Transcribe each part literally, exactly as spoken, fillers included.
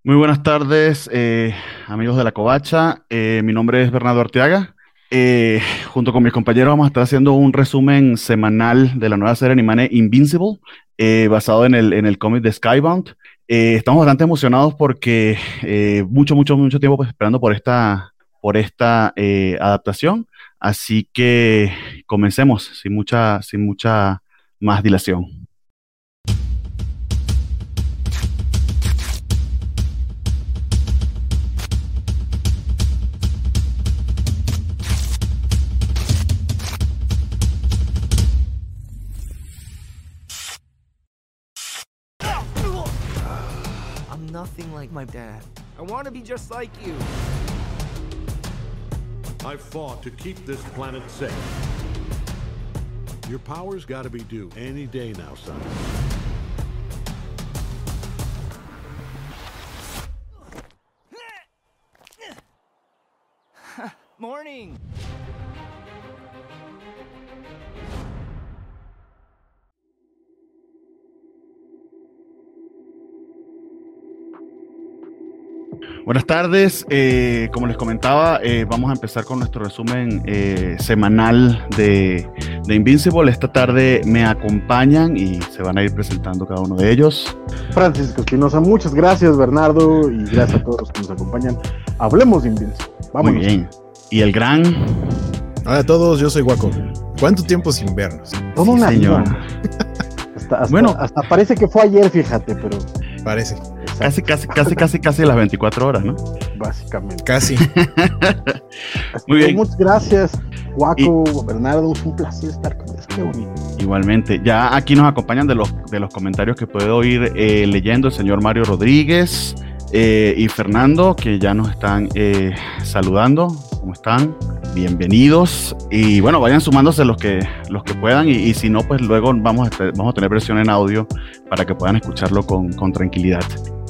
Muy buenas tardes, eh, amigos de la Covacha. Eh, mi nombre es Bernardo Arteaga. Eh, junto con mis compañeros vamos a estar haciendo un resumen semanal de la nueva serie animada Invincible, eh, basado en el, en el cómic de Skybound. Eh, estamos bastante emocionados porque eh, mucho, mucho, mucho tiempo pues, esperando por esta, por esta eh, adaptación. Así que comencemos sin mucha, sin mucha más dilación. Nothing like my dad. I want to be just like you. I fought to keep this planet safe. Your power's got to be due any day now, son. Morning. Buenas tardes, eh, como les comentaba, eh, vamos a empezar con nuestro resumen eh, semanal de, de Invincible. Esta tarde me acompañan y se van a ir presentando cada uno de ellos. Francisco Espinosa, muchas gracias Bernardo y gracias a todos los que nos acompañan. Hablemos de Invincible. Vámonos. Muy bien. Y el gran... Hola a todos, yo soy Guaco. ¿Cuánto tiempo sin vernos? Todo Sí, una señor. vida. Hasta, hasta, Bueno. hasta parece que fue ayer, fíjate, pero Parece, Casi, casi, casi, casi, casi las veinticuatro horas, ¿no? básicamente. casi. Muy bien. Muchas gracias, Guaco, Bernardo, es un placer estar con ustedes. Qué bonito. Igualmente. Ya aquí nos acompañan de los, de los comentarios que puedo ir eh, leyendo el señor Mario Rodríguez eh, y Fernando, que ya nos están eh, saludando. ¿Cómo están? Bienvenidos. Y bueno, vayan sumándose los que, los que puedan y, y si no, pues luego vamos a, te- vamos a tener versión en audio para que puedan escucharlo con, con tranquilidad.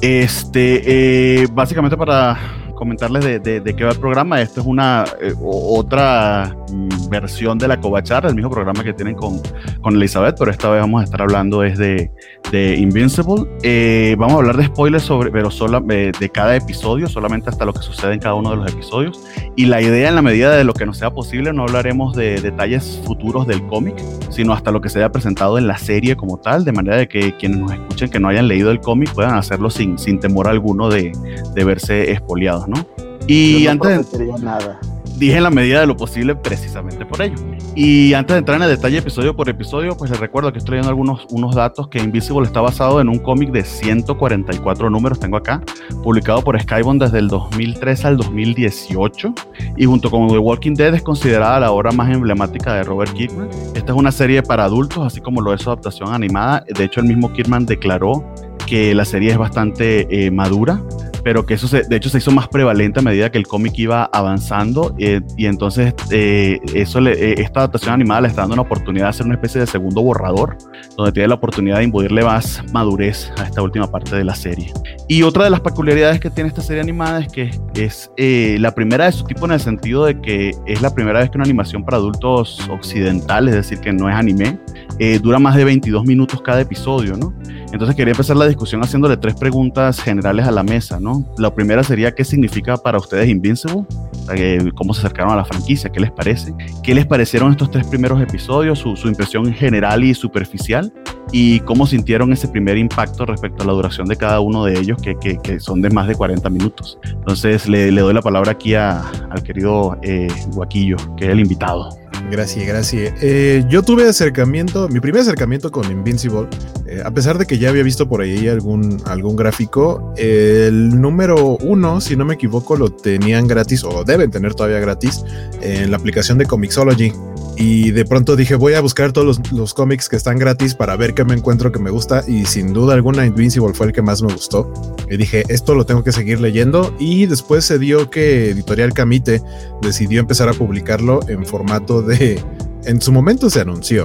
Este, eh, básicamente para comentarles de, de, de qué va el programa. Esto es una eh, o- otra mm, versión de la Covachar, el mismo programa que tienen con, con Elizabeth, pero esta vez vamos a estar hablando es de, de Invincible. Eh, vamos a hablar de spoilers sobre, pero solo eh, de cada episodio, solamente hasta lo que sucede en cada uno de los episodios. Y la idea, en la medida de lo que nos sea posible, no hablaremos de detalles futuros del cómic, sino hasta lo que se haya presentado en la serie como tal, de manera de que quienes nos escuchen que no hayan leído el cómic puedan hacerlo sin, sin temor alguno de, de verse espoleados, ¿no? Y Yo no antes de, prometería nada. dije en la medida de lo posible precisamente por ello. Y antes de entrar en el detalle episodio por episodio, pues les recuerdo que estoy leyendo algunos unos datos que Invincible está basado en un cómic de ciento cuarenta y cuatro números, tengo acá, publicado por Skybound desde el dos mil tres al dos mil dieciocho, y junto con The Walking Dead es considerada la obra más emblemática de Robert Kirkman. Esta es una serie para adultos, así como lo es su adaptación animada. De hecho, el mismo Kirkman declaró que la serie es bastante eh, madura, pero que eso se, de hecho se hizo más prevalente a medida que el cómic iba avanzando, eh, y entonces eh, eso le, eh, esta adaptación animada le está dando una oportunidad de hacer una especie de segundo borrador, donde tiene la oportunidad de imbuirle más madurez a esta última parte de la serie. Y otra de las peculiaridades que tiene esta serie animada es que es eh, la primera de su tipo, en el sentido de que es la primera vez que una animación para adultos occidental, es decir, que no es anime, eh, dura más de veintidós minutos cada episodio, ¿no? Entonces quería empezar la discusión haciéndole tres preguntas generales a la mesa, ¿no? La primera sería: ¿qué significa para ustedes Invincible? Eh, ¿Cómo se acercaron a la franquicia? ¿Qué les parece? ¿Qué les parecieron estos tres primeros episodios? Su, su impresión general y superficial. ¿Y cómo sintieron ese primer impacto respecto a la duración de cada uno de ellos, que, que, que son de más de cuarenta minutos? Entonces le, le doy la palabra aquí a, al querido eh, Guaquillo, que es el invitado. Gracias, gracias. Eh, yo tuve acercamiento, mi primer acercamiento con Invincible, eh, a pesar de que ya había visto por ahí algún, algún gráfico, eh, el número uno, si no me equivoco, lo tenían gratis, o deben tener todavía gratis, eh, en la aplicación de Comixology. Y de pronto dije, voy a buscar todos los, los cómics que están gratis para ver qué me encuentro que me gusta, y sin duda alguna Invincible fue el que más me gustó. Y dije, esto lo tengo que seguir leyendo, y después se dio que Editorial Camite decidió empezar a publicarlo en formato de... En su momento se anunció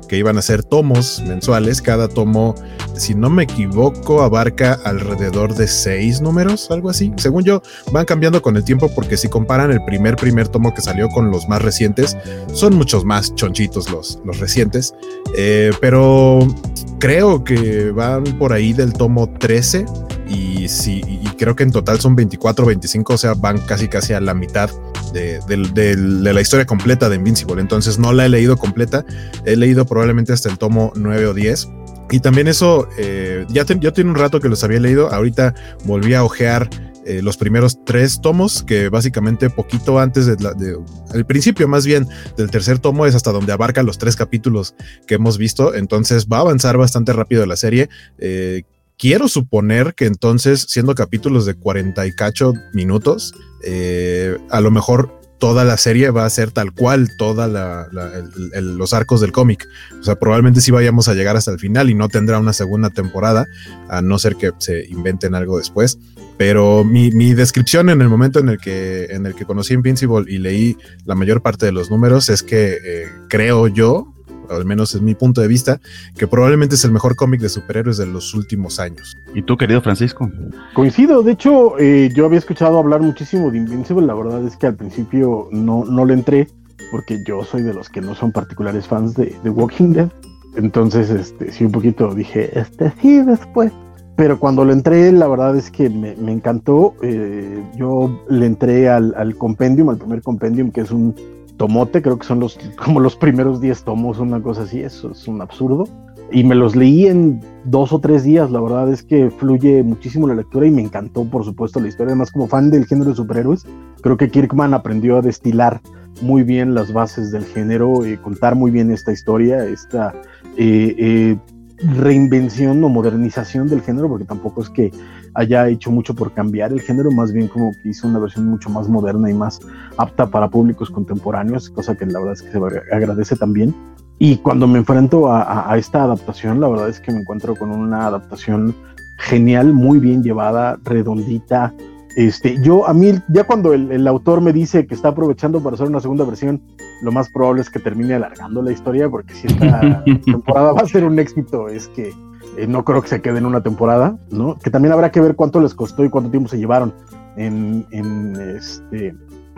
que iban a ser tomos mensuales. Cada tomo, si no me equivoco, abarca alrededor de seis números, algo así. Según yo, van cambiando con el tiempo, porque si comparan el primer primer tomo que salió con los más recientes, son muchos más chonchitos los, los recientes, eh, pero creo que van por ahí del tomo trece, y, sí, y creo que en total son veinticuatro, veinticinco, o sea, van casi casi a la mitad de, de, de, de la historia completa de Invincible. Entonces no la he leído completa, he leído probablemente hasta el tomo nueve o diez, y también eso, eh, ya te, yo tiene un rato que los había leído, ahorita volví a ojear eh, los primeros tres tomos, que básicamente poquito antes de, la, de el principio más bien del tercer tomo es hasta donde abarca los tres capítulos que hemos visto. Entonces va a avanzar bastante rápido la serie. eh, Quiero suponer que entonces, siendo capítulos de cuarenta y cacho minutos, eh, a lo mejor toda la serie va a ser tal cual, toda la, la, el, el, los arcos del cómic. O sea, probablemente sí vayamos a llegar hasta el final y no tendrá una segunda temporada, a no ser que se inventen algo después. Pero mi, mi descripción en el momento en el que, en el que conocí Invincible y leí la mayor parte de los números es que eh, creo yo, al menos es mi punto de vista, que probablemente es el mejor cómic de superhéroes de los últimos años. ¿Y tú, querido Francisco? Coincido, de hecho, eh, yo había escuchado hablar muchísimo de Invincible. La verdad es que al principio no, no le entré, porque yo soy de los que no son particulares fans de, de Walking Dead. Entonces, este, sí, un poquito dije, este sí, después. Pero cuando le entré, la verdad es que me, me encantó. Eh, yo le entré al, al compendium, al primer compendium, que es un tomote, creo que son los como los primeros diez tomos, una cosa así, eso es un absurdo, y me los leí en dos o tres días. La verdad es que fluye muchísimo la lectura y me encantó, por supuesto, la historia. Además, como fan del género de superhéroes, creo que Kirkman aprendió a destilar muy bien las bases del género, eh, contar muy bien esta historia, esta eh, eh, reinvención o modernización del género, porque tampoco es que haya hecho mucho por cambiar el género, más bien como que hizo una versión mucho más moderna y más apta para públicos contemporáneos, cosa que la verdad es que se agradece también. Y cuando me enfrento a, a, a esta adaptación, la verdad es que me encuentro con una adaptación genial, muy bien llevada, redondita. Este, yo, a mí, ya cuando el, el autor me dice que está aprovechando para hacer una segunda versión, lo más probable es que termine alargando la historia, porque si esta temporada va a ser un éxito, es que eh, no creo que se quede en una temporada, ¿no? Que también habrá que ver cuánto les costó y cuánto tiempo se llevaron en, en, este,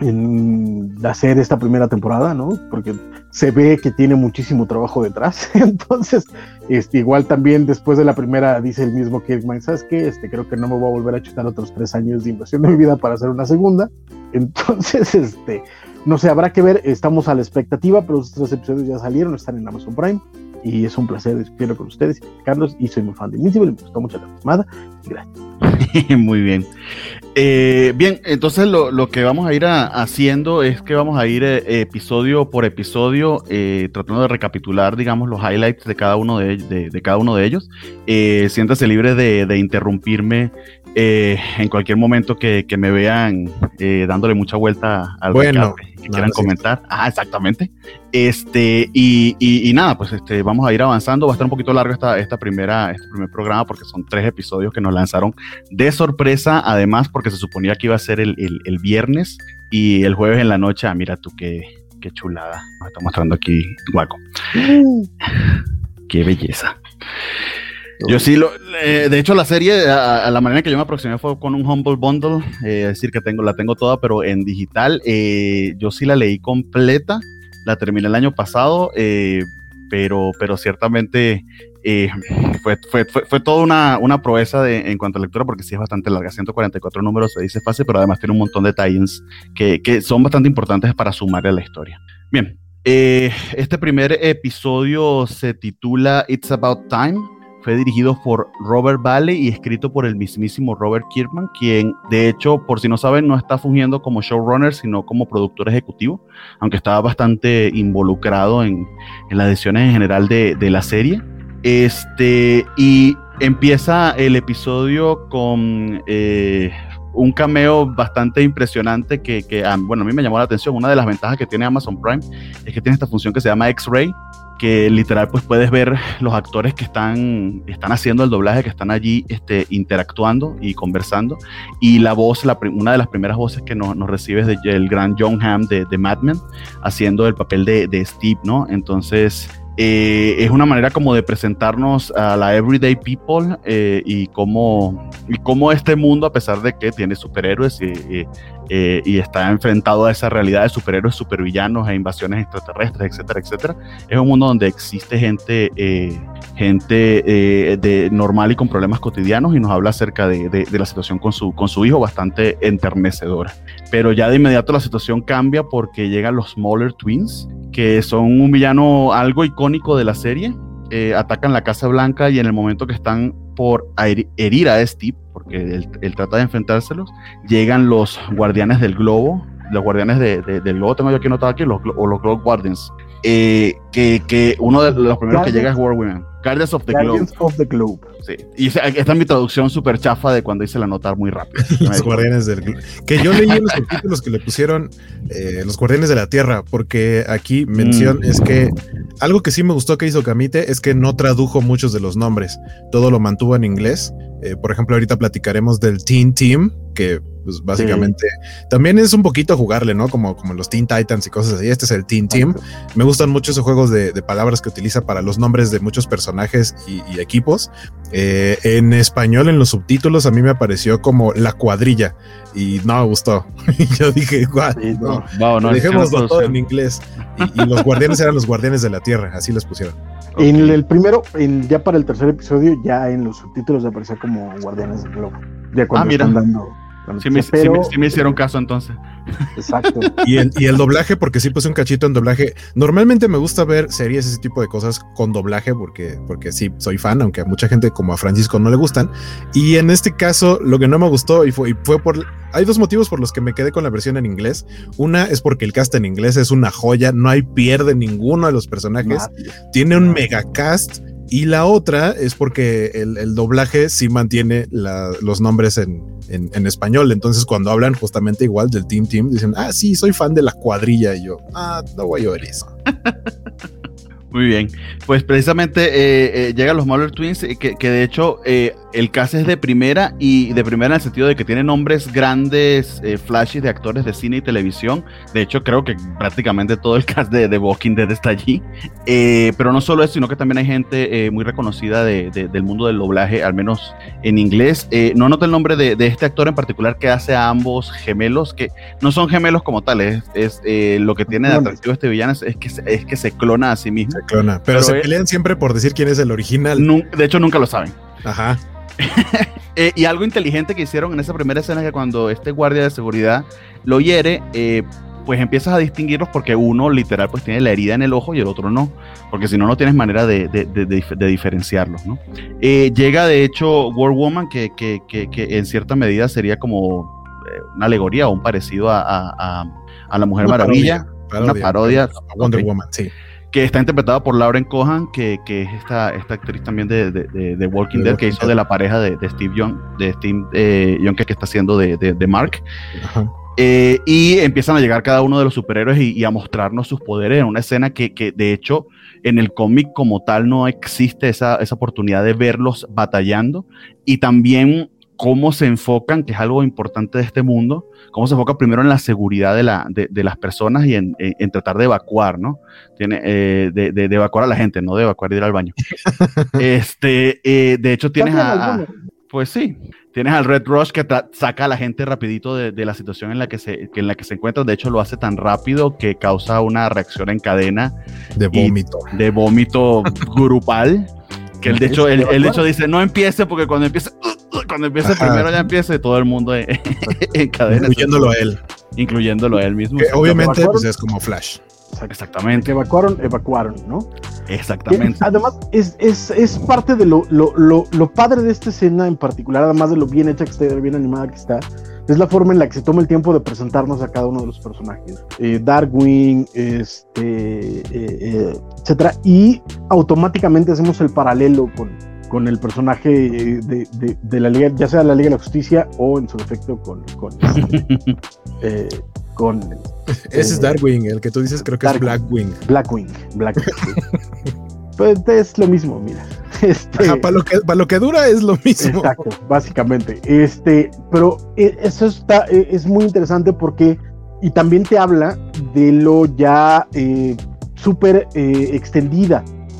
en hacer esta primera temporada, ¿no? Porque se ve que tiene muchísimo trabajo detrás. Entonces, este, igual también después de la primera, dice el mismo Kirkman, ¿sabes qué? Este, creo que no me voy a volver a chutar otros tres años de inversión de mi vida para hacer una segunda. Entonces, este, no sé, habrá que ver. Estamos a la expectativa, pero los tres episodios ya salieron, están en Amazon Prime. Y es un placer discutirlo con ustedes, Carlos, y soy muy fan de Invincible, me gustó mucho la llamada. Gracias. Muy bien. Eh, bien, entonces lo, lo que vamos a ir a, haciendo es que vamos a ir eh, episodio por episodio, eh, tratando de recapitular, digamos, los highlights de cada uno de, de, de cada uno de ellos. Eh, siéntase libre de, de interrumpirme eh, en cualquier momento que, que me vean eh, dándole mucha vuelta al bueno, que, que quieran comentar. Ah, exactamente. Este, y, y, y nada, pues este, vamos a ir avanzando. Va a estar un poquito largo esta, esta primera, este primer programa, porque son tres episodios que nos lanzaron de sorpresa, además, porque se suponía que iba a ser el, el, el viernes y el jueves en la noche. Ah, mira tú qué, qué chulada nos está mostrando aquí Guaco. Mm. Qué belleza. Yo sí, lo, eh, de hecho la serie, a, a la manera que yo me aproximé fue con un Humble Bundle, eh, es decir, que tengo, la tengo toda, pero en digital. Eh, yo sí la leí completa, la terminé el año pasado, eh, pero, pero ciertamente eh, fue, fue, fue, fue toda una, una proeza de, en cuanto a lectura, porque sí es bastante larga, ciento cuarenta y cuatro números, se dice fácil, pero además tiene un montón de tie-ins que, que son bastante importantes para sumarle a la historia. Bien, eh, este primer episodio se titula It's About Time. Fue dirigido por Robert Valley y escrito por el mismísimo Robert Kirkman, quien, de hecho, por si no saben, no está fungiendo como showrunner, sino como productor ejecutivo, aunque estaba bastante involucrado en, en las decisiones en general de, de la serie. Este, y empieza el episodio con eh, un cameo bastante impresionante que, que, bueno, a mí me llamó la atención. Una de las ventajas que tiene Amazon Prime es que tiene esta función que se llama X-Ray, que literal pues puedes ver los actores que están, están haciendo el doblaje, que están allí este, interactuando y conversando, y la voz, la, una de las primeras voces que nos, nos recibe es de, el gran John Hamm de, de Mad Men, haciendo el papel de, de Steve, ¿no? Entonces eh, es una manera como de presentarnos a la everyday people eh, y, cómo, y cómo este mundo, a pesar de que tiene superhéroes y, y, eh, y está enfrentado a esa realidad de superhéroes, supervillanos e invasiones extraterrestres, etcétera, etcétera, es un mundo donde existe gente, eh, gente eh, de normal y con problemas cotidianos, y nos habla acerca de, de, de la situación con su, con su hijo, bastante enternecedora. Pero ya de inmediato la situación cambia porque llegan los Smaller Twins, que son un villano algo icónico de la serie. Eh, atacan la Casa Blanca y en el momento que están por herir a Steve, porque él, él trata de enfrentárselos, llegan los Guardianes del Globo, los Guardianes de, de, del Globo, tengo yo aquí notado aquí, los, o los Globe Guardians, eh, que, que uno de los primeros Guardians, que llega es War Women, Guardians of the Guardians Globe. of the Globe. Sí. Y esta es mi traducción súper chafa de cuando hice la nota muy rápido. Los Guardianes del Globo. Que yo leí en los subtítulos que le pusieron eh, los Guardianes de la Tierra, porque aquí mención mm. es que algo que sí me gustó que hizo Camite es que no tradujo muchos de los nombres, todo lo mantuvo en inglés. Eh, por ejemplo, ahorita platicaremos del Teen Team, que pues básicamente sí. también es un poquito jugarle, ¿no? Como, como los Teen Titans y cosas así. Este es el Teen Team. Me gustan mucho esos juegos de, de palabras que utiliza para los nombres de muchos personajes y, y equipos. Eh, en español, en los subtítulos, a mí me apareció como La Cuadrilla y no me gustó. Y yo dije, guau, sí, no, no, no, dejémoslo todo en inglés. Y, y los guardianes eran los Guardianes de la Tierra, así les pusieron. Okay. En el primero, en, ya para el tercer episodio, ya en los subtítulos aparecía como Guardianes del Globo. Ya cuando ah, mira. están dando. Sí me, pero... sí, me, sí me hicieron caso entonces. Exacto. Y el, y el doblaje, porque sí puse un cachito en doblaje. Normalmente me gusta ver series, ese tipo de cosas con doblaje, porque, porque sí, soy fan, aunque a mucha gente como a Francisco no le gustan. Y en este caso, lo que no me gustó, y fue, y fue por... Hay dos motivos por los que me quedé con la versión en inglés. Una es porque el cast en inglés es una joya, no hay pierde ninguno de los personajes. Nadie. Tiene un mega cast. Y la otra es porque el, el doblaje sí mantiene la, los nombres en, en, en español. Entonces, cuando hablan justamente igual del Team Team, dicen, ah, sí, soy fan de La Cuadrilla. Y yo, ah, no voy a ver eso. Muy bien, pues precisamente eh, eh, llegan los Smaller Twins, eh, que, que de hecho eh, el cast es de primera, y de primera en el sentido de que tiene nombres grandes, eh, flashes de actores de cine y televisión. De hecho creo que prácticamente todo el cast de, de Walking Dead está allí, eh, pero no solo eso, sino que también hay gente eh, muy reconocida de, de, del mundo del doblaje, al menos en inglés. Eh, no anoto el nombre de, de este actor en particular que hace a ambos gemelos, que no son gemelos como tales, es, es eh, lo que tiene de atractivo este villano es, es, que, es que se clona a sí mismo. Clona, pero, pero se eh, pelean siempre por decir quién es el original. De hecho, nunca lo saben. Ajá. eh, y algo inteligente que hicieron en esa primera escena es que cuando este guardia de seguridad lo hiere, eh, pues empiezas a distinguirlos porque uno literal pues tiene la herida en el ojo y el otro no, porque si no, no tienes manera de, de, de, de, de diferenciarlos, ¿no? Eh, llega de hecho War Woman, que, que, que, que en cierta medida sería como eh, una alegoría o un parecido a, a, a, a la Mujer una Maravilla, parodia, una parodia. A Wonder okay. Woman, sí. Que está interpretada por Lauren Cohan, que, que es esta, esta actriz también de, de, de, de Walking de Dead, que hizo Dead. de la pareja de, de Steve Young, de Steve eh, Young, que, que está haciendo de, de, de Mark. Eh, y empiezan a llegar cada uno de los superhéroes y, y a mostrarnos sus poderes en una escena que, que de hecho en el cómic como tal no existe esa, esa oportunidad de verlos batallando, y también cómo se enfocan, que es algo importante de este mundo, cómo se enfoca primero en la seguridad de, la, de, de las personas y en, en, en tratar de evacuar, ¿no? Tiene, eh, de, de, de evacuar a la gente, no de evacuar y ir al baño. este, eh, de hecho tienes a, a, pues sí, tienes al Red Rush que saca a la gente rapidito de, de la situación en la que se, que en la que se encuentra. De hecho lo hace tan rápido que causa una reacción en cadena de vómito, de vómito grupal. Que él de hecho, él, él de hecho dice, no empiece, porque cuando empiece, cuando empiece primero ya empiece todo el mundo en, en cadena. Incluyéndolo a él. Incluyéndolo a él mismo. Que obviamente pues, es como Flash. Exactamente. Que evacuaron, evacuaron, ¿no? Exactamente. Que, además, es, es, es parte de lo, lo, lo, lo padre de esta escena en particular, además de lo bien hecha que está, bien animada que está, es la forma en la que se toma el tiempo de presentarnos a cada uno de los personajes. Eh, Darkwing, este, eh, eh, etcétera, y automáticamente hacemos el paralelo con, con el personaje de, de, de la Liga, ya sea la Liga de la Justicia o en su defecto con, con este, eh, con ese eh, es Darkwing, el que tú dices creo que Darkwing, es Blackwing. Blackwing, Blackwing. Sí. Pues es lo mismo, mira. Este, Ajá, para lo que para lo que dura es lo mismo. Exacto, básicamente. Este, pero eso está es muy interesante porque y también te habla de lo ya eh, súper eh, extendida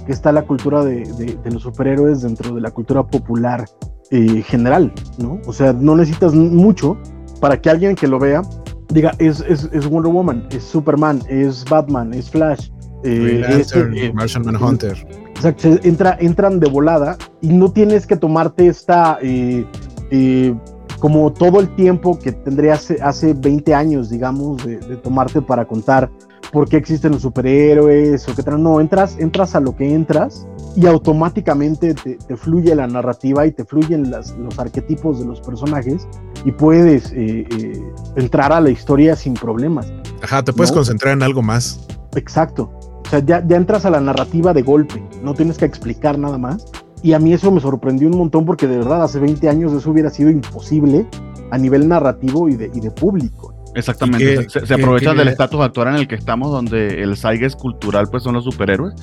que está la cultura de, de, de los superhéroes dentro de la cultura popular eh, general, ¿no? O sea, no necesitas mucho para que alguien que lo vea diga, es, es, es Wonder Woman, es Superman, es Batman, es Flash, eh, es, eh, Martian Manhunter. Exacto, entra, entran de volada y no tienes que tomarte esta, eh, eh, como todo el tiempo que tendrías hace, hace veinte años, digamos, de, de tomarte para contar por qué existen los superhéroes o qué tal. No, entras, entras a lo que entras y automáticamente te, te fluye la narrativa y te fluyen las, los arquetipos de los personajes y puedes eh, eh, entrar a la historia sin problemas. Ajá, te puedes ¿no? concentrar en algo más. Exacto. O sea, ya, ya entras a la narrativa de golpe, no tienes que explicar nada más. Y a mí eso me sorprendió un montón porque de verdad hace veinte años eso hubiera sido imposible a nivel narrativo y de, y de público. Exactamente, que, se, se aprovechan del estatus actual en el que estamos, donde el zeitgeist cultural pues son los superhéroes,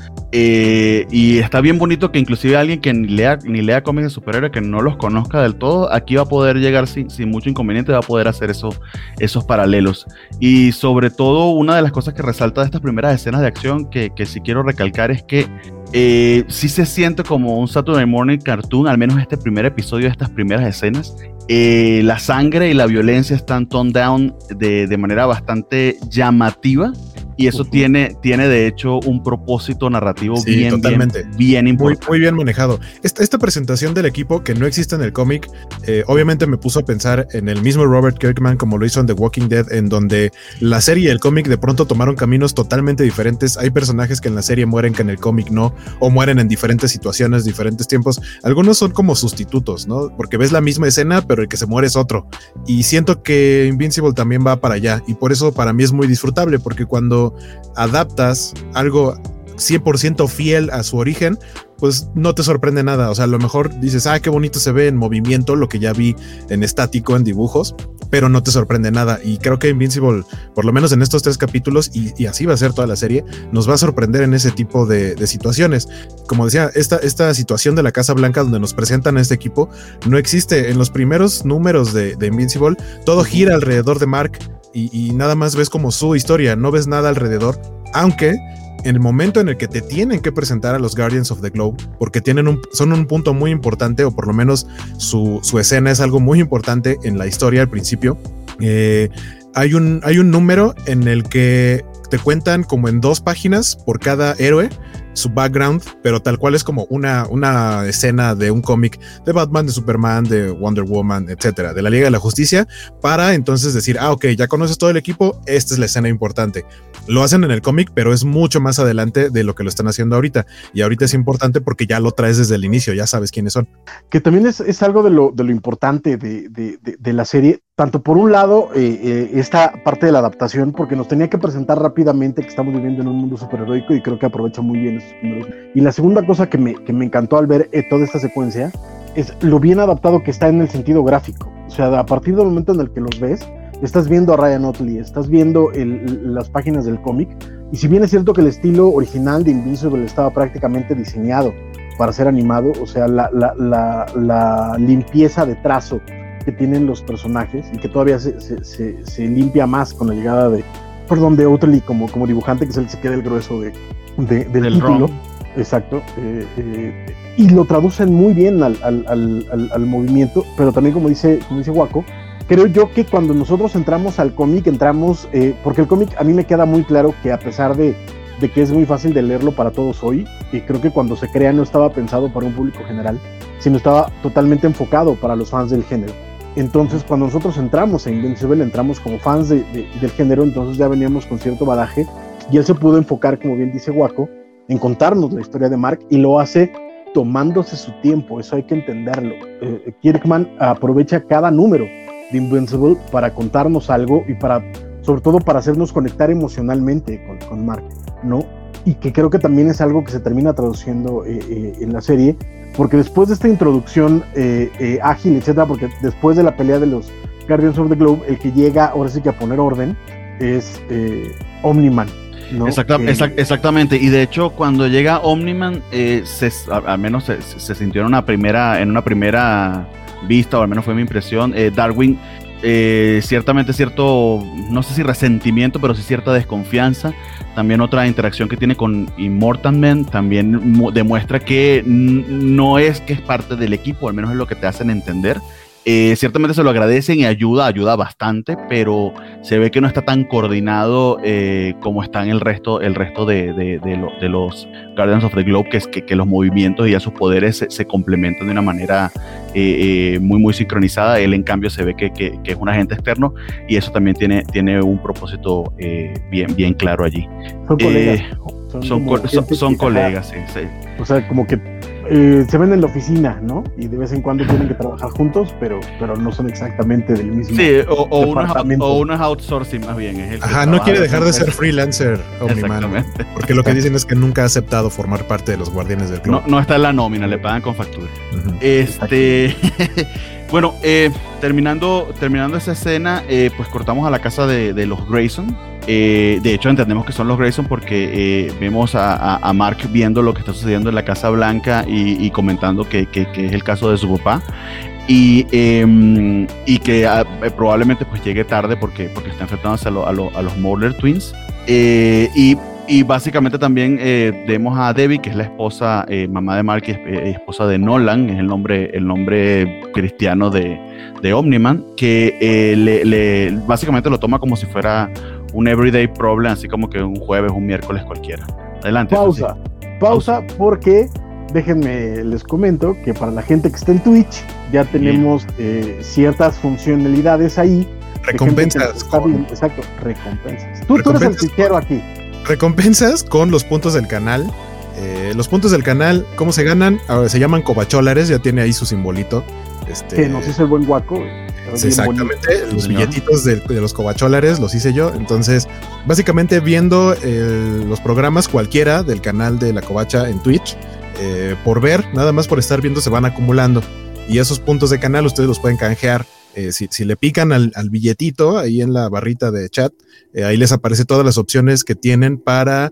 eh, y está bien bonito que inclusive alguien que ni lea, ni lea cómics de superhéroes, que no los conozca del todo, aquí va a poder llegar sin, sin mucho inconveniente, va a poder hacer eso, esos paralelos. Y sobre todo, una de las cosas que resalta de estas primeras escenas de acción que, que sí quiero recalcar es que eh, sí se siente como un Saturday Morning Cartoon, al menos este primer episodio de estas primeras escenas. Eh, la sangre y la violencia están toned down de, de manera bastante llamativa, y eso uh-huh. tiene, tiene de hecho un propósito narrativo sí, bien, totalmente. bien, bien importante. Muy, muy bien manejado. Esta, esta presentación del equipo que no existe en el cómic, eh, obviamente me puso a pensar en el mismo Robert Kirkman como lo hizo en The Walking Dead, en donde la serie y el cómic de pronto tomaron caminos totalmente diferentes. Hay personajes que en la serie mueren que en el cómic no, o mueren en diferentes situaciones, diferentes tiempos. Algunos son como sustitutos, ¿no? Porque ves la misma escena, pero el que se muere es otro. Y siento que Invincible también va para allá, y por eso para mí es muy disfrutable, porque cuando adaptas algo cien por ciento fiel a su origen, pues no te sorprende nada. O sea, a lo mejor dices, ah, qué bonito se ve en movimiento lo que ya vi en estático, en dibujos, pero no te sorprende nada. Y creo que Invincible, por lo menos en estos tres capítulos, y, y así va a ser toda la serie, nos va a sorprender en ese tipo de, de situaciones. Como decía, esta, esta situación de la Casa Blanca donde nos presentan a este equipo no existe. En los primeros números de, de Invincible, todo gira alrededor de Mark, y, y nada más ves como su historia, no ves nada alrededor, aunque en el momento en el que te tienen que presentar a los Guardians of the Globe, porque tienen un, son un punto muy importante, o por lo menos su, su escena es algo muy importante en la historia al principio, eh, hay, un, hay un número en el que te cuentan como en dos páginas por cada héroe su background, pero tal cual es como una, una escena de un cómic de Batman, de Superman, de Wonder Woman, etcétera, de la Liga de la Justicia, para entonces decir, ah, ok, ya conoces todo el equipo, esta es la escena importante. Lo hacen en el cómic, pero es mucho más adelante de lo que lo están haciendo ahorita, y ahorita es importante porque ya lo traes desde el inicio, ya sabes quiénes son. Que también es, es algo de lo, de lo importante de, de, de, de la serie, tanto por un lado, eh, eh, esta parte de la adaptación, porque nos tenía que presentar rápidamente que estamos viviendo en un mundo superheroico, y creo que aprovecha muy bien esos primeros. Y la segunda cosa que me, que me encantó al ver eh, toda esta secuencia es lo bien adaptado que está en el sentido gráfico. O sea, a partir del momento en el que los ves, estás viendo a Ryan Otley, estás viendo el, las páginas del cómic, y si bien es cierto que el estilo original de Invincible estaba prácticamente diseñado para ser animado, o sea, la, la, la, la limpieza de trazo que tienen los personajes, y que todavía se, se, se, se limpia más con la llegada de, perdón, de Otley como, como dibujante, que es el que se queda el grueso de, de, del, del título. Rom. Exacto. Eh, eh, y lo traducen muy bien al, al, al, al, al movimiento, pero también como dice, como dice Waco, creo yo que cuando nosotros entramos al cómic, entramos, eh, porque el cómic a mí me queda muy claro que a pesar de, de que es muy fácil de leerlo para todos hoy, y creo que cuando se crea no estaba pensado para un público general, sino estaba totalmente enfocado para los fans del género. Entonces, cuando nosotros entramos a Invincible, entramos como fans de, de, del género, entonces ya veníamos con cierto badaje, y él se pudo enfocar, como bien dice Waco, en contarnos la historia de Mark, y lo hace tomándose su tiempo, eso hay que entenderlo. Eh, Kirkman aprovecha cada número de Invincible para contarnos algo, y para, sobre todo para hacernos conectar emocionalmente con, con Mark, ¿no? Y que creo que también es algo que se termina traduciendo eh, eh, en la serie, porque después de esta introducción eh, eh, ágil, etcétera, porque después de la pelea de los Guardians of the Globe, el que llega ahora sí que a poner orden es eh, Omni-Man, ¿no? Exacta, eh, exact, exactamente, y de hecho cuando llega Omni-Man, eh, se, al menos se, se sintió en una primera, en una primera vista, o al menos fue mi impresión, eh, Darwin eh, ciertamente cierto, no sé si resentimiento, pero sí cierta desconfianza. También otra interacción que tiene con Immortal Man también mu- demuestra que n- no es que es parte del equipo, al menos es lo que te hacen entender. Eh, ciertamente se lo agradecen y ayuda, ayuda bastante, pero se ve que no está tan coordinado eh, como están el resto, el resto de, de, de, lo, de los Guardians of the Globe, que es que, que los movimientos y ya sus poderes se, se complementan de una manera eh, eh, muy muy sincronizada. Él en cambio se ve que, que, que es un agente externo y eso también tiene, tiene un propósito eh, bien, bien claro allí. Son colegas. Eh, Son, son, como co- son, gente son que- colegas, sí, sí. O sea, como que eh, se ven en la oficina, ¿no? Y de vez en cuando tienen que trabajar juntos, pero, pero no son exactamente del mismo. Sí, o, o, uno es, out- departamento. o uno es outsourcing más bien. Es el que Ajá, no trabaja quiere dejar de con- ser freelancer, Omniman. Exactamente. Porque lo que dicen es que nunca ha aceptado formar parte de los Guardianes del No, Globo. no está en la nómina, le pagan con factura. Ujú. Este, bueno, eh, terminando, terminando esa escena, eh, pues cortamos a la casa de, de los Grayson. Eh, de hecho, entendemos que son los Grayson porque eh, vemos a, a, a Mark viendo lo que está sucediendo en la Casa Blanca y, y comentando que, que, que es el caso de su papá. Y, eh, y que ah, eh, probablemente pues llegue tarde porque, porque está enfrentándose a, lo- a, lo- a los Mauler Twins. Eh, y, y básicamente también eh, vemos a Debbie, que es la esposa, eh, mamá de Mark y es- eh, esposa de Nolan, es el nombre, el nombre cristiano de, de Omniman, que eh, le, le- básicamente lo toma como si fuera un everyday problem, así como que un jueves, un miércoles cualquiera. Adelante. Pausa, pausa, porque déjenme les comento que para la gente que está en Twitch ya tenemos eh, ciertas funcionalidades ahí. de gente que Recompensas. nos está con- viendo. Exacto, recompensas. Tú, tú eres el Recompensas fichero aquí. recompensas con los puntos del canal. Eh, los puntos del canal, ¿cómo se ganan? Ahora se llaman cobacholares, ya tiene ahí su simbolito. Este, Que nos hizo el buen guaco. güey. Pero bien Exactamente, bonito. los señor. billetitos de, de los cobacholares los hice yo. Entonces, básicamente viendo eh, los programas cualquiera del canal de la Covacha en Twitch, eh, por ver, nada más por estar viendo, se van acumulando. Y esos puntos de canal ustedes los pueden canjear. Eh, si, si le pican al, al billetito ahí en la barrita de chat, eh, ahí les aparece todas las opciones que tienen para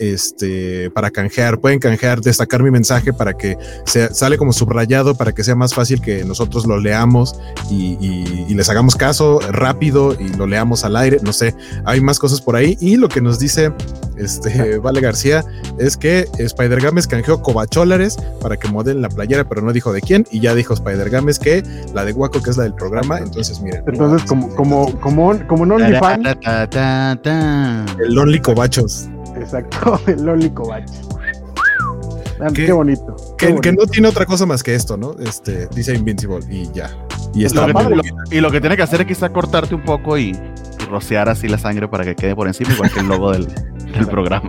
este para canjear. Pueden canjear, destacar mi mensaje para que se, sale como subrayado para que sea más fácil que nosotros lo leamos y, y, y les hagamos caso rápido y lo leamos al aire. No sé, hay más cosas por ahí. Y lo que nos dice este Vale García es que Spider Games canjeó cobacholares para que modelen la playera, pero no dijo de quién. Y ya dijo Spider Games que la de Guaco, que es la del programa. Entonces, miren. Entonces, como, como, como, como no OnlyFans, Ta, ta, ta, ta. El Lonely Cobachos. exacto, el Loli Kovacs. Ah, ¿Qué? Qué bonito. qué Que, que bonito. no tiene otra cosa más que esto, ¿no? Este, dice Invincible y ya. Y Lo está que padre. te- lo- y lo que tiene que hacer es quizá cortarte un poco y, y rociar así la sangre para que quede por encima, igual que el logo del, del programa.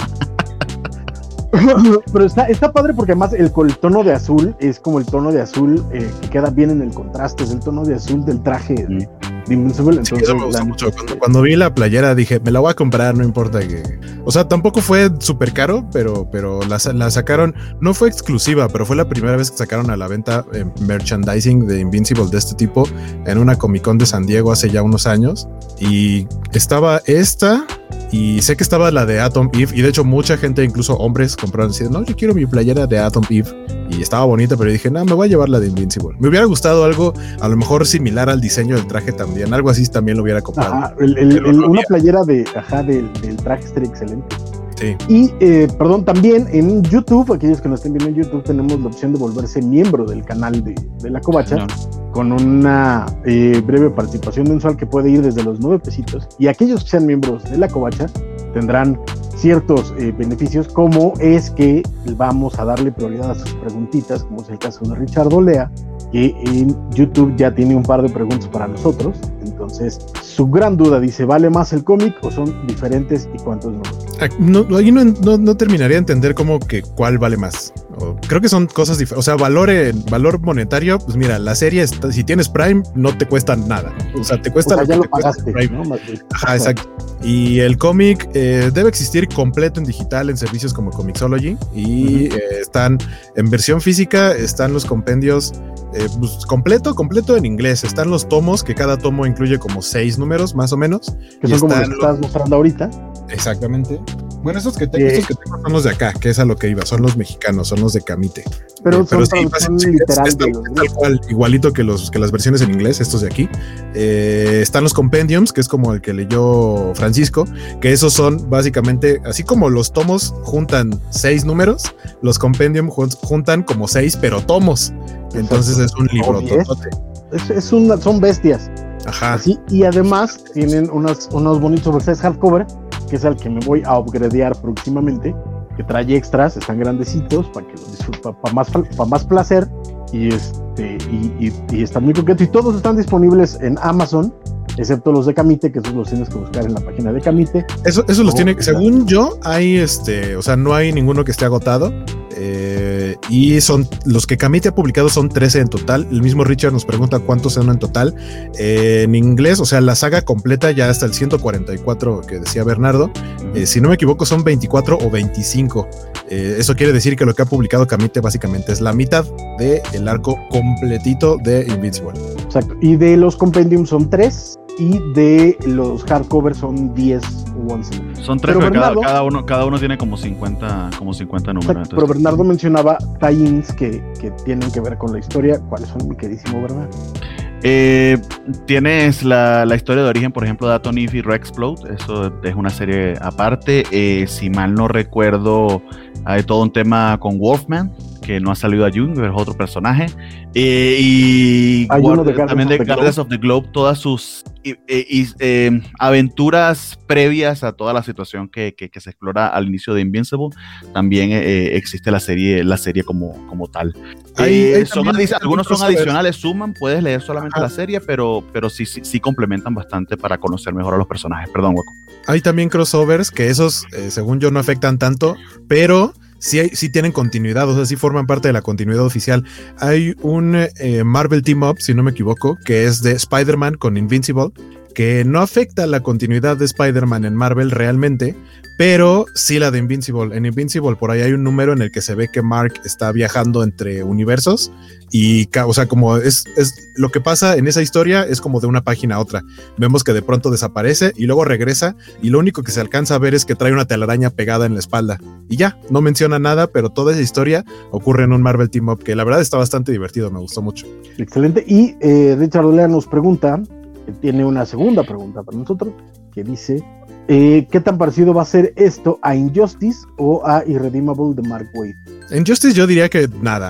Pero está, está padre porque además el, col- el tono de azul es como el tono de azul eh, que queda bien en el contraste, es el tono de azul del traje de, de Invincible. Sí, Entonces, eso me gustó la- mucho. Cuando, cuando vi la playera dije, me la voy a comprar, no importa que... O sea, tampoco fue súper caro, pero, pero la, sa- la sacaron, no fue exclusiva, pero fue la primera vez que sacaron a la venta eh, merchandising de Invincible de este tipo en una Comic Con de San Diego hace ya unos años. Y estaba esta... Y sé que estaba la de Atom Eve, y de hecho mucha gente, incluso hombres, compraron así, no, yo quiero mi playera de Atom Eve, y estaba bonita, pero dije, no, me voy a llevar la de Invincible. Me hubiera gustado algo, a lo mejor similar al diseño del traje también, algo así también lo hubiera comprado. Ajá, el- el- Pero el- no una había. playera de, ajá, del, del traje estaría excelente. Sí. Y, eh, perdón, también en YouTube, aquellos que nos estén viendo en YouTube, tenemos la opción de volverse miembro del canal de, de La Covacha, Señor. con una eh, breve participación mensual que puede ir desde los nueve pesitos. Y aquellos que sean miembros de La Covacha tendrán ciertos eh, beneficios, como es que vamos a darle prioridad a sus preguntitas, como es el caso de Richard Olea, que en YouTube ya tiene un par de preguntas para nosotros. Entonces, su gran duda dice, ¿vale más el cómic o son diferentes y cuántos no? Ah, no, ahí no, no, no terminaría de entender cómo que cuál vale más. O, creo que son cosas diferentes. O sea, valor, en, valor monetario, pues mira, la serie, está, si tienes Prime, no te cuesta nada. O sea, te O cuesta sea, lo ya que lo te cuesta pagaste, Prime. ¿no? Más bien. Ajá, exacto. Y el cómic eh, debe existir completo en digital en servicios como Comixology y Ujú. eh, están en versión física, están los compendios eh, pues, completo, completo en inglés. Están los tomos, que cada tomo incluye como seis números más o menos. Que Y son como los están que estás mostrando ahorita. Exactamente. Bueno, estos que, te, Eh, estos que tengo son los de acá, que es a lo que iba, son los mexicanos, son los de Camite. Pero Eh, son sí, traducción sí, literal es, de tal, los tal cual, igualito que, los, que las versiones en inglés, estos de aquí. Eh, están los compendiums, que es como el que leyó Francisco, que esos son básicamente, así como los tomos juntan seis números, los compendium jun- juntan como seis, pero tomos. Entonces es un libro totote. Es, es una, son bestias. Ajá. Así, y además tienen unas, unos bonitos oversize hardcover, que es el que me voy a upgradear próximamente, que trae extras, están grandecitos para que los disfruten, para pa más, pa más placer, y este y, y, y están muy coquetos, y todos están disponibles en Amazon, excepto los de Camite, que esos los tienes que buscar en la página de Camite. Eso, eso los Oh, tiene, claro. según yo, hay este, o sea, no hay ninguno que esté agotado. Eh, y son los que Camite ha publicado son trece en total. El mismo Richard nos pregunta cuántos son en total. Eh, en inglés, o sea, la saga completa ya hasta el ciento cuarenta y cuatro que decía Bernardo. Eh, si no me equivoco, son veinticuatro o veinticinco. Eh, eso quiere decir que lo que ha publicado Camite básicamente es la mitad del arco completito de Invincible. Exacto. Y de los compendiums son tres, y de los hardcovers son diez u once. Son tres, Pero pero cada, Bernardo- cada uno, cada uno tiene como cincuenta, como cincuenta números. Exacto, pero entonces- Bernardo mencionaba tie-ins que, que tienen que ver con la historia. ¿Cuáles son, mi queridísimo Bernardo? Eh, tienes la, la historia de origen, por ejemplo, de Atom Eve y Rexplode. Eso es una serie aparte. Eh, si mal no recuerdo, hay todo un tema con Wolfman, que no ha salido a June, pero es otro personaje. Eh, y Hay uno de guarda- también de Guardians of the Globe, todas sus y, y- y, eh, aventuras previas a toda la situación que, que, que se explora al inicio de Invincible. También eh, existe la serie, la serie como, como tal. Hay- Eh, hay son también adici- algunos son crossovers. adicionales, suman, puedes leer solamente Ajá. la serie, pero, pero sí, sí, sí complementan bastante para conocer mejor a los personajes. Perdón, Hueco. Hay también crossovers que esos, eh, según yo, no afectan tanto, pero sí, hay, sí tienen continuidad, o sea, sí forman parte de la continuidad oficial. Hay un eh, Marvel Team Up, si no me equivoco, que es de Spider-Man con Invincible, que no afecta la continuidad de Spider-Man en Marvel realmente, pero sí la de Invincible. En Invincible por ahí hay un número en el que se ve que Mark está viajando entre universos y, o sea, como es, es lo que pasa en esa historia es como de una página a otra. Vemos que de pronto desaparece y luego regresa y lo único que se alcanza a ver es que trae una telaraña pegada en la espalda y ya, no menciona nada, pero toda esa historia ocurre en un Marvel Team Up que la verdad está bastante divertido, me gustó mucho. Excelente. Y eh, Richard Olea nos pregunta, que tiene una segunda pregunta para nosotros, que dice, eh, ¿qué tan parecido va a ser esto a Injustice o a Irredeemable de Mark Waid? En Justice yo diría que nada.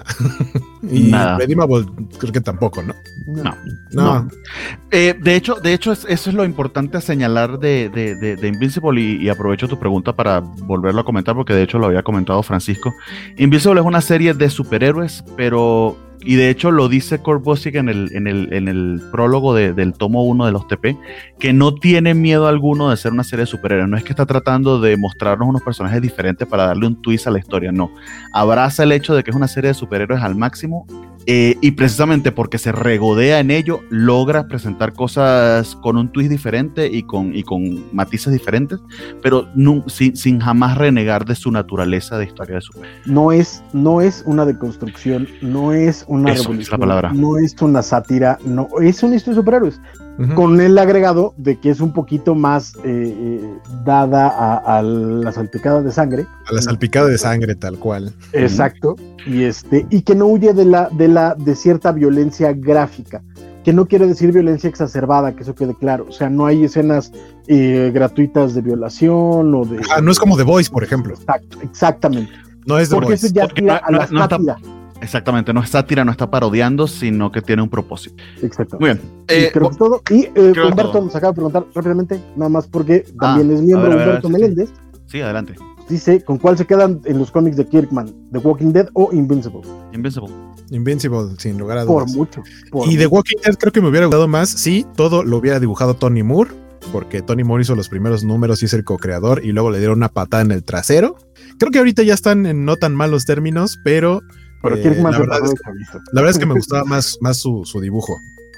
Y Nada. Redeemable creo que tampoco, ¿no? No. No. No. Eh, de hecho, de hecho es- eso es lo importante a señalar de, de, de, de Invincible y, y aprovecho tu pregunta para volverlo a comentar porque de hecho lo había comentado Francisco. Invincible es una serie de superhéroes, pero y de hecho lo dice Kurt Busiek en el, en el, en el prólogo de- del tomo uno de los T P, que no tiene miedo alguno de ser una serie de superhéroes. No es que está tratando de mostrarnos unos personajes diferentes para darle un twist a la historia, no. Abraza el hecho de que es una serie de superhéroes al máximo. Eh, y precisamente porque se regodea en ello, logra presentar cosas con un twist diferente y con, y con matices diferentes, pero no, sin, sin jamás renegar de su naturaleza de historia de superhéroes. No es, no es una deconstrucción, no es una Eso, revolución, es la palabra. no es una sátira, no, es una historia de superhéroes. Ujú. Con el agregado de que es un poquito más eh, eh, dada a, a la salpicada de sangre. A la salpicada de sangre, tal cual. Exacto. Y este, y que no huye de la, de la, de cierta violencia gráfica, que no quiere decir violencia exacerbada, que eso quede claro. O sea, no hay escenas eh, gratuitas de violación o de. Ah, no es como The Voice, por ejemplo. Exacto, exactamente. No es The Porque Voice. eso ya Porque tira no- a la no- no está- sátira. Exactamente, no es sátira, no está parodiando, sino que tiene un propósito. Exacto. Muy bien. Y Eh, creo que es todo. Y eh, creo Humberto todo. nos acaba de preguntar rápidamente, nada más porque Ah, también es miembro a ver, a ver, Humberto sí, sí. Meléndez. sí, adelante. Dice, ¿con cuál se quedan en los cómics de Kirkman? ¿The Walking Dead o Invincible? Invincible. Invincible, sin lugar a Por dudas. mucho. por Y The mucho. Walking Dead creo que me hubiera gustado más si todo lo hubiera dibujado Tony Moore, porque Tony Moore hizo los primeros números y es el co-creador y luego le dieron una patada en el trasero. Creo que ahorita ya están en no tan malos términos, pero, Pero eh, Kirkman la, se verdad pasó es, de chavito. la verdad es que me gustaba más, más su, su dibujo.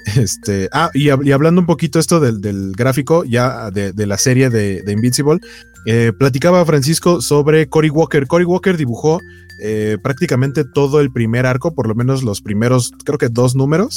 Este, ah, y, hab- y hablando un poquito esto del, del gráfico, ya de, de la serie de, de Invincible, eh, platicaba Francisco sobre Cory Walker. Cory Walker dibujó eh, prácticamente todo el primer arco, por lo menos los primeros, creo que dos números.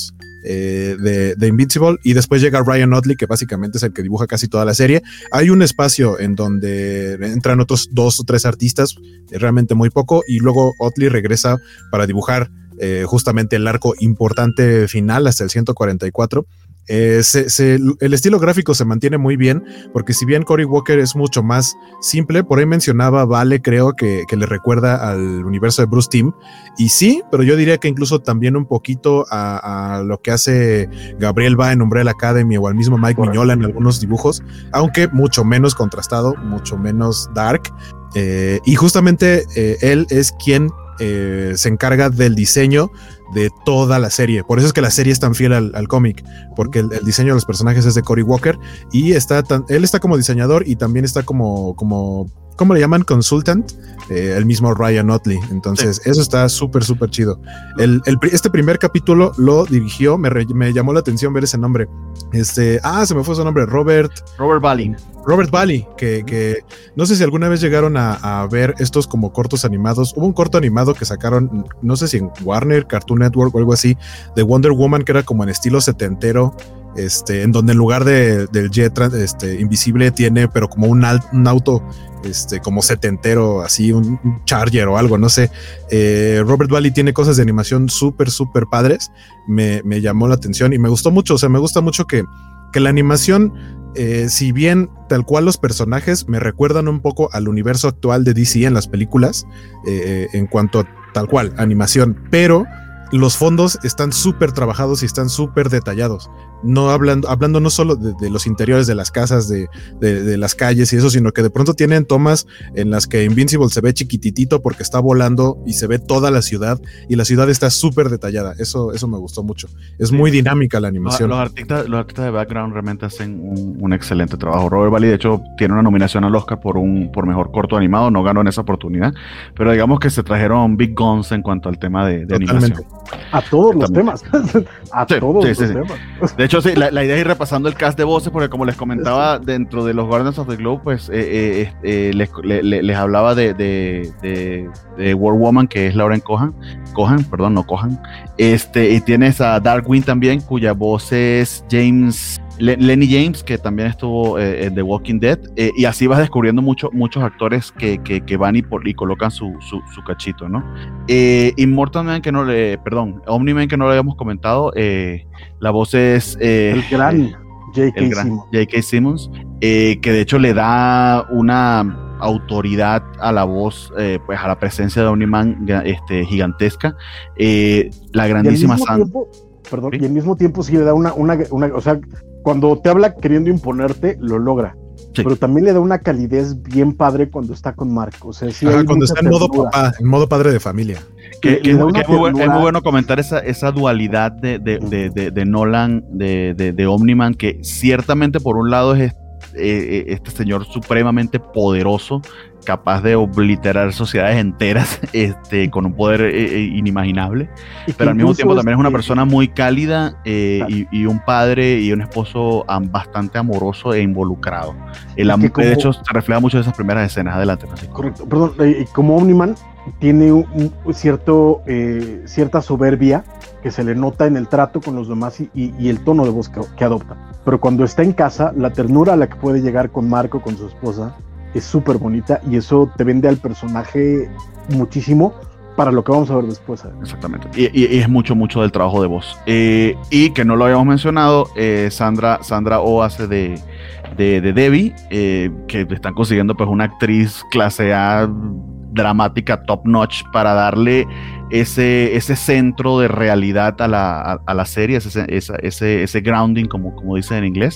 eh, de, de Invincible, y después llega Ryan Otley, que básicamente es el que dibuja casi toda la serie. Hay un espacio en donde entran otros dos o tres artistas, realmente muy poco, y luego Otley regresa para dibujar eh, justamente el arco importante final hasta el ciento cuarenta y cuatro. Eh, se, se, el estilo gráfico se mantiene muy bien, porque si bien Cory Walker es mucho más simple, por ahí mencionaba Vale, creo que, que le recuerda al universo de Bruce Timm, y sí, pero yo diría que incluso también un poquito a, a lo que hace Gabriel Ba en Umbrella Academy, o al mismo Mike Correcto. Mignola en algunos dibujos, aunque mucho menos contrastado, mucho menos dark, eh, y justamente eh, él es quien eh, se encarga del diseño de toda la serie. Por eso es que la serie es tan fiel al, al cómic, porque el, el diseño de los personajes es de Cory Walker, y está tan, él está como diseñador y también está como, como ¿cómo le llaman? Consultant, eh, el mismo Ryan Otley. Entonces, sí. Eso está súper, súper chido. El, el, este primer capítulo lo dirigió, me, re, me llamó la atención ver ese nombre. Este, ah, se me fue su nombre, Robert. Robert Bally. Robert Bally, que, que no sé si alguna vez llegaron a, a ver estos como cortos animados. Hubo un corto animado que sacaron, no sé si en Warner, Cartoon Network o algo así, de Wonder Woman, que era como en estilo setentero, este, en donde en lugar de, del jet este, invisible tiene, pero como un, alt, un auto este, como setentero, así, un, un Charger o algo, no sé. Eh, Robert Bally tiene cosas de animación súper, súper padres. Me, me llamó la atención y me gustó mucho. O sea, me gusta mucho que, que la animación, Eh, si bien tal cual los personajes me recuerdan un poco al universo actual de D C en las películas, eh, en cuanto a tal cual, animación, pero los fondos están súper trabajados y están súper detallados. No hablando, hablando no solo de, de los interiores de las casas, de, de, de las calles y eso, sino que de pronto tienen tomas en las que Invincible se ve chiquititito porque está volando y se ve toda la ciudad, y la ciudad está súper detallada. Eso, eso me gustó mucho. Es muy dinámica la animación. Los, los, artistas, los artistas de background realmente hacen un, un excelente trabajo. Robert Bally, de hecho, tiene una nominación al Oscar por un por mejor corto animado. No ganó en esa oportunidad, pero digamos que se trajeron big guns en cuanto al tema de, de animación. A todos los temas. A sí, todos sí, los sí, sí. temas. De hecho, sí, la, la idea es ir repasando el cast de voces, porque como les comentaba, sí. Dentro de los Guardians of the Globe, pues eh, eh, eh, les, les, les hablaba de, de, de, de War Woman, que es Lauren Cohan, Cohan, perdón, no Cohan. Este, y tienes a Darkwing también, cuya voz es James... Lenny James, que también estuvo eh, en The Walking Dead, eh, y así vas descubriendo mucho, muchos actores que, que, que van y, por, y colocan su, su, su cachito, ¿no? Eh, Immortal Man, que no le, perdón, Omni-Man, que no le habíamos comentado, eh, la voz es eh, el gran J K. Simmons, J K. Simmons eh, que de hecho le da una autoridad a la voz, eh, pues a la presencia de Omni-Man este, gigantesca, eh, la grandísima Sandra. Perdón, ¿sí? Y al mismo tiempo sí le da una, una, una, o sea, cuando te habla queriendo imponerte, lo logra. Sí. Pero también le da una calidez bien padre cuando está con Mark. O sea, sí. Ajá, cuando está en modo papá, en modo padre de familia. Que, que, que, que es, muy bueno, es muy bueno comentar esa, esa dualidad de, de, de, de, de Nolan, de, de, de Omni-Man, que ciertamente por un lado es eh, este señor supremamente poderoso, capaz de obliterar sociedades enteras este, con un poder eh, inimaginable, pero al mismo tiempo también es una persona muy cálida eh, claro. y, y un padre y un esposo um, bastante amoroso e involucrado. El amor, como, de hecho, se refleja mucho en esas primeras escenas. Adelante, Francisco. Correcto, perdón, eh, como Omni-Man tiene un, un cierto, eh, cierta soberbia que se le nota en el trato con los demás y, y, y el tono de voz que, que adopta, pero cuando está en casa, la ternura a la que puede llegar con Marco, con su esposa, es súper bonita, y eso te vende al personaje muchísimo para lo que vamos a ver después. Exactamente, y, y, y es mucho, mucho del trabajo de voz. Eh, y que no lo habíamos mencionado, eh, Sandra, Sandra Oh hace de, de, de Debbie, eh, que están consiguiendo pues una actriz clase A, dramática, top notch, para darle ese, ese centro de realidad a la, a, a la serie, ese, ese, ese, ese grounding, como, como dicen en inglés.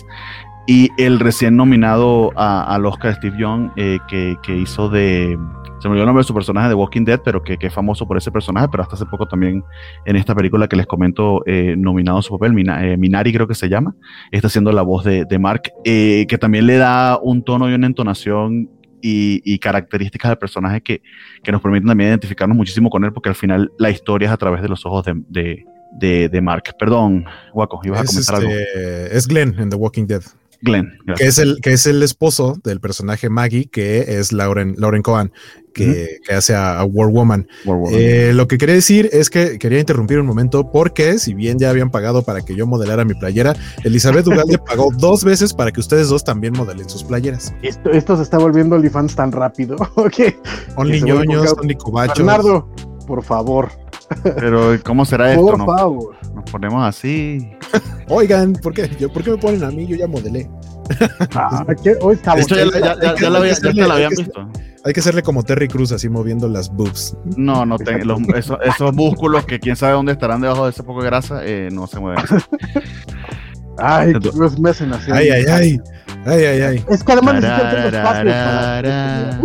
Y el recién nominado a, al Oscar Steve Young, eh, que, que hizo de... Se me olvidó el nombre de su personaje de Walking Dead, pero que, que es famoso por ese personaje, pero hasta hace poco también en esta película que les comento, eh, nominado a su papel, Mina, eh, Minari creo que se llama, está haciendo la voz de, de Mark, eh, que también le da un tono y una entonación y, y características del personaje que, que nos permiten también identificarnos muchísimo con él, porque al final la historia es a través de los ojos de... de De, de Mark. Perdón, Waco, ibas es a comentar este, algo. Es Glenn en The Walking Dead. Glenn, que es el que es el esposo del personaje Maggie, que es Lauren Lauren Cohan, que, uh-huh. que hace a, a War Woman. War Woman. Eh, lo que quería decir es que quería interrumpir un momento porque si bien ya habían pagado para que yo modelara mi playera, Elizabeth Ugalde pagó dos veces para que ustedes dos también modelen sus playeras. Esto, esto se está volviendo OnlyFans tan rápido. Okay. Only ñoños, only cubachos. Bernardo, por favor. Pero ¿cómo será esto? Por ¿No? favor. Nos ponemos así. Oigan, ¿por qué? Yo, ¿por qué me ponen a mí? Yo ya modelé. Ah, ¿qué? Hoy de hecho, ya, ya, ya, ya, la, había, ya te la habían visto. Hay que hacerle como Terry Cruz, así moviendo las boobs. No, no, te, los, esos, esos músculos que quién sabe dónde estarán debajo de ese poco de grasa, eh, no se mueven. Ay, que los me hacen así. Ay, ay, ay. Ay, ay, ay. Es que además necesitan tener espacio para...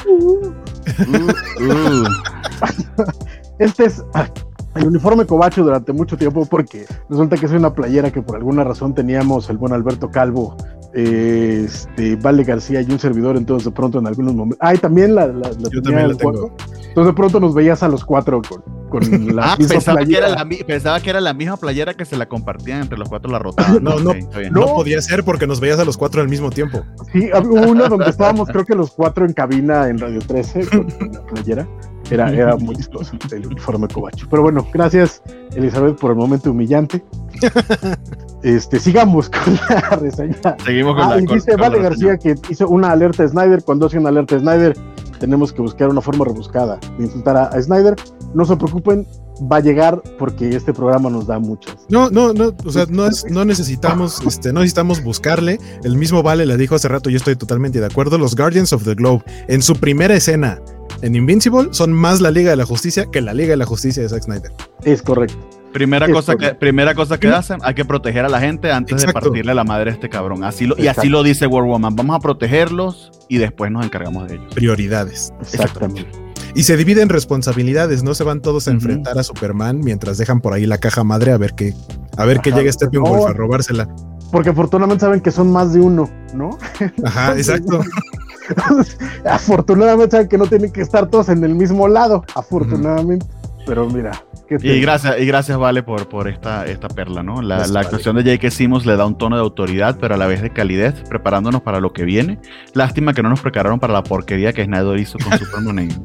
uh, uh. Uh. Este es ah, el uniforme Covacho durante mucho tiempo porque resulta que es una playera que por alguna razón teníamos el buen Alberto Calvo, eh, este, Vale García y un servidor, entonces de pronto en algunos momentos... Ay, también la, la, la Yo también la tengo. Entonces de pronto nos veías a los cuatro con, con la ah, misma pensaba playera. Que era la, pensaba que era la misma playera que se la compartían entre los cuatro, la rotaban. No, no, okay, no, no podía ser porque nos veías a los cuatro al mismo tiempo. Sí, hubo una donde estábamos creo que los cuatro en cabina en Radio trece con, con la playera. Era, era muy chistoso el uniforme Covacho. Pero bueno, gracias Elizabeth por el momento humillante. Este, sigamos con la reseña. Seguimos con ah, la y dice con, Vale con García que hizo una alerta a Snyder. Cuando hace una alerta a Snyder, tenemos que buscar una forma rebuscada de insultar a, a Snyder. No se preocupen, va a llegar porque este programa nos da muchas. No, no, no, o sea, no, es, no necesitamos, este, no necesitamos buscarle. El mismo Vale le dijo hace rato, yo estoy totalmente de acuerdo. Los Guardians of the Globe, en su primera escena en Invincible, son más la Liga de la Justicia que la Liga de la Justicia de Zack Snyder. Es correcto. Primera es cosa correcto. que, primera cosa que hacen, hay que proteger a la gente antes Exacto. de partirle la madre a este cabrón. Así lo, y así lo dice War Woman. Vamos a protegerlos y después nos encargamos de ellos. Prioridades. Exactamente. Y se dividen responsabilidades, no se van todos a uh-huh. enfrentar a Superman mientras dejan por ahí la caja madre a ver qué, a ver qué llega Steppenwolf no, a robársela. Porque afortunadamente saben que son más de uno, ¿no? Ajá, exacto. Afortunadamente saben que no tienen que estar todos en el mismo lado, afortunadamente. Uh-huh. Pero mira. Y gracias, y gracias Vale por, por esta, esta perla, ¿no? La, la actuación vale. de J K. Simmons le da un tono de autoridad, pero a la vez de calidez, preparándonos para lo que viene. Lástima que no nos prepararon para la porquería que Snyder hizo con Superman en...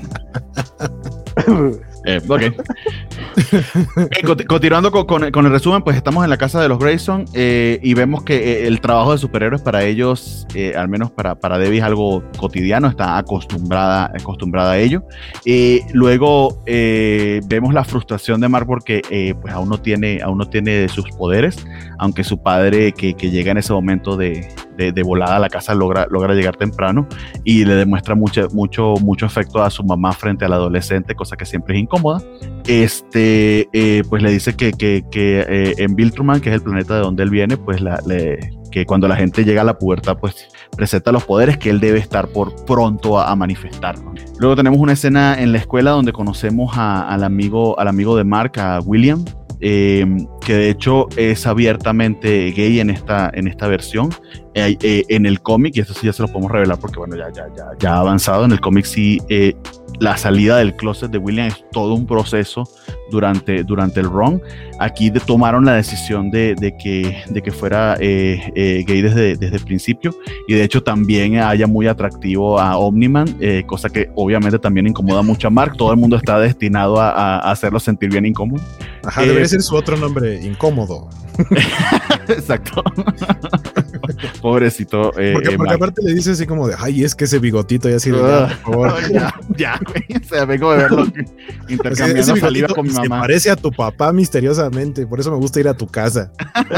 Eh, ok. eh, continuando con, con, con el resumen, pues estamos en la casa de los Grayson eh, y vemos que eh, el trabajo de superhéroes para ellos, eh, al menos para, para Debbie, es algo cotidiano, está acostumbrada, acostumbrada a ello. Eh, luego eh, vemos la frustración de Mark porque eh, pues aún no tiene, aún no tiene sus poderes, aunque su padre que, que llega en ese momento de, de, de volada a la casa logra, logra llegar temprano y le demuestra mucho, mucho, mucho afecto a su mamá frente al adolescente, cosa que siempre es incómoda. Este, eh, pues le dice que, que, que eh, en Viltruman, que es el planeta de donde él viene, pues la, le, que cuando la gente llega a la pubertad, pues presenta los poderes que él debe estar por pronto a, a manifestar, ¿no? Luego tenemos una escena en la escuela donde conocemos a, al, amigo, al amigo de Mark, a William, eh, que de hecho es abiertamente gay en esta, en esta versión. Eh, eh, en el cómic, y esto sí ya se lo podemos revelar porque bueno, ya, ya, ya, ya ha avanzado, en el cómic sí, eh, la salida del closet de William es todo un proceso durante, durante el run. Aquí de, tomaron la decisión de, de, que, de que fuera eh, eh, gay desde, desde el principio, y de hecho también haya muy atractivo a Omni-Man, eh, cosa que obviamente también incomoda mucho a Mark. Todo el mundo está destinado a, a hacerlo sentir bien incómodo. Ajá, eh, debería ser su otro nombre, Incómodo. Exacto. Pobrecito. Eh, porque, eh, porque aparte le dice así como de, ay, es que ese bigotito ya así de, uh, por favor. Ya, ya, güey. O sea, vengo de verlo intercambiando saliva con mi mamá. Se parece a tu papá misteriosamente, por eso me gusta ir a tu casa.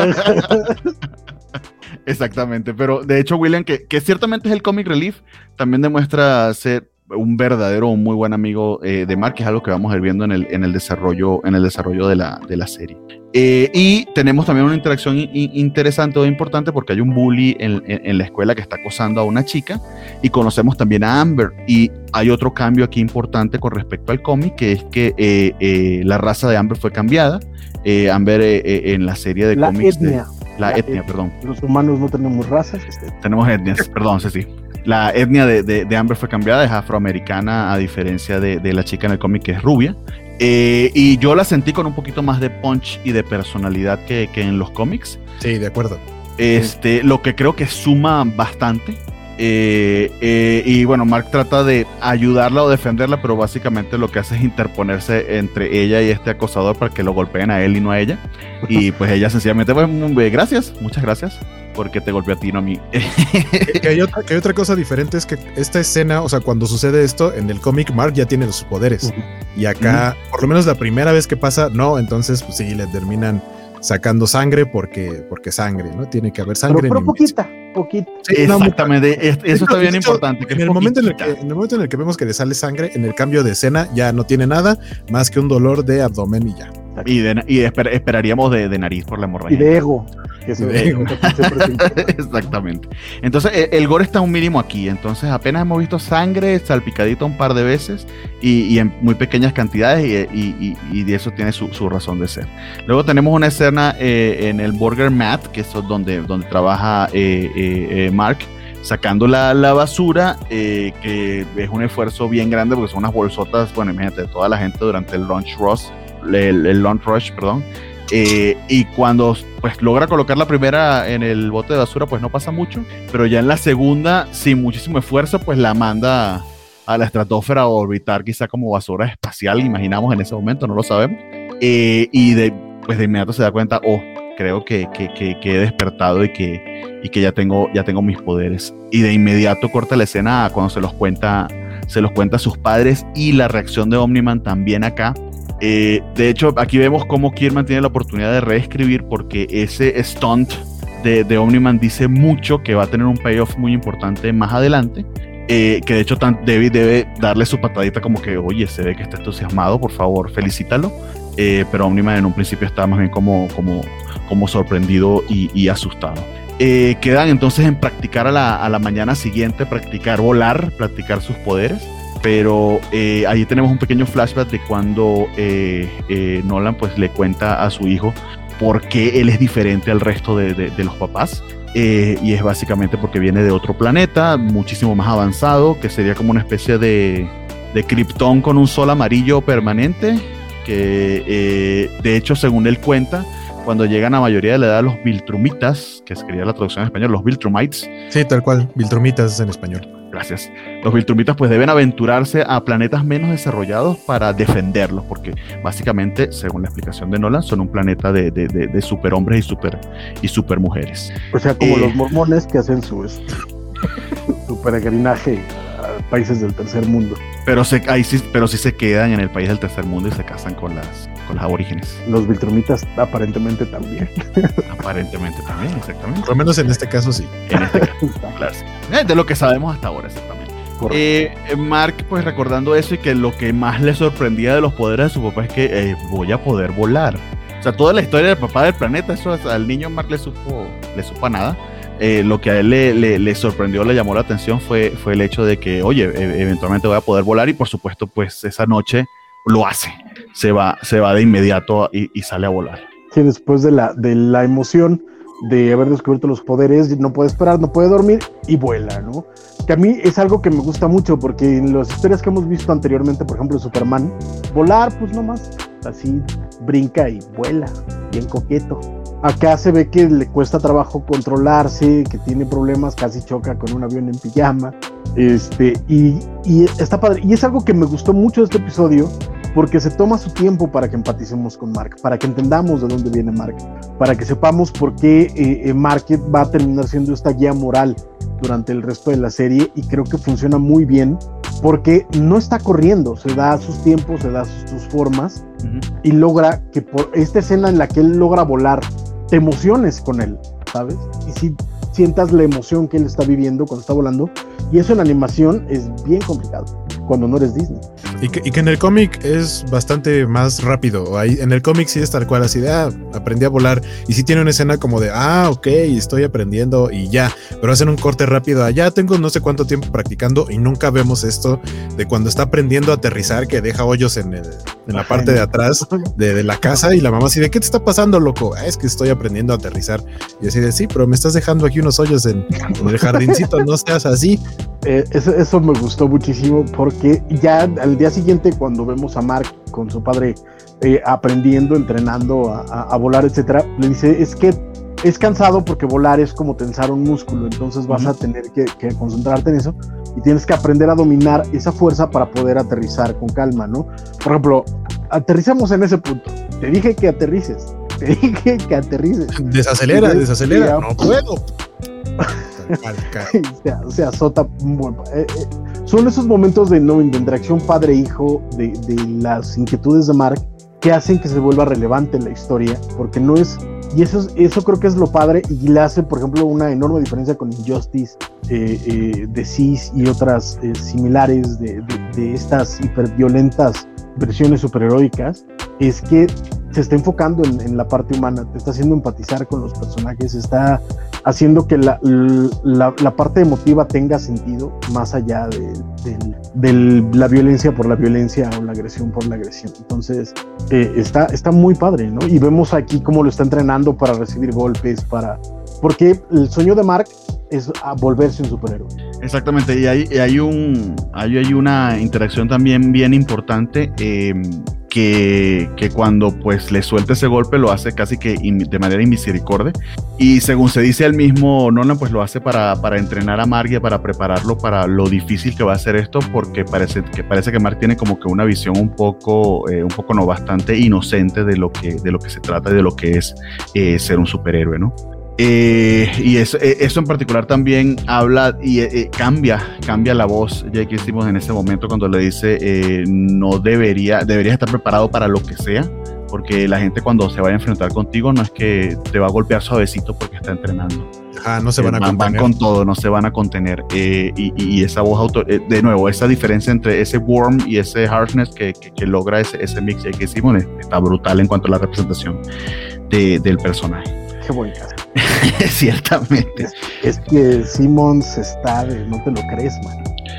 Exactamente, pero de hecho William, que, que ciertamente es el comic relief, también demuestra ser un verdadero, un muy buen amigo eh, de Mark, que es algo que vamos a ir viendo en el, en el desarrollo, en el desarrollo de la, de la serie. Eh, y tenemos también una interacción in, interesante o importante porque hay un bully en, en, en la escuela que está acosando a una chica, y conocemos también a Amber. Y hay otro cambio aquí importante con respecto al cómic, que es que eh, eh, la raza de Amber fue cambiada. Eh, Amber eh, eh, en la serie de la cómics etnia. De, la, la etnia, et- perdón. Los humanos no tenemos razas. Este. Tenemos etnias, perdón, sí, sí. La etnia de, de, de Amber fue cambiada, es afroamericana, a diferencia de, de la chica en el cómic que es rubia. Eh, y yo la sentí con un poquito más de punch y de personalidad que, que en los cómics. Sí, de acuerdo. Este, lo que creo que suma bastante Eh, eh, y bueno, Mark trata de ayudarla o defenderla, pero básicamente lo que hace es interponerse entre ella y este acosador para que lo golpeen a él y no a ella. Y pues ella sencillamente, pues, gracias, muchas gracias, porque te golpeó a ti, no a mí. que, que, hay otra, que hay otra cosa diferente, es que esta escena, o sea, cuando sucede esto, en el cómic Mark ya tiene sus poderes. Uh-huh. Y acá, uh-huh. por lo menos la primera vez que pasa, no, entonces pues sí, le terminan sacando sangre porque, porque sangre, ¿no? Tiene que haber sangre. Pero, pero poquita, poquita. Sí, exactamente, no, eso es también importante. Que en, el momento en, el que, en el momento en el que vemos que le sale sangre, en el cambio de escena ya no tiene nada más que un dolor de abdomen y ya. Y, de, y esper, esperaríamos de, de nariz por la hemorragia. Y de ego. Que se de ego. Exactamente. Entonces, el, el gore está a un mínimo aquí. Entonces, apenas hemos visto sangre salpicadita un par de veces y, y en muy pequeñas cantidades, y, y, y de eso tiene su, su razón de ser. Luego tenemos una escena eh, en el Burger Mat, que es donde, donde trabaja eh, eh, eh, Mark, sacando la, la basura, eh, que es un esfuerzo bien grande porque son unas bolsotas, bueno, imagínate, toda la gente durante el lunch rush, el, el lunch rush, perdón, eh, y cuando pues logra colocar la primera en el bote de basura, pues no pasa mucho, pero ya en la segunda, sin muchísimo esfuerzo, pues la manda a la estratosfera a orbitar quizá como basura espacial, imaginamos en ese momento, no lo sabemos, eh, y de, pues de inmediato se da cuenta, oh, creo que, que, que, que he despertado y que, y que ya tengo, ya tengo mis poderes. Y de inmediato corta la escena a cuando se los cuenta, se los cuenta a sus padres, y la reacción de Omni-Man también acá. Eh, de hecho, aquí vemos cómo Kirkman tiene la oportunidad de reescribir, porque ese stunt de, de Omni-Man dice mucho que va a tener un payoff muy importante más adelante. Eh, que de hecho David debe darle su patadita como que, oye, se ve que está entusiasmado, por favor, felicítalo. Eh, pero Omni-Man en un principio estaba más bien como, como, como sorprendido y, y asustado. Eh, quedan entonces en practicar a la, a la mañana siguiente, practicar volar, practicar sus poderes, pero eh, ahí tenemos un pequeño flashback de cuando eh, eh, Nolan pues le cuenta a su hijo por qué él es diferente al resto de, de, de los papás, eh, y es básicamente porque viene de otro planeta muchísimo más avanzado, que sería como una especie de, de Krypton con un sol amarillo permanente, que eh, de hecho, según él cuenta, cuando llegan a mayoría de la edad los Viltrumitas, que sería la traducción en español, los Viltrumites. Sí, tal cual, Viltrumitas en español. Gracias. Los Viltrumitas pues deben aventurarse a planetas menos desarrollados para defenderlos, porque básicamente, según la explicación de Nolan, son un planeta de, de, de, de superhombres y super, y supermujeres. O sea, como eh, los mormones que hacen su, su peregrinaje a países del tercer mundo. Pero, se, ahí sí, pero sí se quedan en el país del tercer mundo y se casan con las, con las aborígenes. Los Viltrumitas aparentemente también. Aparentemente también, exactamente. Por lo menos en este caso sí. En este caso, claro, sí. Eh, de lo que sabemos hasta ahora, exactamente. Eh, Mark, pues recordando eso, y que lo que más le sorprendía de los poderes de su papá es que eh, voy a poder volar. O sea, toda la historia del papá del planeta, eso al niño Mark le supo, le supo a nada. Eh, lo que a él le, le, le sorprendió, le llamó la atención fue, fue el hecho de que, oye, e- eventualmente voy a poder volar, y por supuesto, pues esa noche lo hace. Se va, se va de inmediato y, y sale a volar. Sí, después de la, de la emoción de haber descubierto los poderes, no puede esperar, no puede dormir y vuela, ¿no? Que a mí es algo que me gusta mucho, porque en las historias que hemos visto anteriormente, por ejemplo, Superman, volar, pues nomás, así brinca y vuela, bien coqueto. Acá se ve que le cuesta trabajo controlarse, que tiene problemas, casi choca con un avión en pijama, este, y, y está padre. Y es algo que me gustó mucho de este episodio, porque se toma su tiempo para que empaticemos con Mark, para que entendamos de dónde viene Mark, para que sepamos por qué eh, eh, Mark va a terminar siendo esta guía moral durante el resto de la serie, y creo que funciona muy bien, porque no está corriendo, se da sus tiempos, se da sus, sus formas, uh-huh. y logra que por esta escena en la que él logra volar, te emociones con él, ¿sabes? Y si sientas la emoción que él está viviendo cuando está volando, y eso en animación es bien complicado, cuando no eres Disney. Y que, y que en el cómic es bastante más rápido. Ahí, en el cómic sí es tal cual, así de, ah, aprendí a volar. Y sí tiene una escena como de, ah, ok, estoy aprendiendo y ya. Pero hacen un corte rápido, ah, ya tengo no sé cuánto tiempo practicando, y nunca vemos esto de cuando está aprendiendo a aterrizar, que deja hoyos en, el, en la parte de atrás de, de la casa, y la mamá así de, ¿qué te está pasando, loco? Ah, es que estoy aprendiendo a aterrizar. Y así de, sí, pero me estás dejando aquí unos hoyos en, en el jardincito, no seas así. Eh, eso, eso me gustó muchísimo, porque ya al día siguiente, cuando vemos a Mark con su padre eh, aprendiendo, entrenando a, a, a volar, etcétera, le dice, es que es cansado porque volar es como tensar un músculo, entonces vas uh-huh. a tener que, que concentrarte en eso y tienes que aprender a dominar esa fuerza para poder aterrizar con calma, ¿no? Por ejemplo, aterrizamos en ese punto. Te dije que aterrices. Te dije que aterrices. Desacelera, desacelera. No puedo. se, se azota. Bueno, eh, eh, son esos momentos de, no, de interacción padre-hijo, de, de las inquietudes de Mark, que hacen que se vuelva relevante la historia, porque no es... Y eso, eso creo que es lo padre, y le hace, por ejemplo, una enorme diferencia con Injustice, eh, eh, de Cis y otras eh, similares de, de, de estas hiperviolentas versiones superheroicas, es que se está enfocando en, en la parte humana, te está haciendo empatizar con los personajes, está haciendo que la, la, la parte emotiva tenga sentido más allá de, de, de la violencia por la violencia o la agresión por la agresión. Entonces eh, está, está muy padre, ¿no? Y vemos aquí cómo lo está entrenando para recibir golpes, para... porque el sueño de Mark es a volverse un superhéroe. Exactamente, y hay, y hay, un, hay, hay una interacción también bien importante, eh, que, que cuando pues le suelta ese golpe lo hace casi que in, de manera inmisericordia, y según se dice él mismo, Nolan pues lo hace para, para entrenar a Mark y para prepararlo para lo difícil que va a ser esto, porque parece que, parece que Mark tiene como que una visión un poco, eh, un poco no, bastante inocente de lo que, de lo que se trata y de lo que es eh, ser un superhéroe, ¿no? Eh, y eso, eso en particular también habla y eh, cambia, cambia la voz J K. Simmons en ese momento cuando le dice eh, no debería, deberías estar preparado para lo que sea, porque la gente cuando se vaya a enfrentar contigo no es que te va a golpear suavecito porque está entrenando. Ah, no se van a eh, van, contener. Van con todo, no se van a contener. Eh, y, y esa voz, auto, eh, de nuevo, esa diferencia entre ese warm y ese harshness que, que, que logra ese, ese mix J K. Simmons está brutal en cuanto a la representación de, del personaje. Qué buen caso. Ciertamente. Es, es que Simmons está de no te lo crees, man.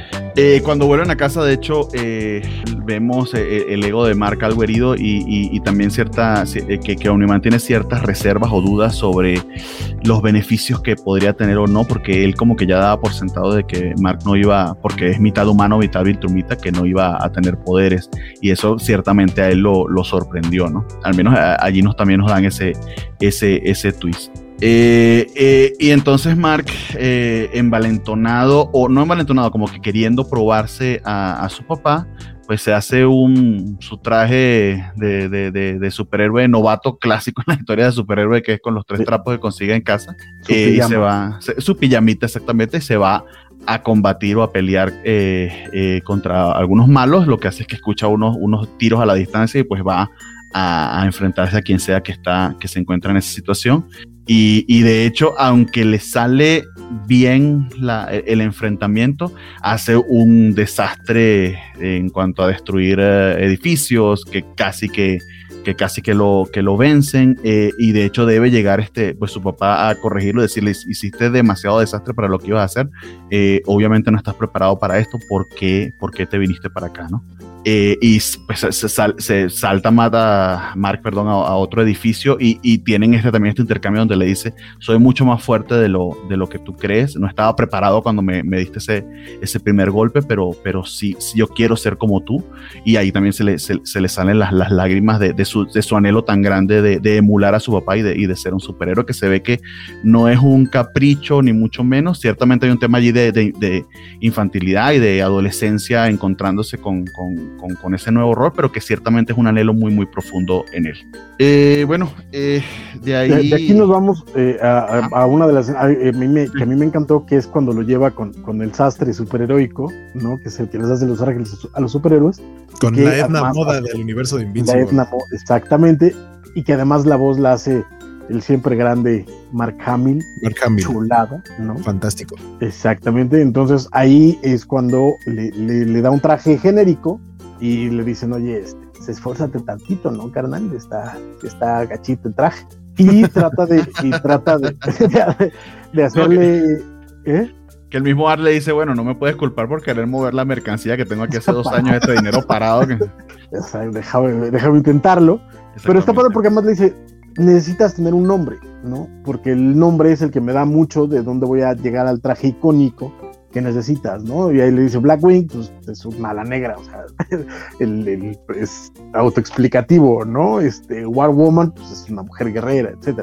Eh, cuando vuelven a casa, de hecho, eh, vemos eh, el ego de Mark algo herido y, y, y también cierta, eh, que, que Omni-Man tiene ciertas reservas o dudas sobre los beneficios que podría tener o no, porque él como que ya daba por sentado de que Mark no iba, porque es mitad humano, mitad Viltrumita, que no iba a tener poderes, y eso ciertamente a él lo, lo sorprendió, ¿no? Al menos a, allí nos, también nos dan ese, ese, ese twist. Eh, eh, y entonces Mark, eh, envalentonado, o no envalentonado, como que queriendo probarse a, a su papá, pues se hace un su traje de, de, de, de superhéroe novato clásico en la historia de superhéroe, que es con los tres trapos que consigue en casa, eh, y se va, se, su pijamita exactamente, y se va a combatir o a pelear eh, eh, contra algunos malos. Lo que hace es que escucha unos, unos tiros a la distancia y pues va a, a enfrentarse a quien sea que, está, que se encuentra en esa situación. Y, y de hecho, aunque le sale bien la, el enfrentamiento, hace un desastre en cuanto a destruir eh, edificios que casi que, que, casi que, lo, que lo vencen, eh, y de hecho debe llegar este, pues, su papá a corregirlo y decirle: hiciste demasiado desastre para lo que ibas a hacer, eh, obviamente no estás preparado para esto, ¿por qué, por qué te viniste para acá, no? Eh, y pues se, sal, se salta mata Mark perdón, a, a otro edificio y, y tienen este, también este intercambio donde le dice: soy mucho más fuerte de lo, de lo que tú crees, no estaba preparado cuando me, me diste ese, ese primer golpe, pero, pero sí, sí yo quiero ser como tú. Y ahí también se le, se, se le salen las, las lágrimas de, de, su, de su anhelo tan grande de, de emular a su papá y de, y de ser un superhéroe, que se ve que no es un capricho ni mucho menos. Ciertamente hay un tema allí de, de, de infantilidad y de adolescencia encontrándose con, con Con, con ese nuevo rol, pero que ciertamente es un anhelo muy muy profundo en él. Eh, bueno, eh, de ahí... De, de aquí nos vamos eh, a, a, a una de las... A, a mí me, que a mí me encantó, que es cuando lo lleva con, con el sastre superheroico, ¿no? Que es el que les hace los ángeles a los superhéroes. Con que, la Edna además, Moda del universo de Invincible. La Edna Moda, exactamente. Y que además la voz la hace el siempre grande Mark Hamill. Mark Hamill. Chulada, ¿no? Fantástico. Exactamente. Entonces ahí es cuando le, le, le da un traje genérico y le dicen: oye, este, esfuérzate tantito, ¿no, carnal? Está, está gachito el traje. Y trata de, y trata de, de, de hacerle... ¿eh? Que el mismo Art le dice: bueno, no me puedes culpar por querer mover la mercancía que tengo aquí hace dos años, este dinero parado. Que... O sea, déjame, déjame intentarlo. Pero está padre porque además le dice: necesitas tener un nombre, ¿no? Porque el nombre es el que me da mucho de dónde voy a llegar al traje icónico que necesitas, ¿no? Y ahí le dice: Blackwing, pues es una ala negra, o sea, el, el, es autoexplicativo, ¿no? Este, War Woman, pues es una mujer guerrera, etcétera.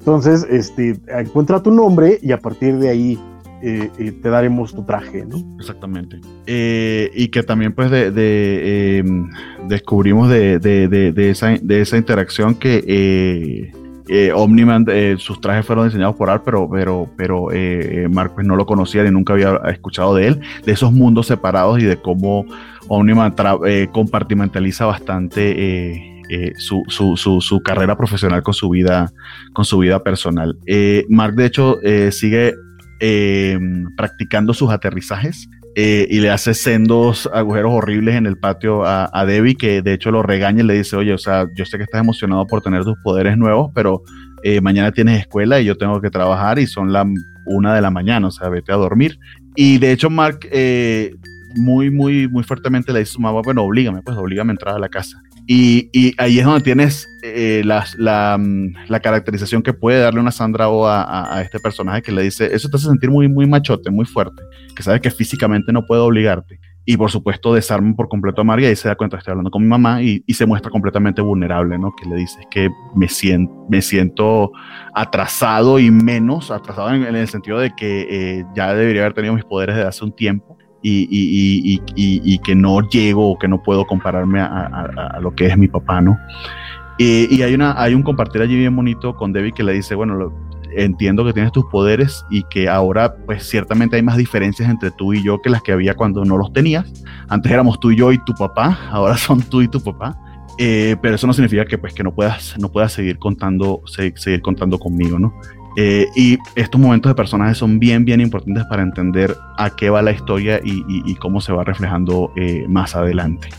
Entonces, este, encuentra tu nombre y a partir de ahí eh, eh, te daremos tu traje, ¿no? Exactamente. Eh, y que también pues de, de, eh, descubrimos de, de, de, de, esa, de esa interacción que eh, eh, Omni-Man, eh, sus trajes fueron diseñados por Art, pero, pero, pero eh, Mark pues no lo conocía ni nunca había escuchado de él, de esos mundos separados y de cómo Omni-Man tra- eh, compartimentaliza bastante eh, Eh, su, su, su, su carrera profesional con su vida, con su vida personal. Eh, Mark, de hecho, eh, sigue eh, practicando sus aterrizajes eh, y le hace sendos agujeros horribles en el patio a, a Debbie, que de hecho lo regaña y le dice, oye, o sea, yo sé que estás emocionado por tener tus poderes nuevos, pero eh, mañana tienes escuela y yo tengo que trabajar y son la una de la mañana, o sea, vete a dormir. Y de hecho, Mark eh, muy, muy, muy fuertemente le dice a su mamá, bueno, oblígame, pues oblígame a entrar a la casa. Y, y ahí es donde tienes eh, la, la, la caracterización que puede darle una Sandra Oh a, a, a este personaje, que le dice, eso te hace sentir muy, muy machote, muy fuerte, que sabes que físicamente no puede obligarte. Y por supuesto desarma por completo a Mark y ahí se da cuenta que estoy hablando con mi mamá y, y se muestra completamente vulnerable, ¿no? Que le dice que me siento, me siento atrasado y menos atrasado en, en el sentido de que eh, ya debería haber tenido mis poderes desde hace un tiempo. Y, y, y, y, y, y que no llego o que no puedo compararme a, a, a lo que es mi papá, ¿no? Y, y hay, una, hay un compartir allí bien bonito con Debbie que le dice, bueno, lo, entiendo que tienes tus poderes y que ahora pues ciertamente hay más diferencias entre tú y yo que las que había cuando no los tenías. Antes éramos tú y yo y tu papá, ahora son tú y tu papá. Eh, pero eso no significa que pues que no puedas, no puedas seguir contando, se, seguir contando conmigo, ¿no? Eh, y estos momentos de personajes son bien, bien importantes para entender a qué va la historia y, y, y cómo se va reflejando eh, más adelante.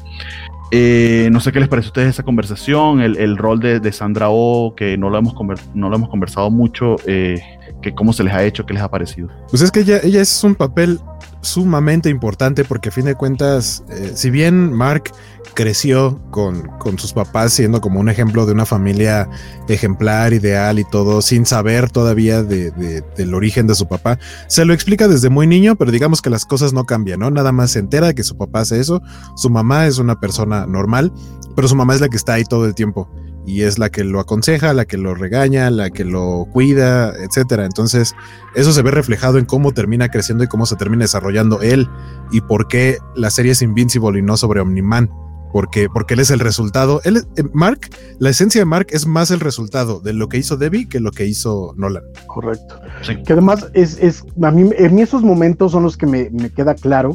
Eh, no sé qué les parece a ustedes esa conversación, el, el rol de, de Sandra Oh, que no lo hemos, conver- no lo hemos conversado mucho, eh, que cómo se les ha hecho, qué les ha parecido. Pues es que ella, ella es un papel sumamente importante porque a fin de cuentas, eh, si bien Mark creció con, con sus papás siendo como un ejemplo de una familia ejemplar, ideal y todo, sin saber todavía de, de, del origen de su papá, se lo explica desde muy niño, pero digamos que las cosas no cambian, ¿no? Nada más se entera de que su papá hace eso, su mamá es una persona normal, pero su mamá es la que está ahí todo el tiempo y es la que lo aconseja, la que lo regaña, la que lo cuida, etcétera. Entonces, eso se ve reflejado en cómo termina creciendo y cómo se termina desarrollando él y por qué la serie es Invincible y no sobre Omni-Man. Porque, porque él es el resultado. Él, eh, Mark, la esencia de Mark es más el resultado de lo que hizo Debbie que lo que hizo Nolan. Correcto. Sí. Que además es, es a mí, en mí esos momentos son los que me, me queda claro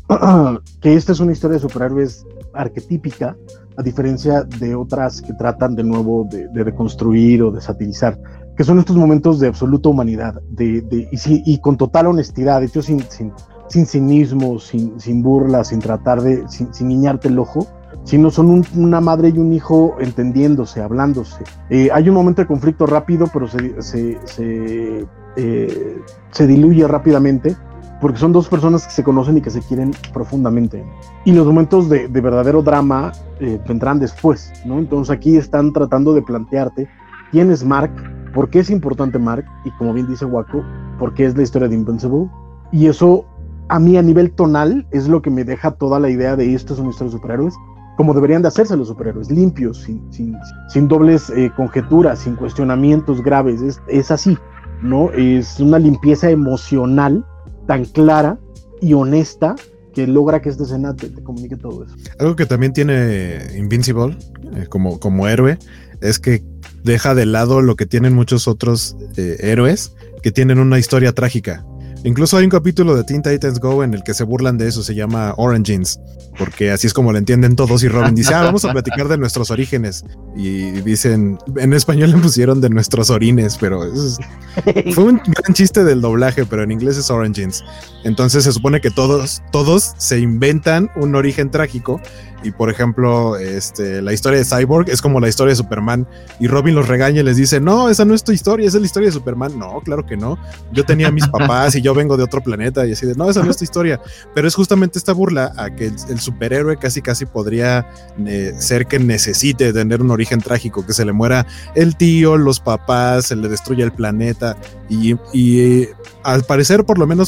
que esta es una historia de superhéroes arquetípica, a diferencia de otras que tratan de nuevo de, de reconstruir o de satirizar, que son estos momentos de absoluta humanidad, de, de, y, sí, y con total honestidad, hecho sin, sin, sin cinismo, sin, sin burla, sin tratar de, sin, sin guiñarte el ojo, sino son un, una madre y un hijo entendiéndose, hablándose. Eh, hay un momento de conflicto rápido, pero se, se, se, eh, se diluye rápidamente, porque son dos personas que se conocen y que se quieren profundamente. Y los momentos de, de verdadero drama eh, vendrán después, ¿no? Entonces aquí están tratando de plantearte quién es Mark, por qué es importante Mark, y como bien dice Waco, por qué es la historia de Invincible. Y eso, a mí a nivel tonal, es lo que me deja toda la idea de esto es una historia de superhéroes, como deberían de hacerse los superhéroes, limpios, sin, sin, sin dobles eh, conjeturas, sin cuestionamientos graves. Es, es así, ¿no? Es una limpieza emocional tan clara y honesta que logra que esta escena te, te comunique todo eso. Algo que también tiene Invincible eh, como, como héroe es que deja de lado lo que tienen muchos otros eh, héroes que tienen una historia trágica. Incluso hay un capítulo de Teen Titans Go en el que se burlan de eso, se llama Origins, porque así es como lo entienden todos y Robin dice, ah, vamos a platicar de nuestros orígenes y dicen, en español le pusieron de nuestros orines, pero eso es, fue un gran chiste del doblaje, pero en inglés es Origins. Entonces se supone que todos, todos se inventan un origen trágico y por ejemplo este, la historia de Cyborg es como la historia de Superman y Robin los regaña y les dice, no, esa no es tu historia, esa es la historia de Superman. No, claro que no, yo tenía a mis papás y yo vengo de otro planeta y así de, no, esa no es tu historia, pero es justamente esta burla a que el, el superhéroe casi casi podría eh, ser que necesite tener un origen trágico, que se le muera el tío, los papás, se le destruya el planeta y, y eh, al parecer por lo menos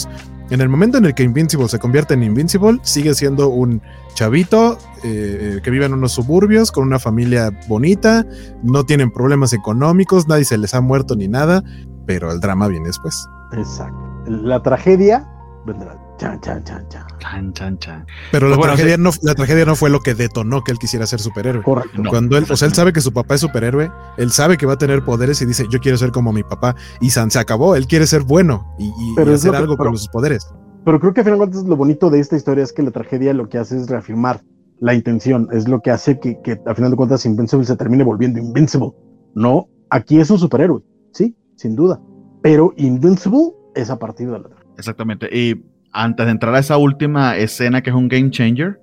En el momento en el que Invincible se convierte en Invincible, sigue siendo un chavito eh, que vive en unos suburbios con una familia bonita, no tienen problemas económicos, nadie se les ha muerto ni nada, pero el drama viene después. Exacto. La tragedia vendrá. Chan, chan, chan, chan. Chan, chan, chan. Pero la, Pues bueno, tragedia sí. no, la tragedia no fue lo que detonó que él quisiera ser superhéroe. Correcto. No. Cuando él, o sea, él sabe que su papá es superhéroe, él sabe que va a tener poderes y dice, yo quiero ser como mi papá. Y San se acabó, él quiere ser bueno y, y, Pero y es hacer lo que- algo pero- con sus poderes. Pero creo que al final de cuentas lo bonito de esta historia es que la tragedia lo que hace es reafirmar la intención, es lo que hace que, que al final de cuentas Invincible se termine volviendo Invincible. No, aquí es un superhéroe, sí, sin duda, pero Invincible es a partir de la tragedia. Exactamente. Y antes de entrar a esa última escena que es un game changer,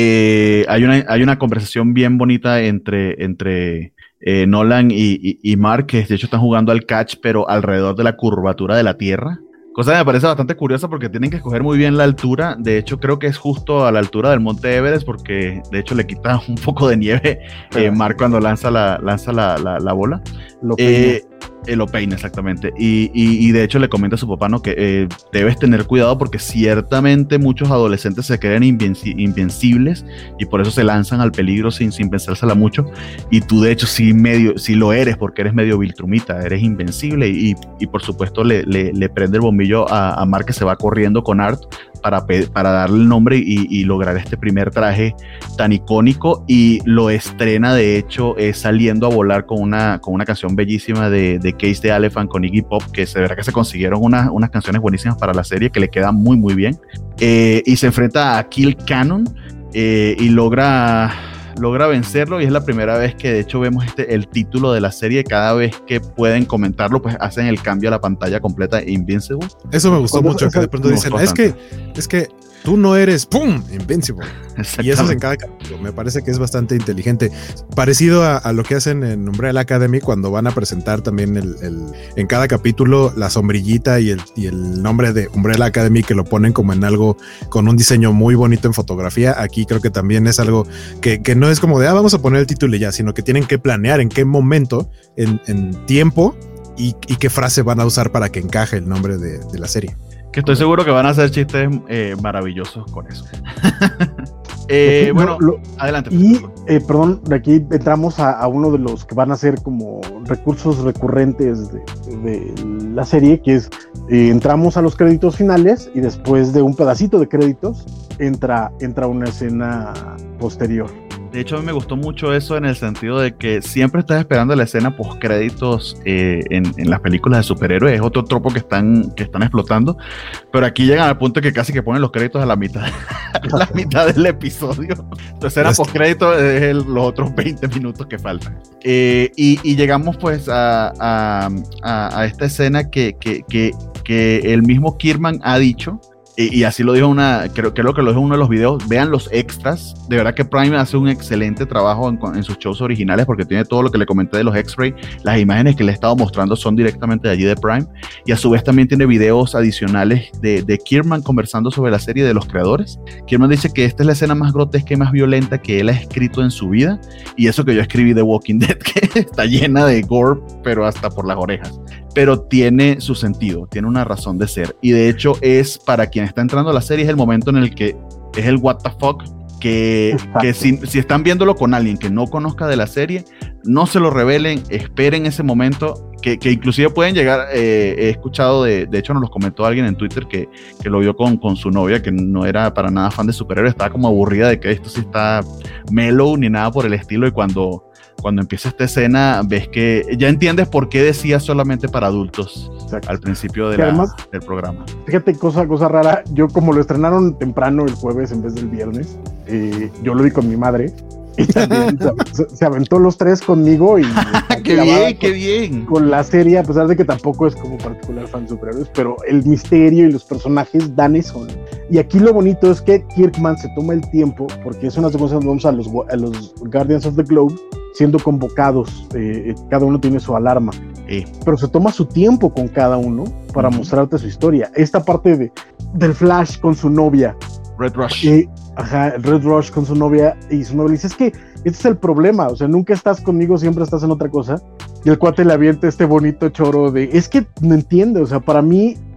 eh, hay, una, hay una conversación bien bonita entre, entre eh, Nolan y, y, y Mark, que de hecho están jugando al catch, pero alrededor de la curvatura de la Tierra. Cosa que me parece bastante curiosa porque tienen que escoger muy bien la altura. De hecho, creo que es justo a la altura del Monte Everest porque de hecho le quita un poco de nieve eh, Mark cuando lanza la, lanza la, la, la bola. Lo que Eh, eh, lo peina, exactamente. Y, y, y de hecho le comenta a su papá, ¿no? Que eh, debes tener cuidado porque ciertamente muchos adolescentes se creen invenci- invencibles y por eso se lanzan al peligro sin, sin pensársela mucho. Y tú, de hecho, sí, medio, sí lo eres porque eres medio Viltrumita, eres invencible. Y, y por supuesto, le, le, le prende el bombillo a, a Mark, que se va corriendo con Art para, pe- para darle el nombre y, y lograr este primer traje tan icónico. Y lo estrena, de hecho, eh, saliendo a volar con una, con una canción bellísima de, de Case the Elephant con Iggy Pop, que se verá que se consiguieron unas, unas canciones buenísimas para la serie que le quedan muy muy bien, eh, y se enfrenta a Kill Cannon eh, y logra logra vencerlo, y es la primera vez que de hecho vemos este, el título de la serie. Cada vez que pueden comentarlo pues hacen el cambio a la pantalla completa Invincible. Eso me gustó Cuando- mucho, que de pronto me dicen, gustó es que, es que tú no eres, ¡pum!, Invincible. Y eso es en cada capítulo. Me parece que es bastante inteligente. Parecido a, a lo que hacen en Umbrella Academy cuando van a presentar también el, el, en cada capítulo la sombrillita y el, y el nombre de Umbrella Academy, que lo ponen como en algo con un diseño muy bonito en fotografía. Aquí creo que también es algo que, que no es como de, ah, vamos a poner el título y ya, sino que tienen que planear en qué momento, en, en tiempo y, y qué frase van a usar para que encaje el nombre de, de la serie. Que estoy seguro que van a hacer chistes eh, maravillosos con eso. eh, Lo- bueno, lo- adelante. Y, eh, perdón, de aquí entramos a, a uno de los que van a ser como recursos recurrentes de, de la serie, que es, eh, entramos a los créditos finales y después de un pedacito de créditos entra, entra una escena posterior. De hecho, a mí me gustó mucho eso en el sentido de que siempre estás esperando la escena post créditos eh, en, en las películas de superhéroes. Es otro tropo que están, que están explotando. Pero aquí llegan al punto que casi que ponen los créditos a la mitad, a la mitad del episodio. Tu escena post créditos es el, los otros veinte minutos que faltan. Eh, y, y llegamos pues a, a, a, a esta escena que, que, que, que el mismo Kirkman ha dicho. Y, y así lo dijo una, creo, creo que lo dijo en uno de los videos. Vean los extras. De verdad que Prime hace un excelente trabajo en, en sus shows originales porque tiene todo lo que le comenté de los X-Ray. Las imágenes que le he estado mostrando son directamente de allí de Prime. Y a su vez también tiene videos adicionales de, de Kirkman conversando sobre la serie de los creadores. Kirkman dice que esta es la escena más grotesca y más violenta que él ha escrito en su vida. Y eso que yo escribí de Walking Dead, que está llena de gore, pero hasta por las orejas. Pero tiene su sentido, tiene una razón de ser. Y de hecho es, para quien está entrando a la serie, es el momento en el que es el what the fuck, que, que si, si están viéndolo con alguien que no conozca de la serie, no se lo revelen, esperen ese momento, que, que inclusive pueden llegar, eh, he escuchado, de, de hecho nos lo comentó alguien en Twitter que, que lo vio con, con su novia, que no era para nada fan de superhéroes, estaba como aburrida de que esto sí está mellow ni nada por el estilo, y cuando... Cuando empieza esta escena, ves que ya entiendes por qué decía solamente para adultos. Exacto. Al principio de la, además, del programa. Fíjate, cosa, cosa rara, yo como lo estrenaron temprano el jueves en vez del viernes, eh, yo lo vi con mi madre y también se, se aventó los tres conmigo y qué bien, qué bien. Con la serie, a pesar de que tampoco es como particular fan de superhéroes, pero el misterio y los personajes dan eso, ¿no? Y aquí lo bonito es que Kirkman se toma el tiempo, porque es una secuencia donde vamos a los, a los Guardians of the Globe siendo convocados, eh, cada uno tiene su alarma, eh. pero se toma su tiempo con cada uno para uh-huh. mostrarte su historia. Esta parte de, del Flash con su novia, Red Rush, eh, ajá, Red Rush con su novia, y su novia le dice, es que este es el problema, o sea, nunca estás conmigo, siempre estás en otra cosa, y el cuate le avienta este bonito choro de, es que no entiende, o sea, para mí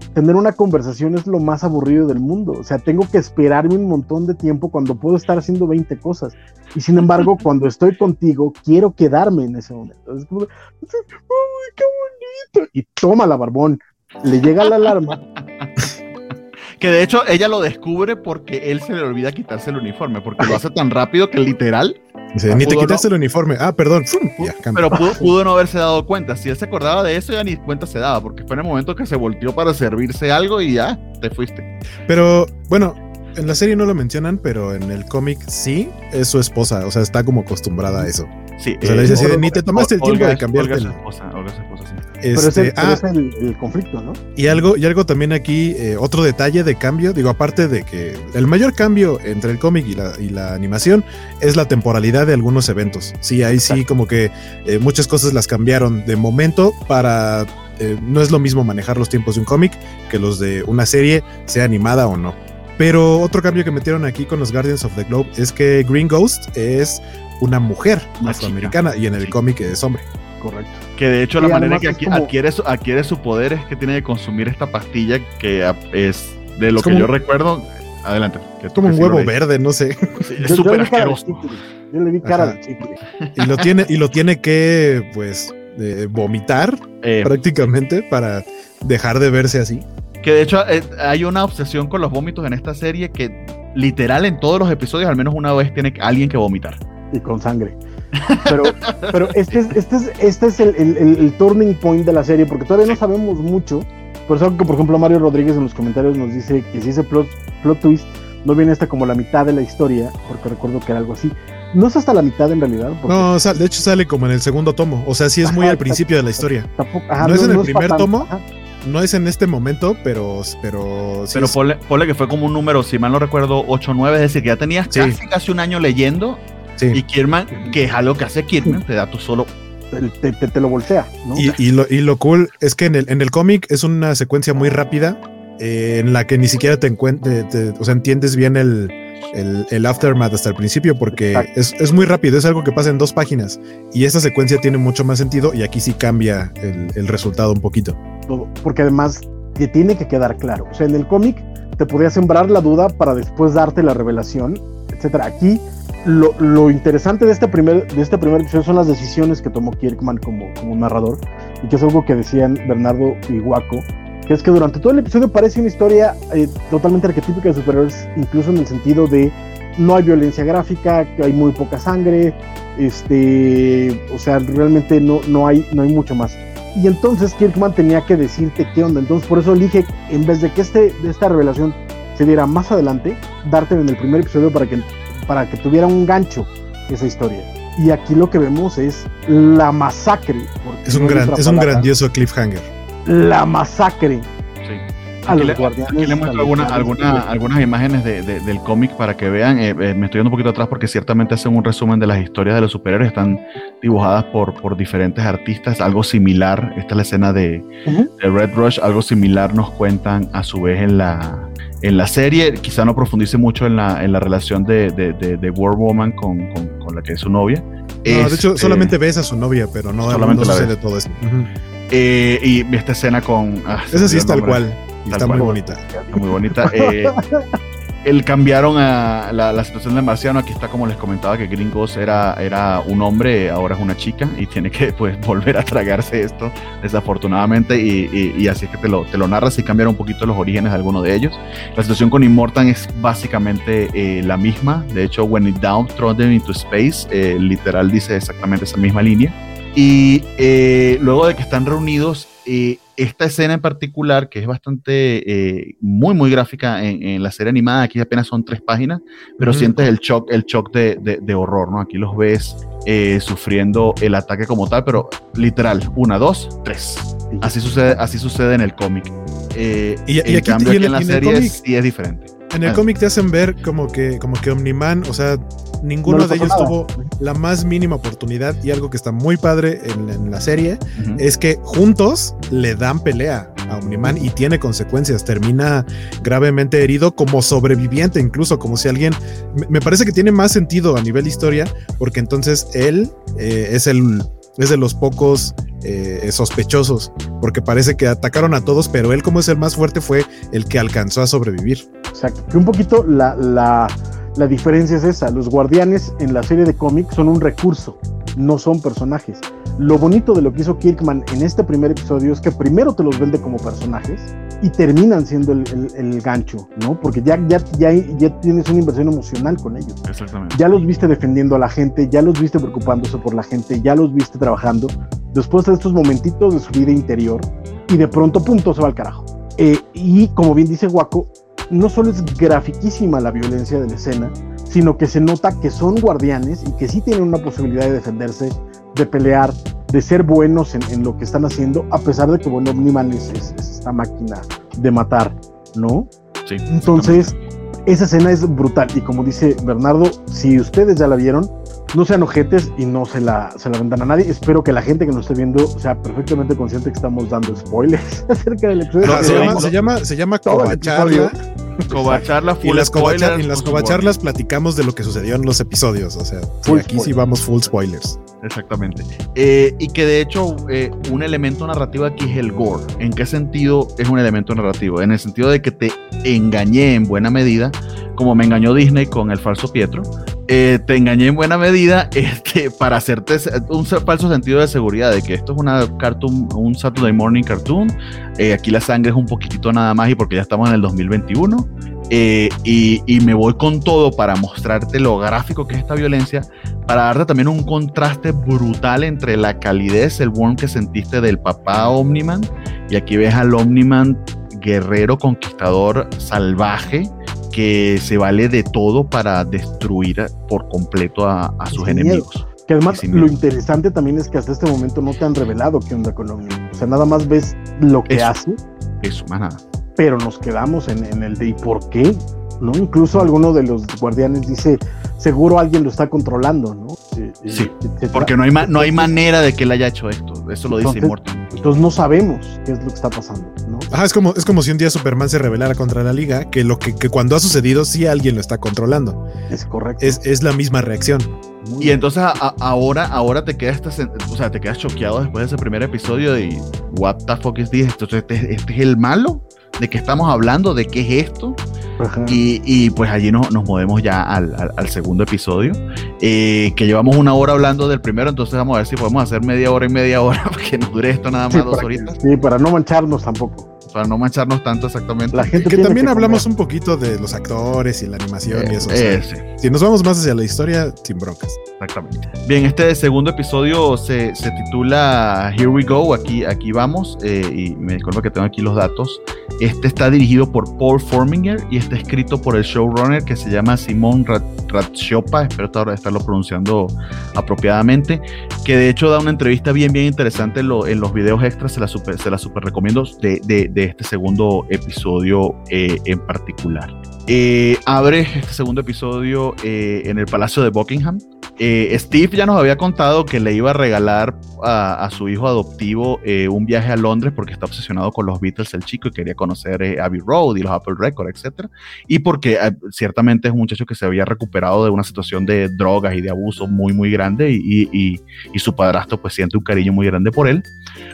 tener una conversación es lo más aburrido del mundo. O sea, tengo que esperarme un montón de tiempo cuando puedo estar haciendo veinte cosas. Y sin embargo, cuando estoy contigo, quiero quedarme en ese momento. Es como, ¡ay, qué bonito! Y toma la barbón. Le llega la alarma. Que de hecho ella lo descubre porque él se le olvida quitarse el uniforme, porque lo hace tan rápido que literal... Dice, ni te quitaste no. el uniforme. Ah, perdón. Ya, pero pudo, pudo no haberse dado cuenta. Si él se acordaba de eso, ya ni cuenta se daba, porque fue en el momento que se volteó para servirse algo y ya, te fuiste. Pero, bueno, en la serie no lo mencionan, pero en el cómic sí, es su esposa. O sea, está como acostumbrada a eso. Sí. O sea, eh, le dice así, Olga, ni te tomaste el tiempo Olga, de cambiarte. Olga es su esposa, Olga es su esposa, sí. Este, pero es, el, ah, pero es el, el conflicto, ¿no? Y algo, y algo también aquí, eh, otro detalle de cambio, digo, aparte de que el mayor cambio entre el cómic y la, y la animación es la temporalidad de algunos eventos. Sí, ahí sí como que eh, muchas cosas las cambiaron de momento para... Eh, no es lo mismo manejar los tiempos de un cómic que los de una serie, sea animada o no. Pero otro cambio que metieron aquí con los Guardians of the Globe es que Green Ghost es una mujer una afroamericana chica. Y en el sí. cómic es hombre. Correcto. Que de hecho y la manera en que como... adquiere, su, adquiere su poder es que tiene que consumir esta pastilla que es de lo es que como, yo recuerdo. Adelante. Que como un huevo verde, no sé. Sí, es súper asqueroso. Yo le vi cara de chicle. Y lo tiene, y lo tiene que, pues, eh, vomitar eh, prácticamente para dejar de verse así. Que de hecho eh, hay una obsesión con los vómitos en esta serie que literal en todos los episodios al menos una vez tiene alguien que vomitar. Y con sangre. Pero, pero este es, este es, este es el, el, el, el turning point de la serie, porque todavía no sabemos mucho. Por eso que, por ejemplo, Mario Rodríguez en los comentarios nos dice que si ese plot, plot twist no viene hasta como la mitad de la historia, porque recuerdo que era algo así. No es hasta la mitad en realidad. Porque... No, o sea, de hecho sale como en el segundo tomo. O sea, sí es muy ajá, al principio de la historia. Tampoco, ajá, no, no es en el no primer tomo. Ajá. No es en este momento, pero... Pero, sí pero es... ponle, ponle que fue como un número, si mal no recuerdo, ocho o nueve, es decir, que ya tenías sí. casi, casi un año leyendo. Sí. Y Kirkman, que es algo que hace Kirkman, te da tú solo... Te, te, te lo voltea, ¿no? Y, y, lo, y lo cool es que en el, en el cómic es una secuencia muy rápida, eh, en la que ni siquiera te encuentres, o sea, entiendes bien el, el, el aftermath hasta el principio, porque es, es muy rápido, es algo que pasa en dos páginas, y esta secuencia tiene mucho más sentido, y aquí sí cambia el, el resultado un poquito. Porque además te tiene que quedar claro, o sea, en el cómic te podía sembrar la duda para después darte la revelación, etcétera. Aquí Lo, lo interesante de este primer de este primer episodio son las decisiones que tomó Kirkman como, como narrador, y que es algo que decían Bernardo y Waco, que es que durante todo el episodio parece una historia eh, totalmente arquetípica de superhéroes, incluso en el sentido de no hay violencia gráfica, que hay muy poca sangre, este, o sea, realmente no, no, hay, no hay mucho más. Y entonces Kirkman tenía que decirte qué onda, entonces por eso elige, en vez de que este, de esta revelación se diera más adelante, darte en el primer episodio para que para que tuviera un gancho esa historia. Y aquí lo que vemos es la masacre. Es un, gran, es un grandioso cliffhanger. La masacre. Sí. A aquí, los le, aquí le muestro alguna, alguna, algunas imágenes de, de, del cómic para que vean. Eh, eh, me estoy yendo un poquito atrás porque ciertamente hacen un resumen de las historias de los superhéroes. Están dibujadas por, por diferentes artistas. Algo similar, esta es la escena de, uh-huh. de Red Rush, algo similar nos cuentan a su vez en la... En la serie, quizá no profundice mucho en la, en la relación de, de, de, de War Woman con, con, con la que es su novia. No, es, de hecho, solamente eh, ves a su novia, pero no, solamente no sucede todo eso. Uh-huh. Eh, y esta escena con... Ah, esa sí es tal cual. Y está cual. muy bonita. Está muy bonita. Eh, el cambiaron a la, la situación del marciano. Aquí está, como les comentaba, que Green Ghost era, era un hombre, ahora es una chica, y tiene que pues volver a tragarse esto, desafortunadamente, y, y, y así es que te lo, te lo narras y cambiaron un poquito los orígenes de algunos de ellos. La situación con Immortan es básicamente eh, la misma. De hecho, when it down, throw them into space, eh, literal dice exactamente esa misma línea. Y eh, luego de que están reunidos, eh, esta escena en particular, que es bastante, eh, muy, muy gráfica en, en la serie animada, aquí apenas son tres páginas, pero uh-huh. sientes el shock, el shock de, de, de horror, ¿no? Aquí los ves eh, sufriendo el ataque como tal, pero literal, una, dos, tres. Así sucede, así sucede en el cómic. Eh, y, y en aquí, cambio, y en, aquí en la serie cómic, sí es diferente. En el cómic te hacen ver como que, como que Omniman, o sea, ninguno no de ellos nada. tuvo la más mínima oportunidad, y algo que está muy padre en, en la serie uh-huh. es que juntos le dan pelea a Omniman y tiene consecuencias, termina gravemente herido como sobreviviente, incluso como si alguien, me parece que tiene más sentido a nivel historia, porque entonces él eh, es el es de los pocos eh, sospechosos, porque parece que atacaron a todos, pero él, como es el más fuerte, fue el que alcanzó a sobrevivir. Exacto, que un poquito la, la, la diferencia es esa. Los guardianes en la serie de cómics son un recurso, no son personajes. Lo bonito de lo que hizo Kirkman en este primer episodio es que primero te los vende como personajes y terminan siendo el, el, el gancho, ¿no? Porque ya, ya, ya, ya tienes una inversión emocional con ellos. Exactamente. Ya los viste defendiendo a la gente, ya los viste preocupándose por la gente, ya los viste trabajando. Después de estos momentitos de su vida interior y de pronto, pum, todo se va al carajo. Eh, y como bien dice Waco, no solo es grafiquísima la violencia de la escena, sino que se nota que son guardianes y que sí tienen una posibilidad de defenderse, de pelear, de ser buenos en, en lo que están haciendo, a pesar de que, bueno, Omni-Man es, es, es esta máquina de matar, ¿no? Sí. Entonces, esa escena es brutal, y como dice Bernardo, si ustedes ya la vieron, no sean ojetes y no se la, se la vendan a nadie. Espero que la gente que nos esté viendo sea perfectamente consciente que estamos dando spoilers acerca del episodio. No, se, llama, se llama se llama Covacharla. Covacharla, full y las spoilers. Covachar, en las Covacharlas platicamos de lo que sucedió en los episodios. O sea, sí, aquí spoiler. Sí vamos full spoilers. Exactamente. Eh, y que de hecho, eh, un elemento narrativo aquí es el gore. ¿En qué sentido es un elemento narrativo? En el sentido de que te engañé en buena medida, como me engañó Disney con el falso Pietro. Eh, te engañé en buena medida este, para hacerte un falso sentido de seguridad de que esto es una cartoon, un Saturday Morning Cartoon. Eh, aquí la sangre es un poquitito nada más y porque ya estamos en el dos mil veintiuno. Eh, y, y me voy con todo para mostrarte lo gráfico que es esta violencia, para darte también un contraste brutal entre la calidez, el warmth que sentiste del papá Omni-Man, y aquí ves al Omni-Man guerrero, conquistador, salvaje, que se vale de todo para destruir por completo a, a sus Sin enemigos. Miedo. Que además lo interesante también es que hasta este momento no te han revelado qué onda con Omni-Man. O sea, nada más ves lo que eso, hace. Eso, más nada. Pero nos quedamos en, en el de ¿y por qué? ¿No? Incluso alguno de los guardianes dice, seguro alguien lo está controlando, ¿no? Eh, sí, eh, porque no hay, ma- no hay manera de que él haya hecho esto. Eso lo dice entonces, Immortal. Entonces no sabemos qué es lo que está pasando, ¿no? Ajá, es como, es como si un día Superman se rebelara contra la Liga, que lo que, que cuando ha sucedido sí alguien lo está controlando. Es correcto. Es, es la misma reacción. Muy y bien. Entonces a, a, ahora, ahora te quedas, o sea, te quedas choqueado después de ese primer episodio y what the fuck is this? Entonces, ¿este, este es el malo? ¿De qué estamos hablando? ¿De qué es esto? Y, y pues allí nos, nos movemos ya al, al, al segundo episodio, eh, que llevamos una hora hablando del primero, entonces vamos a ver si podemos hacer media hora y media hora para que nos dure esto nada más sí, dos para horitas. Que, sí, para no mancharnos tampoco. Para no mancharnos tanto exactamente. La gente que también que hablamos comer. Un poquito de los actores y la animación eh, y eso. Eh, o sea, sí. Si nos vamos más hacia la historia, sin broncas. Exactamente. Bien, este segundo episodio se, se titula Here We Go, aquí, aquí vamos, eh, y me disculpo que tengo aquí los datos. Este está dirigido por Paul Forminger y está escrito por el showrunner que se llama Simon Ratchopa, espero estarlo pronunciando apropiadamente, que de hecho da una entrevista bien bien interesante en, lo, en los videos extras, se la super, se la super recomiendo de, de, de este segundo episodio eh, en particular. Eh, abre este segundo episodio eh, en el Palacio de Buckingham. Eh, Steve ya nos había contado que le iba a regalar a, a su hijo adoptivo eh, un viaje a Londres porque está obsesionado con los Beatles, el chico, y quería conocer eh, Abbey Road y los Apple Records, etcétera. Y porque eh, ciertamente es un muchacho que se había recuperado de una situación de drogas y de abuso muy, muy grande, y, y, y su padrastro pues siente un cariño muy grande por él.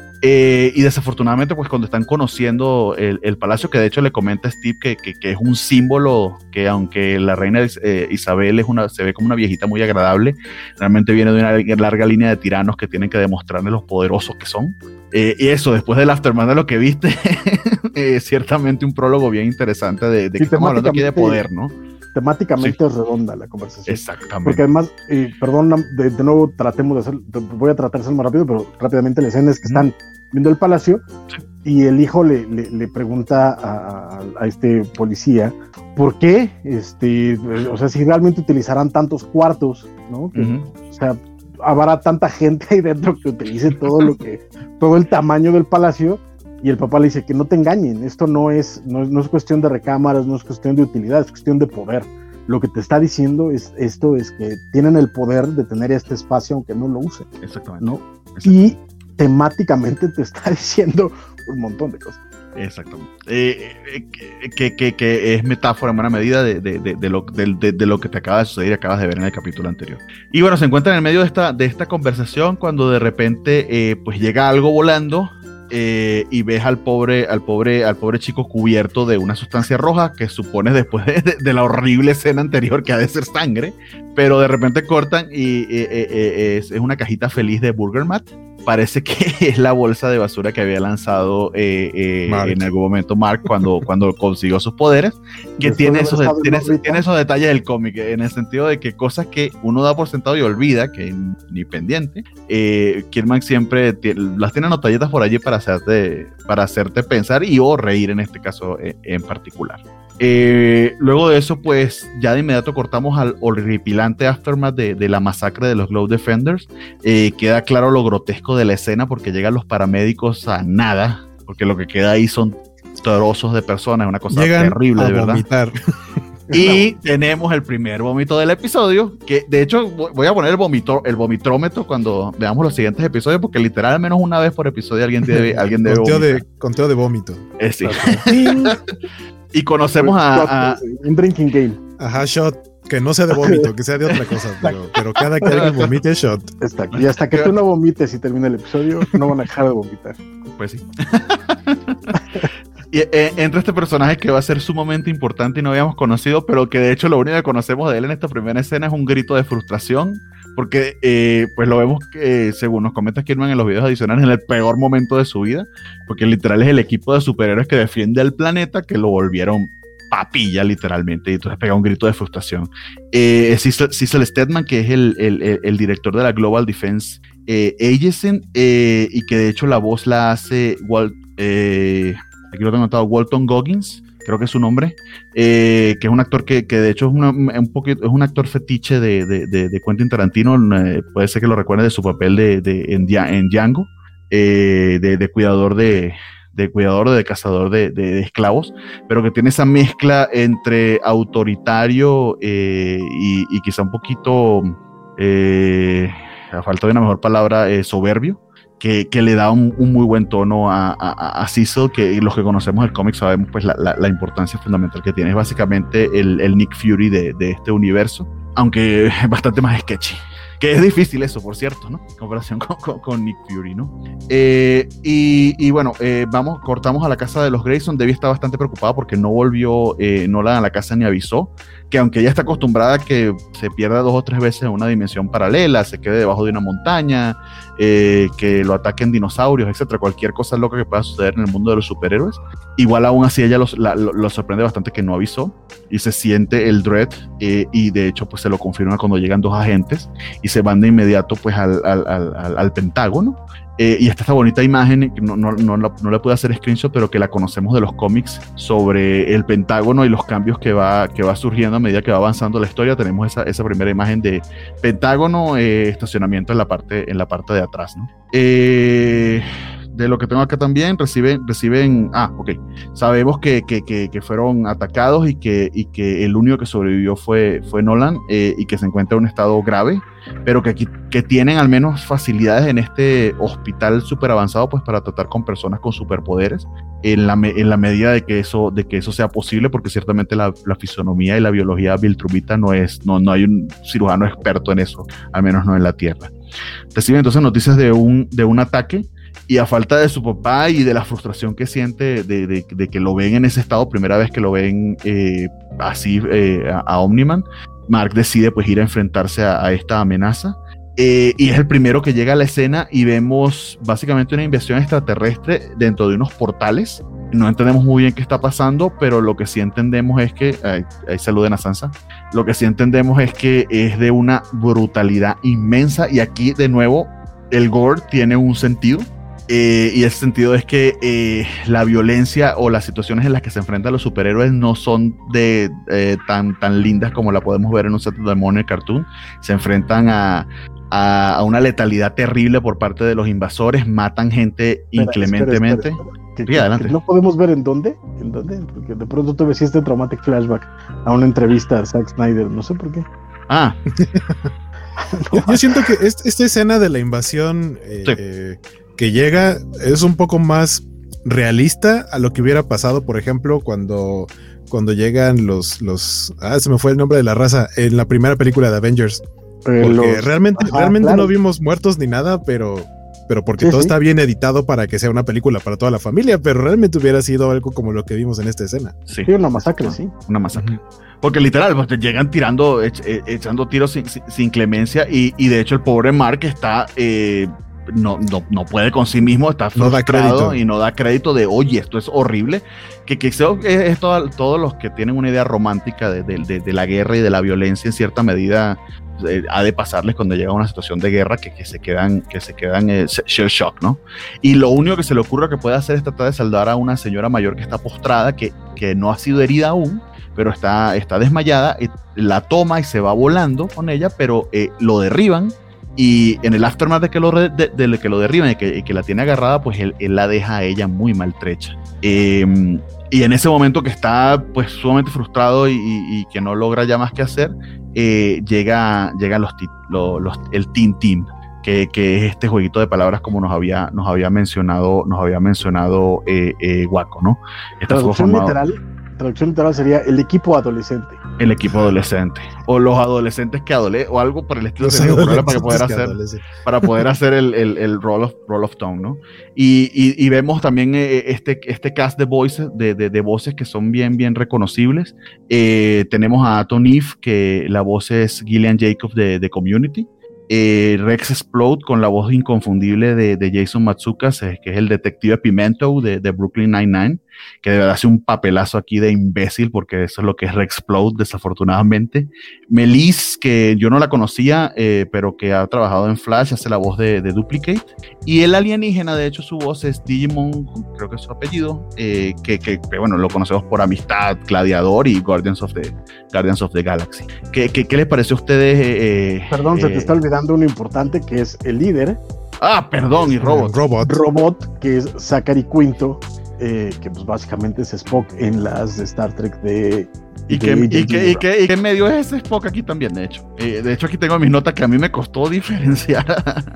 Eh, y desafortunadamente, pues cuando están conociendo el, el palacio, que de hecho le comenta a Steve que, que, que es un símbolo, que aunque la reina eh, Isabel es una, se ve como una viejita muy agradable, realmente viene de una larga línea de tiranos que tienen que demostrarle los poderosos que son. Eh, y eso, después del aftermath de lo que viste, eh, ciertamente un prólogo bien interesante de, de sí, que estamos hablando aquí de poder, ¿no? Temáticamente sí. Es redonda la conversación. Exactamente. Porque además, eh, perdón, de, de nuevo tratemos de hacer, voy a tratar de ser más rápido, pero rápidamente la escena es que están viendo el palacio sí. Y el hijo le, le, le pregunta a, a este policía por qué, este, o sea, si realmente utilizarán tantos cuartos, ¿no? Que, uh-huh. O sea, habrá tanta gente ahí dentro que utilice todo lo que, todo el tamaño del palacio. Y el papá le dice que no te engañen, esto no es, no es, no es cuestión de recámaras, no es cuestión de utilidad, es cuestión de poder. Lo que te está diciendo es esto, es que tienen el poder de tener este espacio aunque no lo usen. Exactamente. ¿No? Exactamente. Y temáticamente te está diciendo un montón de cosas. Exactamente. Eh, eh, que, que, que es metáfora en buena medida de, de, de, de, lo, de, de, de lo que te acaba de suceder y acabas de ver en el capítulo anterior. Y bueno, se encuentra en el medio de esta, de esta conversación cuando de repente eh, pues llega algo volando. Eh, y ves al pobre, al pobre, al pobre chico cubierto de una sustancia roja que supones después de, de, de la horrible escena anterior que ha de ser sangre, pero de repente cortan y eh, eh, eh, es, es una cajita feliz de Burger Mat. Parece que es la bolsa de basura que había lanzado eh, eh, en algún momento Mark cuando, cuando consiguió sus poderes, que tiene esos, tiene, tiene esos detalles del cómic, en el sentido de que cosas que uno da por sentado y olvida, que ni pendiente, eh, Kirkman siempre tiene, las tiene anotaditas por allí para hacerte, para hacerte pensar y o reír en este caso eh, en particular. Eh, luego de eso, pues ya de inmediato cortamos al horripilante aftermath de, de la masacre de los Globe Defenders. Eh, queda claro lo grotesco de la escena porque llegan los paramédicos a nada, porque lo que queda ahí son trozos de personas, una cosa llegan terrible, a de verdad. Vomitar. Y no. tenemos el primer vómito del episodio, que de hecho voy a poner el, vomito, el vomitrómetro cuando veamos los siguientes episodios, porque literal al menos una vez por episodio alguien debe, alguien debe conteo vomitar. De, conteo de vómito. Eh, sí. Y conocemos a, a... Un drinking game. Ajá, shot. Que no sea de vómito, que sea de otra cosa. Pero, pero cada que alguien vomite, shot. Está, y hasta que tú no vomites y termine el episodio, no van a dejar de vomitar. Pues sí. Y eh, entra este personaje que va a ser sumamente importante y no habíamos conocido, pero que de hecho lo único que conocemos de él en esta primera escena es un grito de frustración, porque eh, pues lo vemos que, según nos comenta Kirkman en los videos adicionales, en el peor momento de su vida, porque literal es el equipo de superhéroes que defiende al planeta que lo volvieron papilla literalmente, y entonces pega un grito de frustración. Eh, Cecil, Cecil Stedman, que es el, el, el, el director de la Global Defense eh, Agency, eh, y que de hecho la voz la hace Walt, eh, aquí lo tengo anotado, Walton Goggins, creo que es su nombre, eh, que es un actor que, que de hecho es, una, un poquito, es un actor fetiche de, de, de, de Quentin Tarantino. Eh, puede ser que lo recuerde de su papel de, de, en, en Django, eh, de, de cuidador de de cuidador o de cazador de, de, de esclavos, pero que tiene esa mezcla entre autoritario eh, y, y quizá un poquito, eh, a falta de una mejor palabra, eh, soberbio, que, que le da un, un muy buen tono a, a, a Cecil, que los que conocemos el cómic sabemos pues la, la, la importancia fundamental que tiene. Es básicamente el, el Nick Fury de, de este universo, aunque es bastante más sketchy. Que es difícil eso, por cierto, ¿no? En comparación con, con, con Nick Fury, ¿no? Eh, y, y bueno, eh, vamos, cortamos a la casa de los Grayson. Debbie está bastante preocupada porque no volvió eh, Nolan a la casa ni avisó, que aunque ella está acostumbrada a que se pierda dos o tres veces en una dimensión paralela, se quede debajo de una montaña, eh, que lo ataquen dinosaurios, etcétera, cualquier cosa loca que pueda suceder en el mundo de los superhéroes, igual aún así ella los, la, lo, lo sorprende bastante que no avisó, y se siente el dread, eh, y de hecho pues se lo confirma cuando llegan dos agentes y se van de inmediato pues al, al, al, al Pentágono. Eh, y está esta bonita imagen, no, no, no, no, no le pude hacer screenshot, pero que la conocemos de los cómics, sobre el Pentágono y los cambios que va, que va surgiendo a medida que va avanzando la historia. Tenemos esa, esa primera imagen de Pentágono, eh, estacionamiento en la parte, en la parte de atrás, ¿no? Eh, de lo que tengo acá también, reciben, reciben ah, ok, sabemos que, que, que, que fueron atacados y que, y que el único que sobrevivió fue, fue Nolan, eh, y que se encuentra en un estado grave, pero que aquí que tienen al menos facilidades en este hospital súper avanzado pues para tratar con personas con superpoderes en la, en la medida de que eso, de que eso sea posible, porque ciertamente la, la fisonomía y la biología viltrumita no es, no, no hay un cirujano experto en eso, al menos no en la Tierra. Reciben entonces noticias de un, de un ataque, y a falta de su papá y de la frustración que siente de, de, de que lo ven en ese estado, primera vez que lo ven eh, así eh, a, a Omni-Man, Mark decide pues ir a enfrentarse a, a esta amenaza, eh, y es el primero que llega a la escena y vemos básicamente una invasión extraterrestre dentro de unos portales. No entendemos muy bien qué está pasando, pero lo que sí entendemos es que, ahí, ahí saluden a Sansa, lo que sí entendemos es que es de una brutalidad inmensa, y aquí de nuevo el gore tiene un sentido. Eh, y ese sentido es que eh, la violencia o las situaciones en las que se enfrentan los superhéroes no son de eh, tan, tan lindas como la podemos ver en un set de Money Cartoon. Se enfrentan a, a, a una letalidad terrible por parte de los invasores, matan gente espera, inclementemente. Espera, espera, espera. Que, sí, adelante. Que no podemos ver en dónde, en dónde, porque de pronto tuve este traumatic flashback a una entrevista a Zack Snyder, no sé por qué. Ah. no, yo, yo siento que es, esta escena de la invasión eh, sí. eh, que llega es un poco más realista a lo que hubiera pasado, por ejemplo, cuando, cuando llegan los, los, ah, se me fue el nombre de la raza, en la primera película de Avengers. Eh, Porque los- realmente, Ajá, realmente claro. no vimos muertos ni nada, pero, pero porque Sí, todo sí. está bien editado para que sea una película para toda la familia, pero realmente hubiera sido algo como lo que vimos en esta escena. Sí, Sí, una masacre, sí. una masacre. Porque literal, pues, te llegan tirando, ech- eh, echando tiros sin, sin- sin clemencia y, y de hecho el pobre Mark está, eh, no, no, no puede con sí mismo, está No da frustrado crédito. y no da crédito de, oye, esto es horrible, que, que creo que es, es todo- todos los que tienen una idea romántica de, de- de- de la guerra y de la violencia en cierta medida eh, ha de pasarles cuando llega una situación de guerra que, que se quedan, que se quedan eh, shell shock, ¿no? Y lo único que se le ocurre que puede hacer es tratar de salvar a una señora mayor que está postrada, que, que no ha sido herida aún, pero está, está desmayada, y la toma y se va volando con ella, pero eh, lo derriban y en el aftermath de que lo, re- de, de que lo derriban y que, y que la tiene agarrada, pues él, él la deja a ella muy maltrecha. Eh, y en ese momento que está pues sumamente frustrado y, y- y que no logra ya más que hacer, eh, llega, llegan los, ti- lo- los, el Teen Team. Que, que es este jueguito de palabras como nos había, nos había mencionado, nos había mencionado eh, eh, Waco, ¿no? Este fue Traducción formado- literal, traducción literal sería el equipo adolescente. el equipo adolescente o los adolescentes que adolecen o algo por el estilo Los se me ocurrió para que adolescentes poder que hacer adolecen. para poder hacer el, el, el roll of roll of tone, ¿no? Y, y, y vemos también eh, este, este cast de voices de, de, de voces que son bien bien reconocibles. Eh, tenemos a Tony Eve, que la voz es Gillian Jacobs de, de Community. Eh, Rex Explode con la voz inconfundible de, de Jason Matsukas, eh, que es el detective Pimento de, de Brooklyn Nine-Nine, que de verdad hace un papelazo aquí de imbécil, porque eso es lo que es Rex Explode, desafortunadamente. Melis, que yo no la conocía, eh, pero que ha trabajado en Flash, hace la voz de, de Duplicate. Y el alienígena, de hecho, su voz es Digimon, creo que es su apellido, eh, que, que, que, bueno, lo conocemos por Amistad, Gladiador y Guardians of the, Guardians of the Galaxy. ¿Qué, qué, qué les pareció a ustedes? Eh, Perdón, se eh, te está olvidando uno importante que es el líder, Ah, perdón, y Robot. Robot. Robot, que es Zachary Quinto, eh, que pues básicamente es Spock en las de Star Trek de... ¿Y de qué, y, J J qué, y, Abrams. qué, y qué medio es ese Spock aquí también, de hecho? Eh, de hecho, aquí tengo mis notas que a mí me costó diferenciar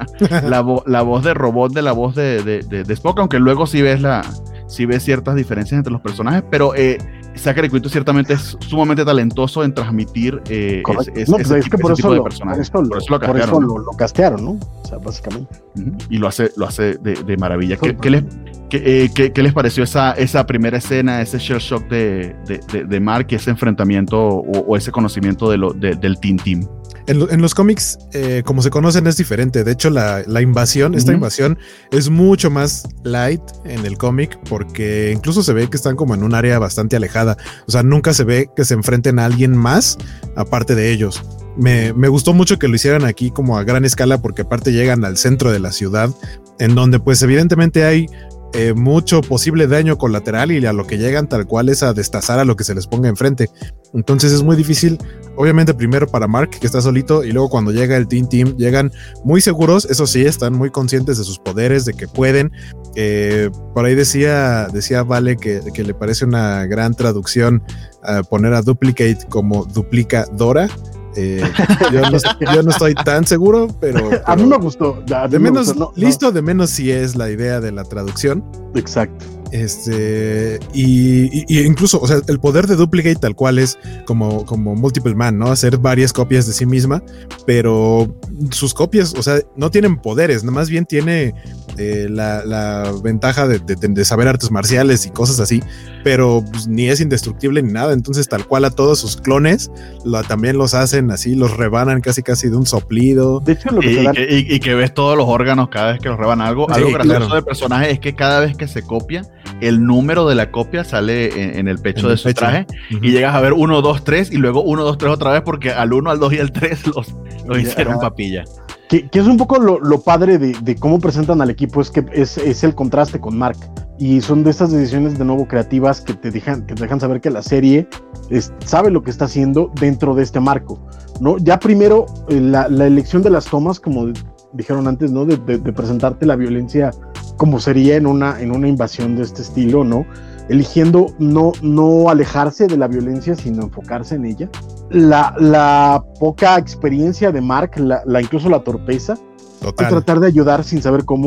la, vo la voz de Robot de la voz de, de, de, de Spock, aunque luego sí ves, la, sí ves ciertas diferencias entre los personajes, pero eh, Zachary Quinto ciertamente es sumamente talentoso en transmitir eh, Correcto. ese, ese, No, pues ese es que tipo- por ese eso, tipo de lo, personajes. por eso, lo, Por eso lo por eso castearon, ¿no? lo, lo castearon, ¿no? O sea, básicamente. Ujú. Y lo hace, lo hace de, de maravilla. ¿Qué, qué les, qué, eh, qué- qué les pareció esa, esa primera escena, ese shell shock de, de, de, de Mark y ese enfrentamiento o, o ese conocimiento de lo, de, del Teen Team? En, lo- en los cómics, eh, como se conocen, es diferente. De hecho, la, la invasión, esta Ujú. invasión es mucho más light en el cómic porque incluso se ve que están como en un área bastante alejada. O sea, nunca se ve que se enfrenten a alguien más aparte de ellos. Me, me gustó mucho que lo hicieran aquí como a gran escala porque aparte llegan al centro de la ciudad en donde pues evidentemente hay eh, mucho posible daño colateral y a lo que llegan tal cual es a destazar a lo que se les ponga enfrente. Entonces es muy difícil, obviamente primero para Mark que está solito y luego cuando llega el Teen Team llegan muy seguros, eso sí, están muy conscientes de sus poderes, de que pueden. Eh, por ahí decía, decía Vale que, que le parece una gran traducción uh, poner a Duplicate como duplicadora. Eh, yo, no, yo no estoy tan seguro, pero, pero A mí me gustó. a mí de me menos gustó, no, no. listo, de menos si es la idea de la traducción. Exacto. Este, y, y, y incluso, o sea, el poder de Duplicate tal cual es como, como Multiple Man, ¿no? Hacer varias copias de sí misma, pero sus copias, o sea, no tienen poderes, nada más bien tiene eh, la, la ventaja de, de, de saber artes marciales y cosas así, pero pues, ni es indestructible ni nada, entonces tal cual a todos sus clones lo, también los hacen así, los rebanan casi casi de un soplido. De hecho, lo que Y, se y da... que, y- y que ves todos los órganos cada vez que los reban algo. Sí, Algo gracioso claro. del personaje es que cada vez que se copia, el número de la copia sale en, en el pecho En de el su pecho. traje Ujú. y llegas a ver uno, dos, tres y luego uno, dos, tres otra vez porque al uno, al dos y al tres los, los hicieron Ajá. papilla. Que, que es un poco lo, lo padre de, de cómo presentan al equipo, es que es, es el contraste con Mark. Y son de estas decisiones de nuevo creativas que te dejan, que te dejan saber que la serie es, sabe lo que está haciendo dentro de este marco, ¿no? Ya primero, eh, la, la elección de las tomas, como dijeron antes, ¿no? De, de, de presentarte la violencia como sería en una, en una invasión de este estilo, ¿no? Eligiendo no, no alejarse de la violencia, sino enfocarse en ella. La, la poca experiencia de Mark, la, la incluso la torpeza, de Total. tratar de ayudar sin saber cómo,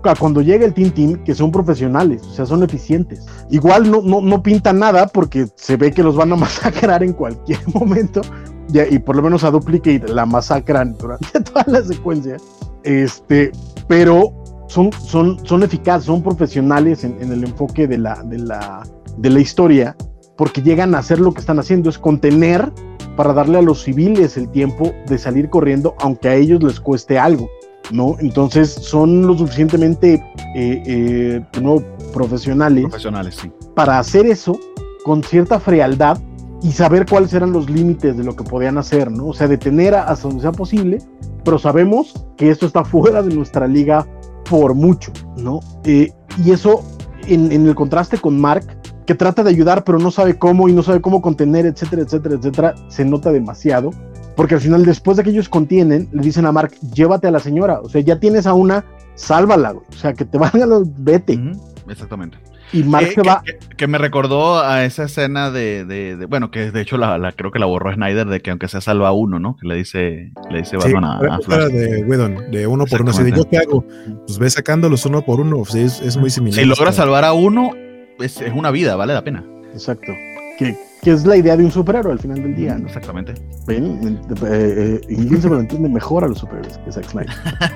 a cuando llega el Teen Team, que son profesionales, o sea, son eficientes. Igual no, no, no pintan nada porque se ve que los van a masacrar en cualquier momento, y, y por lo menos a Duplicate la masacran durante toda la secuencia, este, pero son, son, son eficaces, son profesionales en, en el enfoque de la, de, la, de la historia, porque llegan a hacer lo que están haciendo, es contener para darle a los civiles el tiempo de salir corriendo, aunque a ellos les cueste algo, ¿no? Entonces son lo suficientemente eh, eh, no, profesionales, profesionales sí. para hacer eso con cierta frialdad y saber cuáles eran los límites de lo que podían hacer, ¿no? O sea, detener hasta donde sea posible, pero sabemos que esto está fuera de nuestra liga por mucho, ¿no? Eh, y eso en, en el contraste con Mark, que trata de ayudar pero no sabe cómo y no sabe cómo contener, etcétera, etcétera, etcétera, se nota demasiado, porque al final después de que ellos contienen, le dicen a Mark, llévate a la señora, o sea, ya tienes a una, sálvala, güey. O sea, que te valga los, vete. Uh-huh. Exactamente. Y Mark que, se va... Que, que, que me recordó a esa escena de, de, de bueno, que de hecho la, la creo que la borró Snyder, de que aunque sea salva a uno, ¿no? Que le dice, le dice Batman sí, a, a Flash. De Whedon, de uno por uno. Así de, ¿yo qué hago? Pues ve sacándolos uno por uno. Pues es, es muy similar. Si logra salvar a uno, es, es una vida, vale la pena. Exacto. Que, que es la idea de un superhéroe al final del día, ¿no? Exactamente. Ven, eh, eh, Invincible entiende mejor a los superhéroes que Zack Snyder.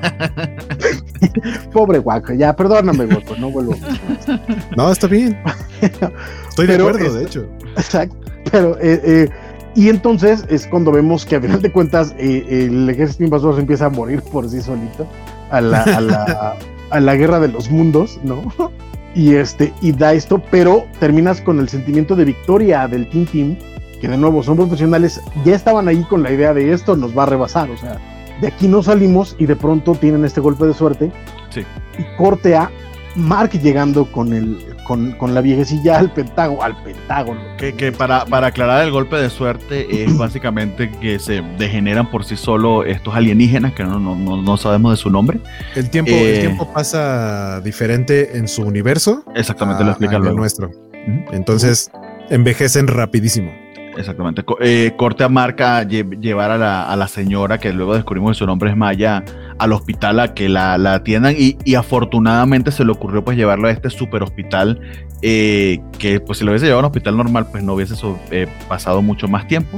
Pobre guaco, ya, perdóname, guapo, no vuelvo. No, está bien. Estoy de pero, acuerdo, es, de hecho. Exacto. Pero, eh, eh, y entonces es cuando vemos que a final de cuentas eh, el ejército invasor se empieza a morir por sí solito a la, a la, a la guerra de los mundos, ¿no? Y este, y da esto, pero terminas con el sentimiento de victoria del Teen Team, que de nuevo son profesionales, ya estaban ahí con la idea de esto nos va a rebasar, o sea, de aquí no salimos y de pronto tienen este golpe de suerte. Sí. Y corte a Mark llegando con el, con, con la viejecilla al pentágono, al pentágono. Que, que para, para aclarar el golpe de suerte es básicamente que se degeneran por sí solo estos alienígenas que no, no, no, no sabemos de su nombre. El tiempo, eh, el tiempo pasa diferente en su universo. Exactamente, a, lo explica luego. El nuestro. Uh-huh. Entonces envejecen rapidísimo. Exactamente. Eh, corte a Mark a lle- llevar a la, a la señora, que luego descubrimos que su nombre es Maya, al hospital a que la, la atiendan y, y afortunadamente se le ocurrió pues llevarlo a este super hospital eh, que pues si lo hubiese llevado a un hospital normal pues no hubiese so, eh, pasado mucho más tiempo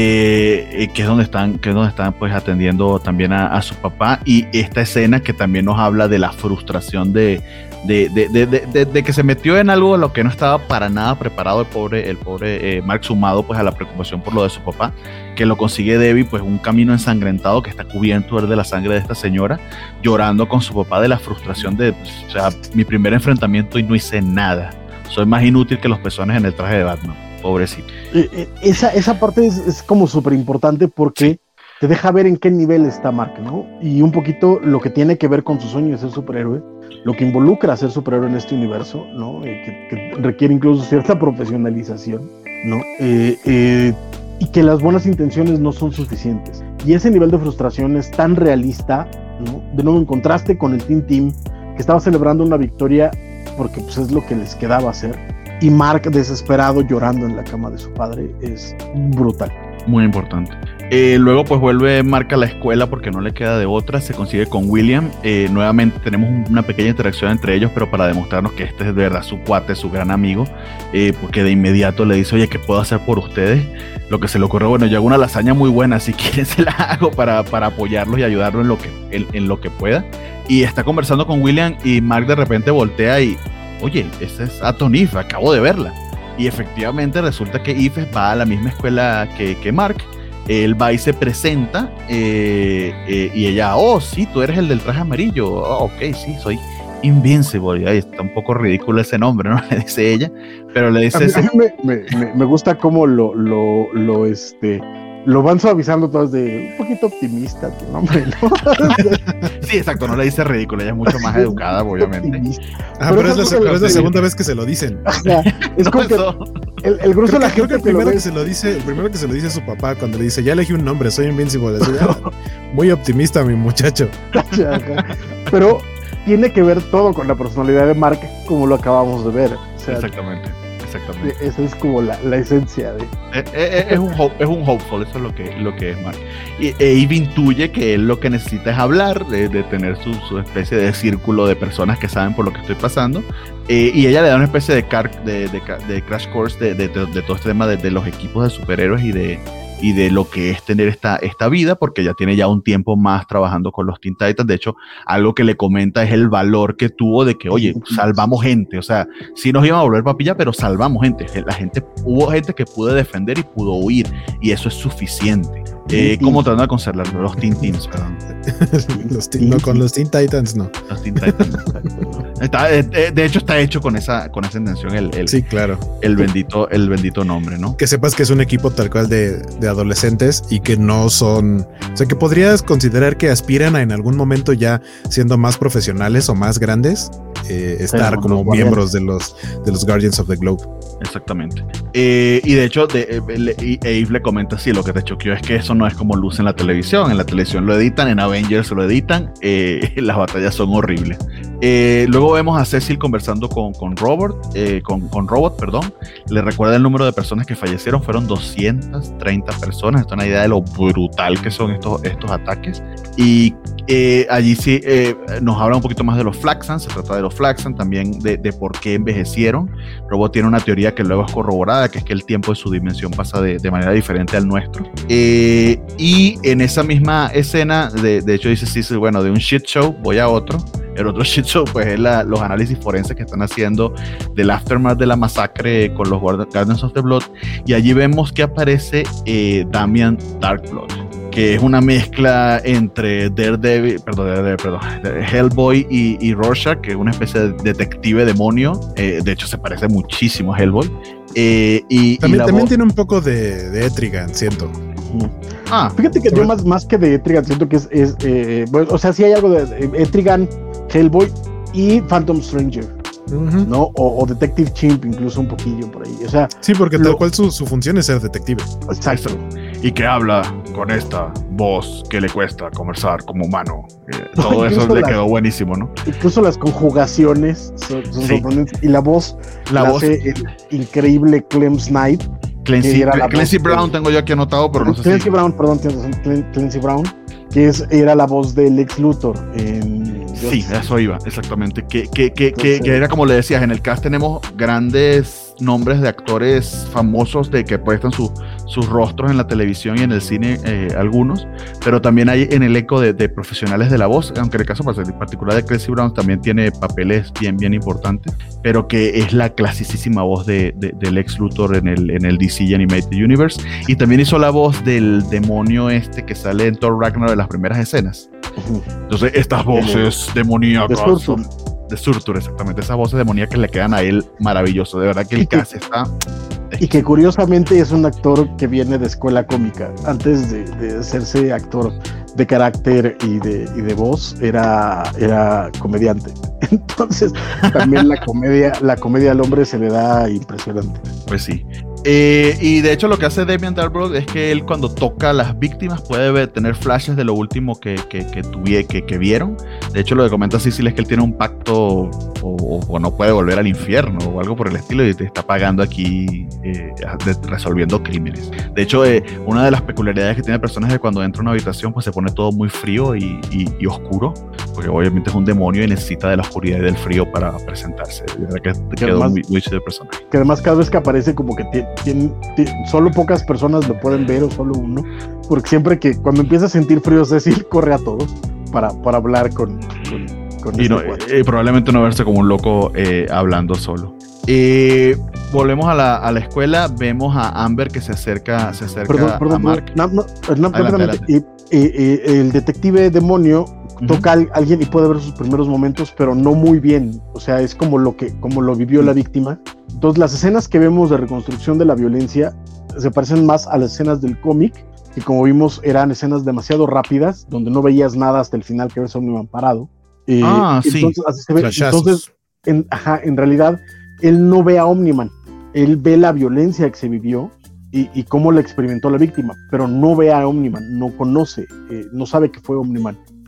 eh, eh, que es donde están que es donde están pues atendiendo también a, a su papá, y esta escena que también nos habla de la frustración de De, de, de, de, de, de que se metió en algo a lo que no estaba para nada preparado el pobre, el pobre eh, Mark, sumado pues a la preocupación por lo de su papá, que lo consigue Debbie, pues un camino ensangrentado que está cubierto de la sangre de esta señora, llorando con su papá de la frustración de, pues, o sea, mi primer enfrentamiento y no hice nada, soy más inútil que los pezones en el traje de Batman, pobrecito. Eh, esa, esa parte es, es como súper importante porque te deja ver en qué nivel está Mark, ¿no? Y un poquito lo que tiene que ver con su sueño de ser superhéroe, lo que involucra ser superhéroe en este universo, ¿no? Eh, que, que requiere incluso cierta profesionalización, ¿no? Eh, eh, y que las buenas intenciones no son suficientes. Y ese nivel de frustración es tan realista, ¿no? De nuevo en contraste con el Teen Team, que estaba celebrando una victoria porque pues, es lo que les quedaba hacer. Y Mark desesperado llorando en la cama de su padre es brutal. Muy importante. Eh, luego pues vuelve Mark a la escuela porque no le queda de otra, se consigue con William, eh, nuevamente tenemos un, una pequeña interacción entre ellos, pero para demostrarnos que este es de verdad su cuate, su gran amigo, eh, porque de inmediato le dice, oye, ¿qué puedo hacer por ustedes? Lo que se le ocurrió, bueno, yo hago una lasaña muy buena, si quieren se la hago para, para apoyarlos y ayudarlos en lo que, en, en lo que pueda, y está conversando con William y Mark de repente voltea y, oye, esa es Aton Eve, acabo de verla. Y efectivamente resulta que Yves va a la misma escuela que, que Mark. Él va y se presenta eh, eh, y ella, oh sí, tú eres el del traje amarillo. Oh, ok, sí, soy Invincible. Ay, está un poco ridículo ese nombre, ¿no? Le dice ella, pero le dice... A mí, ese... a mí me, me, me gusta cómo lo, lo, lo, este, lo van suavizando todos de un poquito optimista tu nombre, ¿no? Sí, exacto, no le dice ridículo, ella es mucho más educada, obviamente. Ah, pero, pero es, la, pero es la segunda vez que se lo dicen. O sea, es como que el, el grueso de la gente creo que el primero que, que se lo dice, el primero que se lo dice a su papá cuando le dice, ya elegí un nombre, soy Invincible. Así, muy optimista, mi muchacho. Pero tiene que ver todo con la personalidad de Mark, como lo acabamos de ver. O sea, exactamente. exactamente. Esa es como la, la esencia de... Eh, eh, es, un hope, es un hopeful, eso es lo que, lo que es Mark. Y Abe intuye que él lo que necesita es hablar, de, de tener su, su especie de círculo de personas que saben por lo que estoy pasando. Eh, y ella le da una especie de, car, de, de, de crash course de, de, de, de todo este tema de, de los equipos de superhéroes y de, y de lo que es tener esta, esta vida, porque ella tiene ya un tiempo más trabajando con los Teen Titans. De hecho, algo que le comenta es el valor que tuvo de que, oye, salvamos gente, o sea, sí nos iban a volver papilla, pero salvamos gente, la gente, hubo gente que pudo defender y pudo huir, y eso es suficiente. Eh, ¿Cómo tratando de conservar los Teen Teams? Perdón. los teen, no, con los Teen Titans no. Los Teen Titans. Está, de, de hecho está hecho con esa, con esa intención el, el, sí, claro. el, bendito, el bendito nombre, ¿no? Que sepas que es un equipo tal cual de, de adolescentes y que no son, o sea, que podrías considerar que aspiran a en algún momento ya siendo más profesionales o más grandes, eh, estar como miembros de los, de los Guardians of the Globe. Exactamente. Eh, y de hecho, de, eh, Abe le comenta así, lo que te choqueó es que eso no es como luce en la televisión. En la televisión lo editan, en Avengers lo editan, eh, las batallas son horribles. Eh, luego vemos a Cecil conversando con, con Robert, eh, con, con Robot, perdón. Le recuerda el número de personas que fallecieron, fueron doscientas treinta personas. Esto es una idea de lo brutal que son estos, estos ataques. Y eh, allí sí eh, nos habla un poquito más de los Flaxans, se trata de los Flaxans, también de, de por qué envejecieron. Robot tiene una teoría que luego es corroborada, que es que el tiempo de su dimensión pasa de, de manera diferente al nuestro. Eh, y en esa misma escena, de, de hecho dice, sí, sí, bueno, de un shit show voy a otro. El otro shit show pues es la, los análisis forenses que están haciendo del aftermath de la masacre con los Guardians of the Blood, y allí vemos que aparece eh, Damian Darkblood, que es una mezcla entre Daredevil, perdón, Daredevil, perdón Hellboy y, y Rorschach, que es una especie de detective demonio. Eh, de hecho se parece muchísimo a Hellboy. Eh, y, también y también voz... tiene un poco de, de Etrigan, siento. Ah, fíjate que yo más, más que de Etrigan siento que es, es eh, bueno, o sea, sí hay algo de, de Etrigan, Hellboy y Phantom Stranger, uh-huh. ¿no? O, o Detective Chimp, incluso un poquillo por ahí. O sea, sí, porque lo... tal cual su, su función es ser detective. Exacto. Y que habla con esta voz que le cuesta conversar como humano. Eh, todo eso le las, quedó buenísimo, ¿no? Incluso las conjugaciones son, son sí. sorprendentes. Y la voz la, la voz hace el increíble Clem Snipe. Clancy, Clancy Brown de, tengo yo aquí anotado, pero no sé Clancy si... Brown, perdón, Clancy Brown, que es, era la voz de Lex Luthor en... Sí, eso iba, exactamente. Que, que, que, que, que era como le decías, en el cast tenemos grandes nombres de actores famosos de que prestan su, sus rostros en la televisión y en el cine, eh, algunos, pero también hay en el eco de, de profesionales de la voz, aunque en el caso particular de Clancy Brown también tiene papeles bien, bien importantes, pero que es la clasicísima voz de, de, de Lex Luthor en el, en el D C Animated Universe, y también hizo la voz del demonio este que sale en Thor Ragnarok de las primeras escenas. Entonces estas voces demoníacas de Surtur. son de Surtur, exactamente, esas voces demoníacas le quedan a él maravilloso, de verdad que el cast está... Y que curiosamente es un actor que viene de escuela cómica. Antes de, de hacerse actor de carácter y de, y de voz, era, era comediante. Entonces también la comedia, la comedia al hombre se le da impresionante. Pues sí. Eh, y de hecho lo que hace Damian Darkblood es que él cuando toca a las víctimas puede ver, tener flashes de lo último que, que, que, tuvie, que, que vieron. De hecho lo que comenta Cecil es que él tiene un pacto o, o, o no puede volver al infierno o algo por el estilo, y te está pagando aquí eh, de, resolviendo crímenes. De hecho eh, una de las peculiaridades que tiene el personaje es que cuando entra a una habitación pues se pone todo muy frío y, y, y oscuro, porque obviamente es un demonio y necesita de la oscuridad y del frío para presentarse. De verdad que, que quedó además, muy, muy chido el personaje. Que además cada vez que aparece como que tiene Tien, tien, solo pocas personas lo pueden ver o solo uno, porque siempre que cuando empieza a sentir frío Cecil corre a todos para, para hablar con, con, con y este no, eh, probablemente no verse como un loco eh, hablando solo. Eh, volvemos a la, a la escuela, vemos a Amber que se acerca, se acerca perdón, perdón, a Mark. No, no, no, adelante, adelante. Y, y, y, el detective demonio uh-huh. toca a alguien y puede ver sus primeros momentos, pero no muy bien. O sea, es como lo que, como lo vivió uh-huh. la víctima. Entonces las escenas que vemos de reconstrucción de la violencia se parecen más a las escenas del cómic, que como vimos eran escenas demasiado rápidas, donde no veías nada hasta el final que ves a Omniman parado. Eh, ah, entonces, sí. Así se ve. Entonces, en, ajá, en realidad, él no ve a Omniman, él ve la violencia que se vivió y, y cómo la experimentó la víctima, pero no ve a Omniman, no conoce, eh, no sabe que fue Omniman.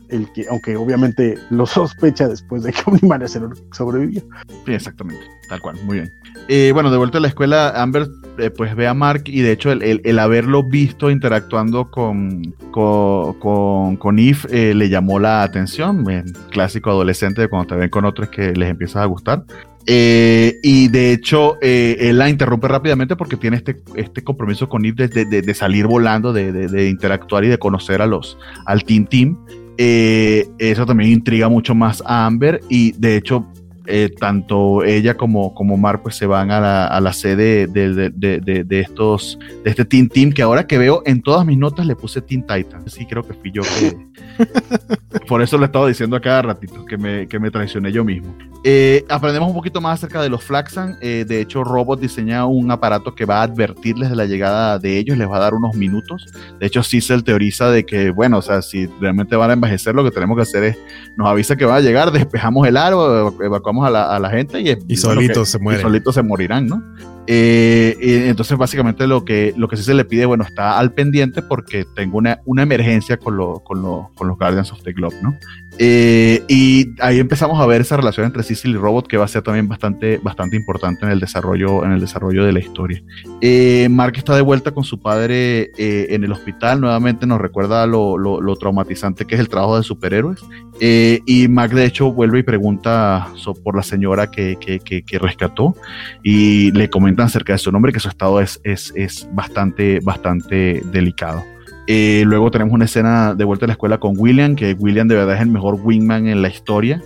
el que, aunque obviamente lo sospecha después de que Omni-Man es el único que sobrevivió. Sí, exactamente, tal cual, muy bien. Eh, bueno, de vuelta a la escuela, Amber eh, pues ve a Mark y de hecho el, el, el haberlo visto interactuando con, con, con, con Eve eh, le llamó la atención, el clásico adolescente de cuando te ven con otros que les empieza a gustar. Eh, y de hecho eh, él la interrumpe rápidamente porque tiene este, este compromiso con Eve de, de, de salir volando, de, de, de interactuar y de conocer a los, al Teen Team. Eh, eso también intriga mucho más a Amber y de hecho eh, tanto ella como, como Mark pues se van a la, a la sede de, de, de, de, de estos de este Teen Team, que ahora que veo en todas mis notas le puse Teen Titans. Sí, creo que fui yo que por eso lo he estado diciendo a cada ratito que me, que me traicioné yo mismo. Eh, aprendemos un poquito más acerca de los Flaxan. Eh, de hecho, Robot diseña un aparato que va a advertirles de la llegada de ellos, les va a dar unos minutos. De hecho, Cecil teoriza de que, bueno, o sea, si realmente van a envejecer, lo que tenemos que hacer es, nos avisa que van a llegar, despejamos el aro, evacuamos a la, a la gente y, y, y solitos bueno, que, se mueren. Y solitos se morirán, ¿no? Eh, eh, entonces, básicamente, lo que, lo que sí se le pide, bueno, está al pendiente porque tengo una, una emergencia con, lo, con, lo, con los Guardians of the Globe, ¿no? Eh, y ahí empezamos a ver esa relación entre Cecil y Robot que va a ser también bastante, bastante importante en el desarrollo, en el desarrollo de la historia. Eh, Mark está de vuelta con su padre eh, en el hospital, nuevamente nos recuerda lo, lo, lo traumatizante que es el trabajo de superhéroes. Eh, y Mark de hecho vuelve y pregunta so, por la señora que, que, que, que rescató y le comentan acerca de su nombre, que su estado es, es, es bastante, bastante delicado. Eh, luego tenemos una escena de vuelta a la escuela con William, que William de verdad es el mejor wingman en la historia.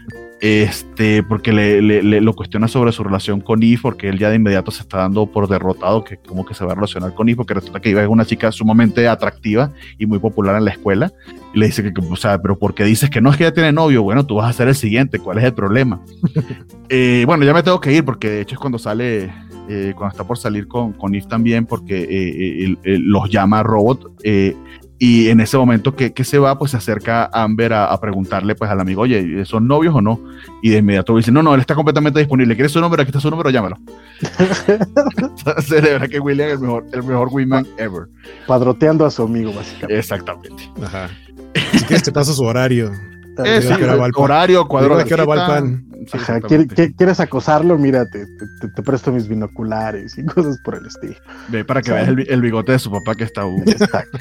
Este, porque le, le, le lo cuestiona sobre su relación con Eve, porque él ya de inmediato se está dando por derrotado, que como que se va a relacionar con Eve, porque resulta que Eve es una chica sumamente atractiva y muy popular en la escuela, y le dice que, o sea, pero ¿por qué dices que no? Es que ella tiene novio. Bueno, tú vas a ser el siguiente, ¿cuál es el problema? eh, bueno, ya me tengo que ir, porque de hecho es cuando sale, eh, cuando está por salir con, con Eve también, porque eh, él, él los llama Robot, eh, y en ese momento que, que se va, pues se acerca Amber a, a preguntarle pues al amigo, oye, ¿son novios o no? Y de inmediato dice, no, no, él está completamente disponible. ¿Quieres su número? Aquí está su número, llámalo. Entonces, de verdad que William es el mejor, el mejor wingman ever. Padroteando a su amigo, básicamente. Exactamente. Ajá. Si quieres te paso su horario. Eh, sí, el horario, cuadro de qué hora va el pan. Sí, Ajá, ¿quieres, ¿Quieres acosarlo? Mira, te, te, te presto mis binoculares y cosas por el estilo. Ve para que veas el, el bigote de su papá que está uh. Exacto.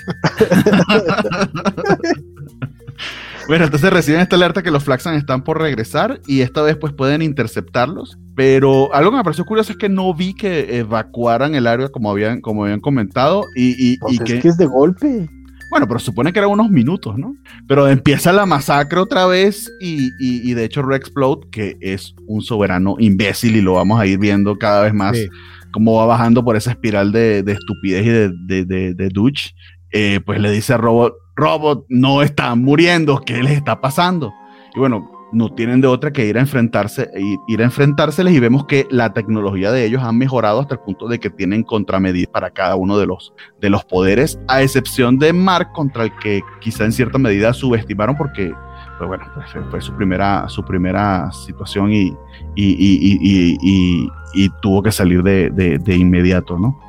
Bueno, entonces reciben esta alerta que los Flaxan están por regresar y esta vez pues pueden interceptarlos, pero algo que me pareció curioso es que no vi que evacuaran el área como habían, como habían comentado y, y, pues y es que... que es de golpe. Bueno, pero supone que eran unos minutos, ¿no? Pero empieza la masacre otra vez y, y, y de hecho Rexplode, que es un soberano imbécil y lo vamos a ir viendo cada vez más, sí, cómo va bajando por esa espiral de, de estupidez y de, de, de, de douche, eh, pues le dice a Robot, Robot, no están muriendo, ¿qué les está pasando? Y bueno, no tienen de otra que ir a enfrentarse, ir, ir a enfrentárseles y vemos que la tecnología de ellos ha mejorado hasta el punto de que tienen contramedidas para cada uno de los, de los poderes, a excepción de Mark, contra el que quizá en cierta medida subestimaron porque, pues bueno, fue, fue su primera, su primera situación y, y, y, y, y, y, y tuvo que salir de, de, de inmediato, ¿no?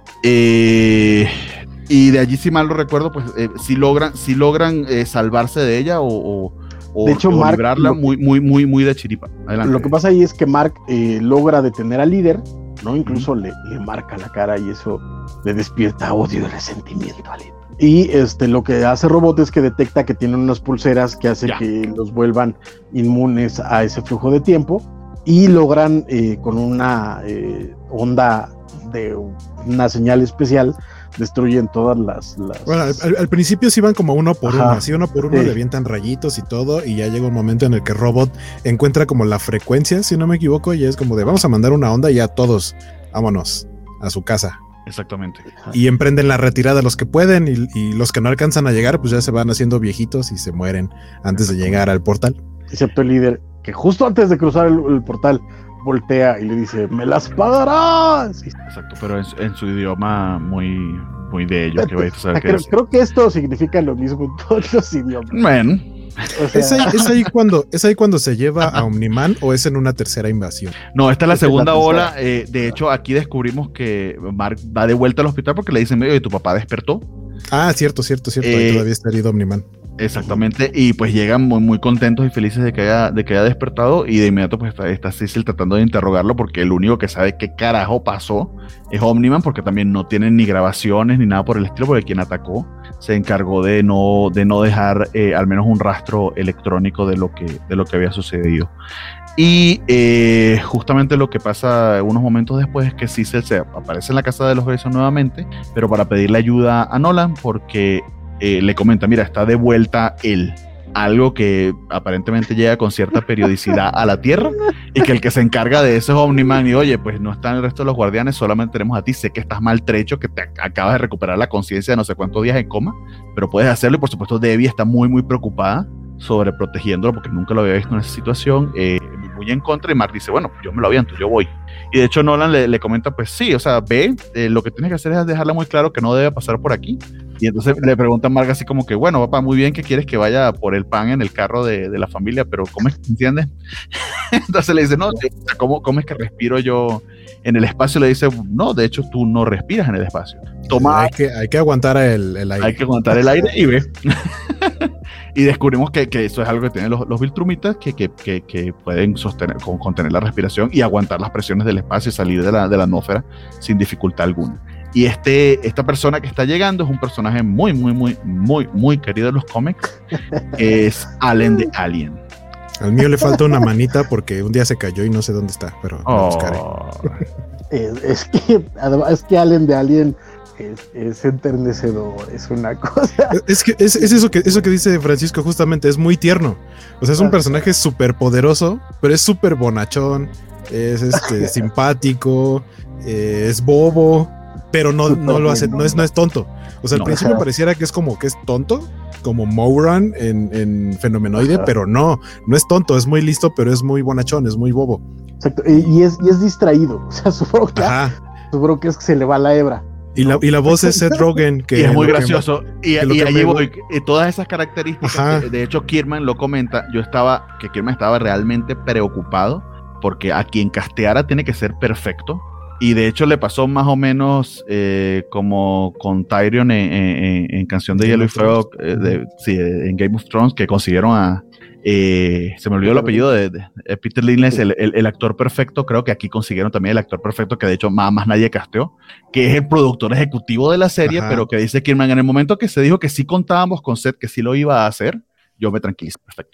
Eh, y de allí, si mal no recuerdo, pues eh, si logran, si logran eh, salvarse de ella o... o O, de hecho, o Mark, librarla muy, muy, muy, muy de chiripa. Adelante. Lo que pasa ahí es que Mark eh, logra detener al líder, ¿no? Incluso uh-huh. le, le marca la cara y eso le despierta odio y resentimiento al líder. Y este, lo que hace Robot es que detecta que tienen unas pulseras que hace ya. que los vuelvan inmunes a ese flujo de tiempo y logran eh, con una eh, onda de una señal especial destruyen todas las... las... Bueno, al, al principio sí van como uno por Ajá, uno, así uno por uno sí. le avientan rayitos y todo, y ya llega un momento en el que Robot encuentra como la frecuencia, si no me equivoco, y es como de vamos a mandar una onda y ya todos, vámonos a su casa. Exactamente. Y emprenden la retirada los que pueden y, y los que no alcanzan a llegar, pues ya se van haciendo viejitos y se mueren antes de llegar al portal. Excepto el líder, que justo antes de cruzar el, el portal voltea y le dice, ¡me las pagarás! Exacto, pero en, en su idioma muy, muy de ellos. Que vais a saber creo, qué creo que esto significa lo mismo en todos los idiomas. Bueno. O sea, ¿Es, ahí, es, ahí cuando, ¿Es ahí cuando se lleva a Omni-Man o es en una tercera invasión? No, esta es la esta segunda es la ola. Eh, de hecho, aquí descubrimos que Mark va de vuelta al hospital porque le dicen, medio de tu papá despertó. Ah, cierto, cierto, cierto. Eh, ahí todavía está herido Omni-Man. Exactamente, y pues llegan muy, muy contentos y felices de que haya, de que haya despertado, y de inmediato pues está, está Cecil tratando de interrogarlo, porque el único que sabe qué carajo pasó es Omni-Man, porque también no tienen ni grabaciones ni nada por el estilo, porque quien atacó se encargó de no, de no dejar eh, al menos un rastro electrónico de lo que, de lo que había sucedido. Y eh, justamente lo que pasa unos momentos después es que Cecil se aparece en la casa de los Grayson nuevamente, pero para pedirle ayuda a Nolan, porque eh, le comenta, mira, está de vuelta él, algo que aparentemente llega con cierta periodicidad a la Tierra, y que el que se encarga de eso es Omni-Man, y oye, pues no están el resto de los guardianes, solamente tenemos a ti, sé que estás maltrecho, que te acabas de recuperar la conciencia de no sé cuántos días en coma, pero puedes hacerlo, y por supuesto Debbie está muy muy preocupada sobre protegiéndolo, porque nunca lo había visto en esa situación, eh, muy en contra, y Mark dice, bueno, yo me lo aviento, yo voy. Y de hecho Nolan le, le comenta, pues sí, o sea, ve, eh, lo que tienes que hacer es dejarle muy claro que no debe pasar por aquí. Y entonces le pregunta a Mark así como que, bueno, papá, muy bien que quieres que vaya por el pan en el carro de, de la familia, pero ¿cómo es que entiendes? Entonces le dice, no, ¿cómo, ¿cómo es que respiro yo en el espacio? Le dice, no, de hecho tú no respiras en el espacio. Toma, hay, que, hay que aguantar el, el aire. Hay que aguantar el aire y ve. Y descubrimos que, que eso es algo que tienen los, los Viltrumitas, que, que, que, que pueden sostener, con, contener la respiración y aguantar las presiones del espacio y salir de la, de la atmósfera sin dificultad alguna. Y este, esta persona que está llegando es un personaje muy, muy, muy, muy, muy querido en los cómics, que es Allen de Alien. Al mío le falta una manita porque un día se cayó y no sé dónde está, pero oh. lo buscaré. Es, es que, además, es que Allen de Alien es, es enternecedor, es una cosa. Es que es, es eso que eso que dice Francisco, justamente, es muy tierno. O sea, es un personaje súper poderoso, pero es súper bonachón, es este simpático, eh, es bobo, pero no, no lo hace, no es, no es tonto. O sea, al no, principio ajá. pareciera que es como que es tonto, como Mowran en, en Fenomenoide, ajá. pero no, no es tonto, es muy listo, pero es muy bonachón, es muy bobo. Exacto, y, y, es, y es distraído. O sea, su bronca, su bronca es que se le va la hebra. Y la, y la voz es Seth Rogen, que y es muy gracioso. Me, y, y allí voy, y todas esas características, ajá. que, de hecho, Kirman lo comenta. Yo estaba, que Kirman estaba realmente preocupado, porque a quien casteara tiene que ser perfecto. Y de hecho le pasó más o menos eh, como con Tyrion en, en, en Canción de Hielo y Fuego, eh, de, sí, en Game of Thrones, que consiguieron a... Eh, se me olvidó el apellido de, de, de Peter Linley, el, el, el actor perfecto. Creo que aquí consiguieron también el actor perfecto, que de hecho más, más nadie casteó, que es el productor ejecutivo de la serie, ajá. pero que dice Kirman, en el momento que se dijo que sí contábamos con Seth, que sí lo iba a hacer, yo me tranquilicé, perfecto.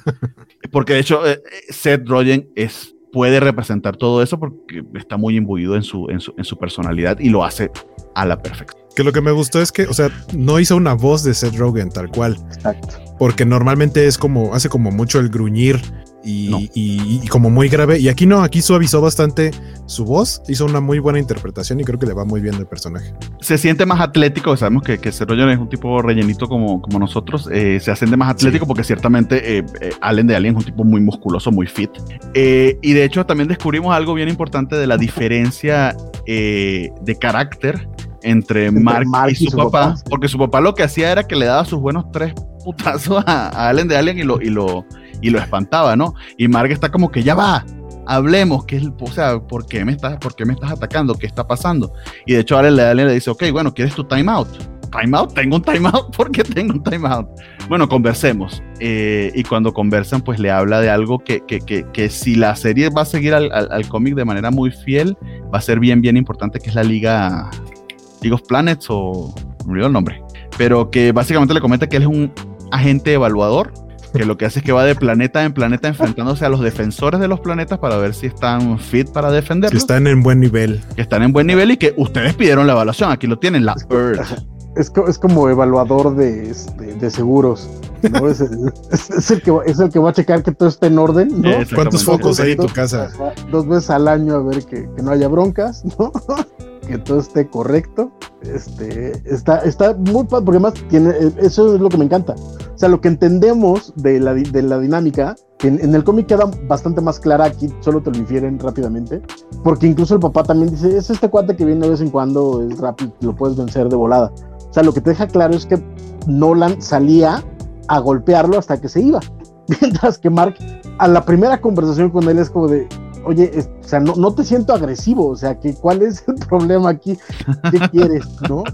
Porque de hecho eh, Seth Rogen es... puede representar todo eso porque está muy imbuido en su, en su, en su personalidad y lo hace a la perfección. Que lo que me gustó es que, o sea, no hizo una voz de Seth Rogen tal cual. Exacto. Porque normalmente es como, hace como mucho el gruñir y, no. y, y como muy grave. Y aquí no, aquí suavizó bastante su voz, hizo una muy buena interpretación y creo que le va muy bien el personaje. Se siente más atlético, sabemos que, que Seth Rogen es un tipo rellenito como, como nosotros, eh, se siente más atlético sí. porque ciertamente eh, eh, Allen de Alien es un tipo muy musculoso, muy fit. Eh, y de hecho también descubrimos algo bien importante de la diferencia eh, de carácter entre Mark, Mark y, su y su papá, papá, porque su papá lo que hacía era que le daba sus buenos tres putazos a, a Allen de Alien y lo, y, lo, y lo espantaba, ¿no? Y Mark está como que ya va, hablemos, ¿qué es, o sea, ¿por qué me estás, por qué me estás atacando? ¿Qué está pasando? Y de hecho Allen de Alien le dice, ok, bueno, ¿quieres tu timeout? ¿Timeout? ¿Tengo un timeout? ¿Por qué tengo un timeout? Bueno, conversemos. Eh, y cuando conversan, pues le habla de algo que, que, que, que si la serie va a seguir al, al, al cómic de manera muy fiel, va a ser bien, bien importante, que es la Liga... League of Planets, o me olvidó el nombre, pero que básicamente le comenta que él es un agente evaluador, que lo que hace es que va de planeta en planeta enfrentándose a los defensores de los planetas para ver si están fit para defenderlos. Que están en buen nivel. Que están en buen nivel y que ustedes pidieron la evaluación, aquí lo tienen, la Earth. Es, es como evaluador de, de, de seguros, ¿no? es, es, es, el que, es el que va a checar que todo esté en orden, ¿no? ¿Cuántos focos hay en tu casa? Dos veces al año a ver que, que no haya broncas, ¿no? Que todo esté correcto. Este, está, está muy padre, porque además tiene, eso es lo que me encanta. O sea, lo que entendemos de la, de la dinámica, que en, en el cómic queda bastante más clara, aquí solo te lo infieren rápidamente, porque incluso el papá también dice, es este cuate que viene de vez en cuando, es rápido, lo puedes vencer de volada. O sea, lo que te deja claro es que Nolan salía a golpearlo hasta que se iba, mientras que Mark, a la primera conversación con él es como de, oye, es, o sea, no, no te siento agresivo, o sea, que ¿cuál es el problema aquí? ¿Qué quieres, no?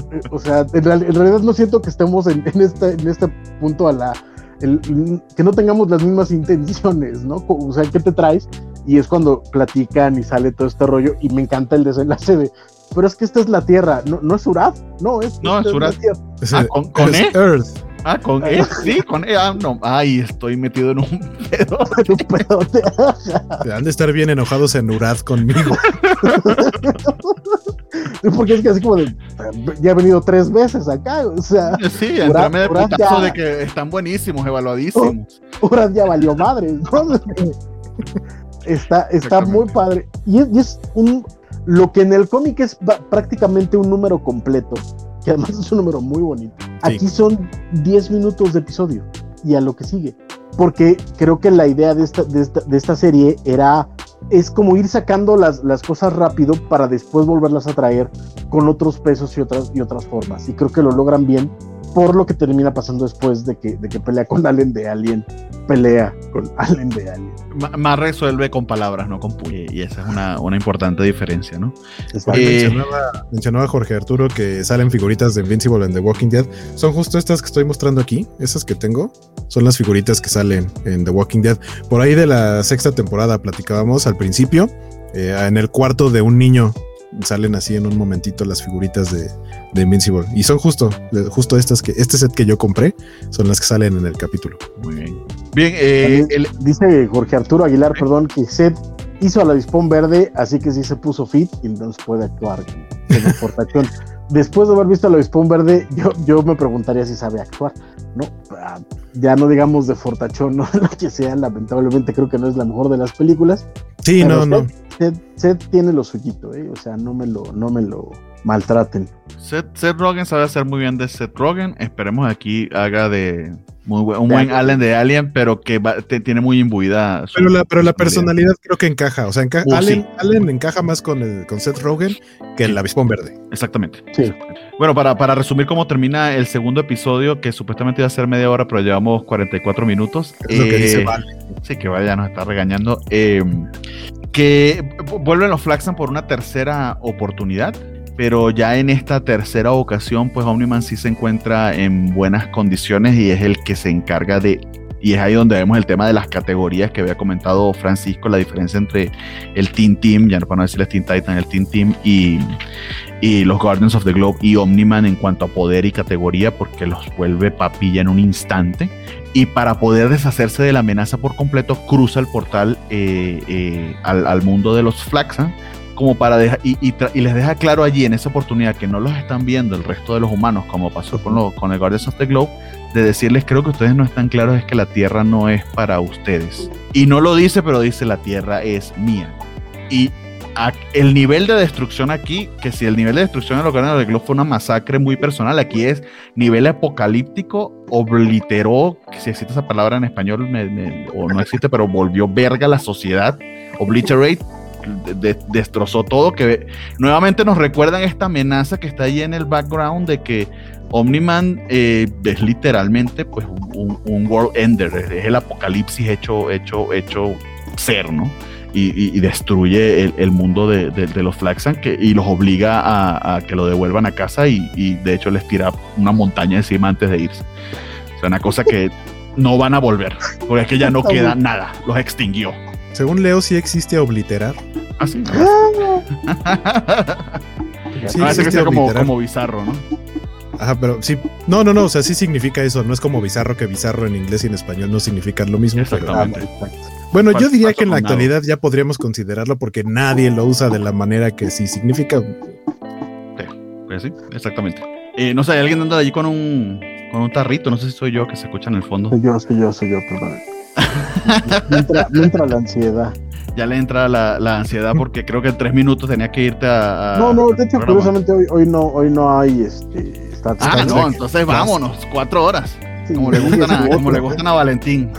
O sea, en, real, en realidad no siento que estemos en, en, este, en este punto a la... El, que no tengamos las mismas intenciones, ¿no? O sea, ¿qué te traes? Y es cuando platican y sale todo este rollo y me encanta el desenlace de... Pero es que esta es la Tierra, ¿no, no es Urad? No, es, no, es Urad. Ah, ¿con, con es E? Earth. Ah, con E, sí, con E. Ah, no. Ay, estoy metido en un pedo. un pedo de... Han de estar bien enojados en Urad conmigo. Porque es que así como de... Ya he venido tres veces acá, o sea... Sí, entrame de putazo ya... de que están buenísimos, evaluadísimos. Urad ya valió madre, ¿no? Está, está muy padre. Y es, y es un... Lo que en el cómic es prácticamente un número completo, que además es un número muy bonito. Sí. Aquí son diez minutos de episodio y a lo que sigue. Porque creo que la idea de esta, de esta, de esta serie era, es como ir sacando las, las cosas rápido para después volverlas a traer con otros pesos y otras, y otras formas. Y creo que lo logran bien por lo que termina pasando después de que, de que pelea con Allen de Alien. Pelea con Allen de Alien. M- más resuelve con palabras, no con puño. Y esa es una, una importante diferencia, ¿no? Eh, mencionaba, mencionaba Jorge Arturo que salen figuritas de Invincible en The Walking Dead. Son justo estas que estoy mostrando aquí. Esas que tengo son las figuritas que salen en The Walking Dead. Por ahí de la sexta temporada platicábamos al principio. Eh, en el cuarto de un niño salen así en un momentito las figuritas de, de Invincible. Y son justo, justo estas que, este set que yo compré, son las que salen en el capítulo. Muy bien. Bien, eh, el... dice Jorge Arturo Aguilar, perdón, que Seth hizo al avispón verde, así que sí se puso fit y entonces puede actuar como fortachón. Después de haber visto al avispón verde, yo, yo me preguntaría si sabe actuar, ¿no? Ya no digamos de fortachón, no lo que sea, lamentablemente creo que no es la mejor de las películas. Sí, no, no. Seth, Seth tiene lo suyito, ¿eh? O sea, no me lo, no me lo maltraten. Seth, Seth Rogen sabe hacer muy bien de Seth Rogen. Esperemos aquí haga de muy buen, un buen Alien. Allen de Alien, pero que va, te, tiene muy imbuida. Pero la, pero la personalidad creo que encaja. O sea, enca uh, Allen, sí. Allen encaja más con, el, con Seth Rogen que el avispón verde. Exactamente. Sí. Bueno, para, para resumir cómo termina el segundo episodio, que supuestamente iba a ser media hora, pero llevamos cuarenta y cuatro minutos. Es eh, lo que dice Vale. Sí, que vaya, nos está regañando. Eh, que vuelven los Flaxan por una tercera oportunidad, pero ya en esta tercera ocasión, pues Omni-Man sí se encuentra en buenas condiciones y es el que se encarga de, y es ahí donde vemos el tema de las categorías que había comentado Francisco, la diferencia entre el Teen Team, ya no para no decirles Teen Titan, el Teen Team y, y los Guardians of the Globe y Omni-Man en cuanto a poder y categoría, porque los vuelve papilla en un instante. Y para poder deshacerse de la amenaza por completo, cruza el portal eh, eh, al, al mundo de los Flaxan, como para dejar, y, y, y les deja claro allí en esa oportunidad que no los están viendo el resto de los humanos, como pasó con, lo, con el Guardians of the Globe, de decirles, creo que ustedes no están claros, es que la Tierra no es para ustedes. Y no lo dice, pero dice, la Tierra es mía. Y a, el nivel de destrucción aquí, que si el nivel de destrucción de los Guardians of the Globe fue una masacre muy personal, aquí es nivel apocalíptico, obliteró, si existe esa palabra en español, me, me, o no existe, pero volvió verga la sociedad, obliterate, de, de, destrozó todo, que nuevamente nos recuerdan esta amenaza que está ahí en el background de que Omni-Man eh, es literalmente pues un, un world ender, es, es el apocalipsis hecho, hecho, hecho ser, ¿no? Y, y, y destruye el, el mundo de, de, de los Flaxan que, y los obliga a, a que lo devuelvan a casa y, y de hecho les tira una montaña encima antes de irse. O sea, una cosa que no van a volver, porque es que ya no queda nada, los extinguió. Según Leo, sí existe obliterar. Ah, sí. Sí, no, existe que como, como bizarro, ¿no? Ajá, pero sí, no, no, no, o sea, sí significa eso, no es como bizarro, que bizarro en inglés y en español no significan lo mismo. Exactamente. Pero, bueno, yo diría que en la actualidad ya podríamos considerarlo porque nadie lo usa de la manera que sí significa. Sí, pues sí, exactamente. Eh, no sé, hay alguien anda allí con un, con un tarrito, no sé si soy yo que se escucha en el fondo. Soy yo, soy yo, soy yo, perdón. me, entra, me entra la ansiedad. Ya le entra la, la ansiedad porque creo que en tres minutos tenía que irte a... a no, no, de hecho, curiosamente hoy, hoy no hoy no hay este... Está, ah, está no, entonces vámonos, cuatro horas. Sí, como, le gustan a, como le gustan a Valentín.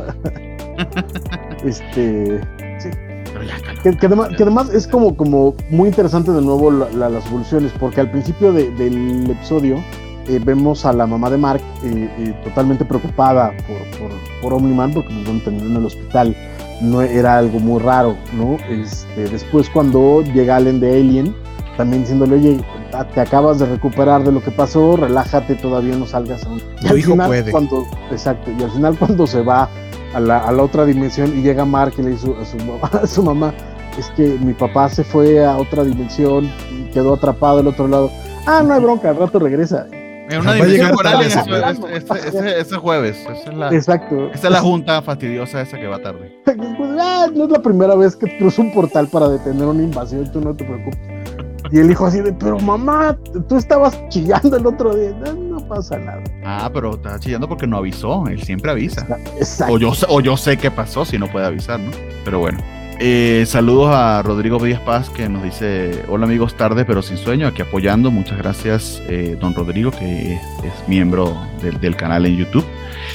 Este... Sí. Pero ya, calma, que, que, además, que además es como, como muy interesante de nuevo la, la, las evoluciones, porque al principio de, del episodio eh, vemos a la mamá de Mark eh, eh, totalmente preocupada por, por, por Omni-Man, porque pues, bueno, terminó en el hospital. No era algo muy raro, ¿no? Este, después cuando llega Allen de Alien, también diciéndole, oye, te acabas de recuperar de lo que pasó, relájate, todavía no salgas aún. Y Tu al hijo final, puede. Cuando, exacto, y al final cuando se va a la, a la otra dimensión y llega Mark y le dice a su, a su mamá, es que mi papá se fue a otra dimensión y quedó atrapado al otro lado. Ah, no hay bronca, al rato regresa. En una Va a dimensión llegar por alguien, tarde. eso- es- es- es- ese, ese jueves. Esa es, la, Exacto. esa es la junta fastidiosa esa que va tarde. Pues, ah, no es la primera vez que cruzo un portal para detener una invasión, tú no te preocupes. Y el hijo así de, pero mamá, tú estabas chillando el otro día. No, no pasa nada. Ah, pero está chillando porque no avisó. Él siempre avisa. Exacto. O yo, sé- o yo sé qué pasó si no puede avisar, ¿no? Pero bueno. Eh, saludos a Rodrigo Díaz Paz que nos dice: hola amigos, tarde pero sin sueño, aquí apoyando. Muchas gracias, eh, don Rodrigo, que es, es miembro del, del canal en YouTube.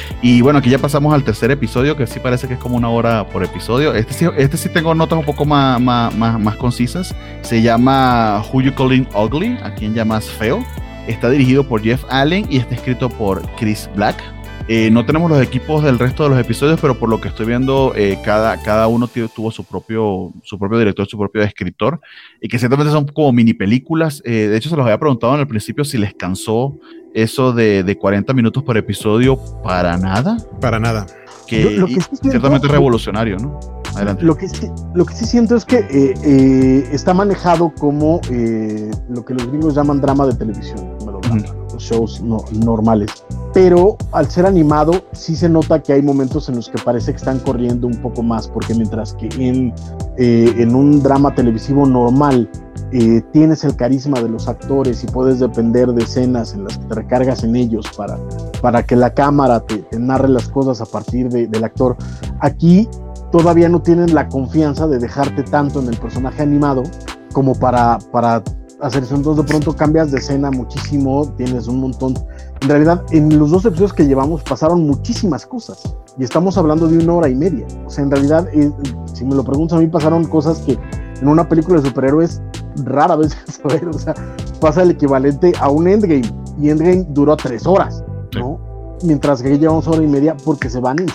Y bueno, aquí ya pasamos al tercer episodio, que sí parece que es como una hora por episodio. Este sí, este sí tengo notas un poco más, más, más, más concisas. Se llama Who You Calling Ugly, a quien llamas feo. Está dirigido por Jeff Allen y está escrito por Chris Black. Eh, no tenemos los equipos del resto de los episodios, pero por lo que estoy viendo, eh, cada, cada uno t- tuvo su propio, su propio director, su propio escritor, y que ciertamente son como mini películas. Eh, de hecho, se los había preguntado en el principio si les cansó eso de, de cuarenta minutos por episodio. Para nada. Para nada. Que, Yo- lo que y sí siento- ciertamente es revolucionario, ¿no? Adelante. Lo que sí, lo que sí siento es que eh, eh, está manejado como eh, lo que los gringos llaman drama de televisión, melodrama, Ujú. los shows no- normales. Pero al ser animado, sí se nota que hay momentos en los que parece que están corriendo un poco más, porque mientras que en, eh, en un drama televisivo normal eh, tienes el carisma de los actores y puedes depender de escenas en las que te recargas en ellos para, para que la cámara te, te narre las cosas a partir de, del actor, aquí todavía no tienen la confianza de dejarte tanto en el personaje animado como para, para hacer eso. Entonces de pronto cambias de escena muchísimo, tienes un montón. En realidad, en los dos episodios que llevamos pasaron muchísimas cosas y estamos hablando de una hora y media. O sea, en realidad, eh, si me lo preguntas a mí, pasaron cosas que en una película de superhéroes rara vez vas a ver. O sea, pasa el equivalente a un Endgame y Endgame duró tres horas, ¿no? Mientras que aquí llevamos hora y media porque se van en...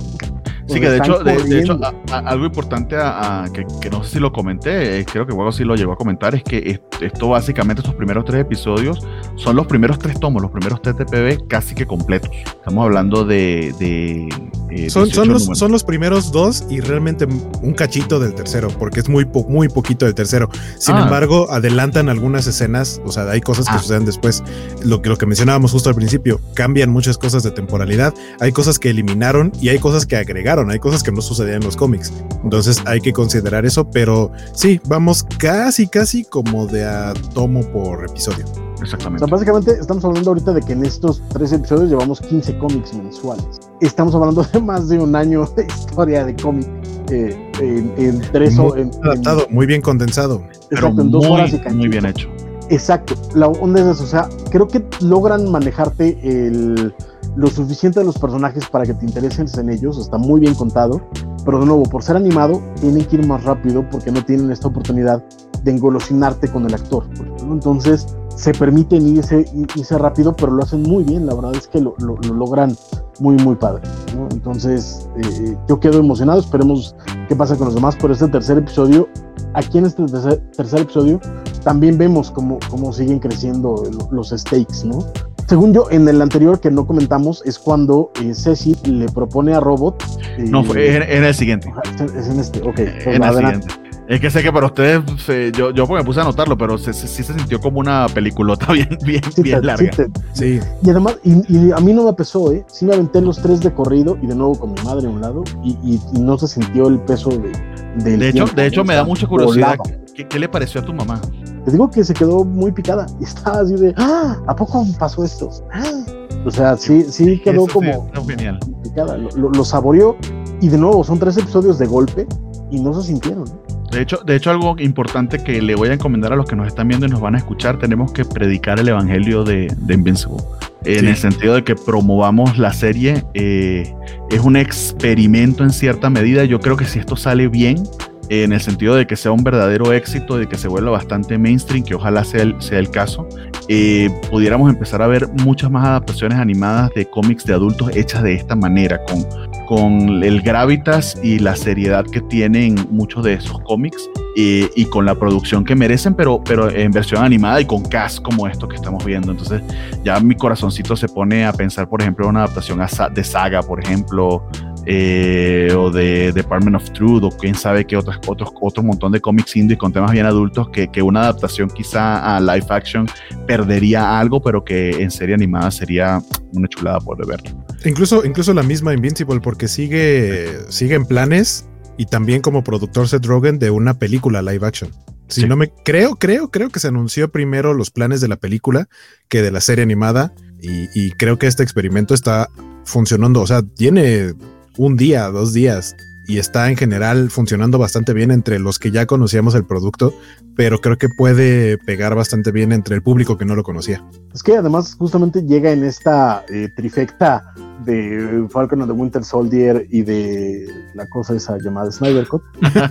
Sí, que de hecho, de, de hecho a, a, algo importante a, a, que, que no sé si lo comenté, eh, creo que luego sí lo llegó a comentar, es que es, esto básicamente, estos primeros tres episodios son los primeros tres tomos, los primeros tres T P B casi que completos. Estamos hablando de... de eh, Son, son, los, números. son los primeros dos y realmente un cachito del tercero, porque es muy, po, muy poquito del tercero. Sin ah. embargo, adelantan algunas escenas, o sea, hay cosas que ah. suceden después. Lo que, lo que mencionábamos justo al principio, cambian muchas cosas de temporalidad, hay cosas que eliminaron y hay cosas que agregaron. Hay cosas que no sucedían en los cómics, entonces hay que considerar eso, pero sí, vamos casi casi como de a tomo por episodio. Exactamente. O sea, básicamente estamos hablando ahorita de que en estos tres episodios llevamos quince cómics mensuales. Estamos hablando de más de un año de historia de cómic eh, en, en tres muy o en, adaptado, en, muy bien condensado. Exacto, pero en dos muy, horas y cachito. Muy bien hecho. Exacto, la onda es eso, o sea, creo que logran manejarte el, lo suficiente de los personajes para que te intereses en ellos, está muy bien contado, pero de nuevo, por ser animado, tienen que ir más rápido porque no tienen esta oportunidad de engolosinarte con el actor, ¿no? Entonces se permiten irse, irse rápido, pero lo hacen muy bien, la verdad es que lo, lo, lo logran muy muy padre, ¿no? Entonces eh, yo quedo emocionado, esperemos qué pasa con los demás, pero este tercer episodio, aquí en este tercer, tercer episodio también vemos cómo, cómo siguen creciendo los stakes, ¿no? Según yo, en el anterior que no comentamos, es cuando eh, Ceci le propone a Robot... Eh, no, fue, es, es en el siguiente. Es en este, ok. Es en el siguiente. Es que sé que para ustedes, eh, yo, yo me puse a anotarlo, pero sí se, se, se sintió como una peliculota bien, bien, sí, bien te, larga. Sí, te, sí. Y además, y, y a mí no me pesó, ¿eh? Sí me aventé los tres de corrido y de nuevo con mi madre a un lado y, y, y no se sintió el peso de... Del de hecho, tiempo, de hecho me o sea, da mucha curiosidad. volaba. ¿Qué, ¿Qué le pareció a tu mamá? Te digo que se quedó muy picada y estaba así de, ¡ah! ¿A poco pasó esto? ¡Ah! O sea, sí, sí quedó Eso como sí, genial. picada, lo, lo, lo saboreó y de nuevo son tres episodios de golpe y no se sintieron. De hecho, de hecho, algo importante que le voy a encomendar a los que nos están viendo y nos van a escuchar, tenemos que predicar el evangelio de, de Invincible. En sí. el sentido de que promovamos la serie, eh, es un experimento en cierta medida. Yo creo que si esto sale bien, eh, en el sentido de que sea un verdadero éxito, de que se vuelva bastante mainstream, que ojalá sea el, sea el caso, eh, pudiéramos empezar a ver muchas más adaptaciones animadas de cómics de adultos hechas de esta manera, con, con el gravitas y la seriedad que tienen muchos de esos cómics, y, y con la producción que merecen, pero, pero en versión animada y con cast como esto que estamos viendo. Entonces ya mi corazoncito se pone a pensar, por ejemplo, en una adaptación a, de Saga, por ejemplo, eh, o de Department of Truth, o quién sabe qué otros, otros, otro montón de cómics indies con temas bien adultos que, que una adaptación quizá a live action perdería algo, pero que en serie animada sería una chulada poder verlo. Incluso, incluso la misma Invincible, porque sigue, sigue en planes, y también como productor Seth Rogen de una película live action. Si sí. no me creo, creo, creo que se anunció primero los planes de la película que de la serie animada, y, y creo que este experimento está funcionando, o sea, tiene un día, dos días, y está en general funcionando bastante bien entre los que ya conocíamos el producto, pero creo que puede pegar bastante bien entre el público que no lo conocía. Es que además justamente llega en esta eh, trifecta de Falcon and the Winter Soldier y de la cosa esa llamada Snyder Cut,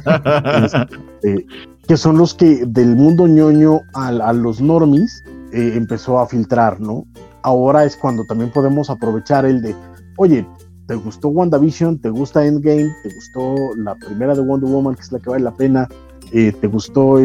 eh, que son los que del mundo ñoño a, a los normies eh, empezó a filtrar, ¿no? Ahora es cuando también podemos aprovechar el de, oye, ¿te gustó WandaVision? ¿Te gusta Endgame? ¿Te gustó la primera de Wonder Woman, que es la que vale la pena? Eh, ¿Te gustó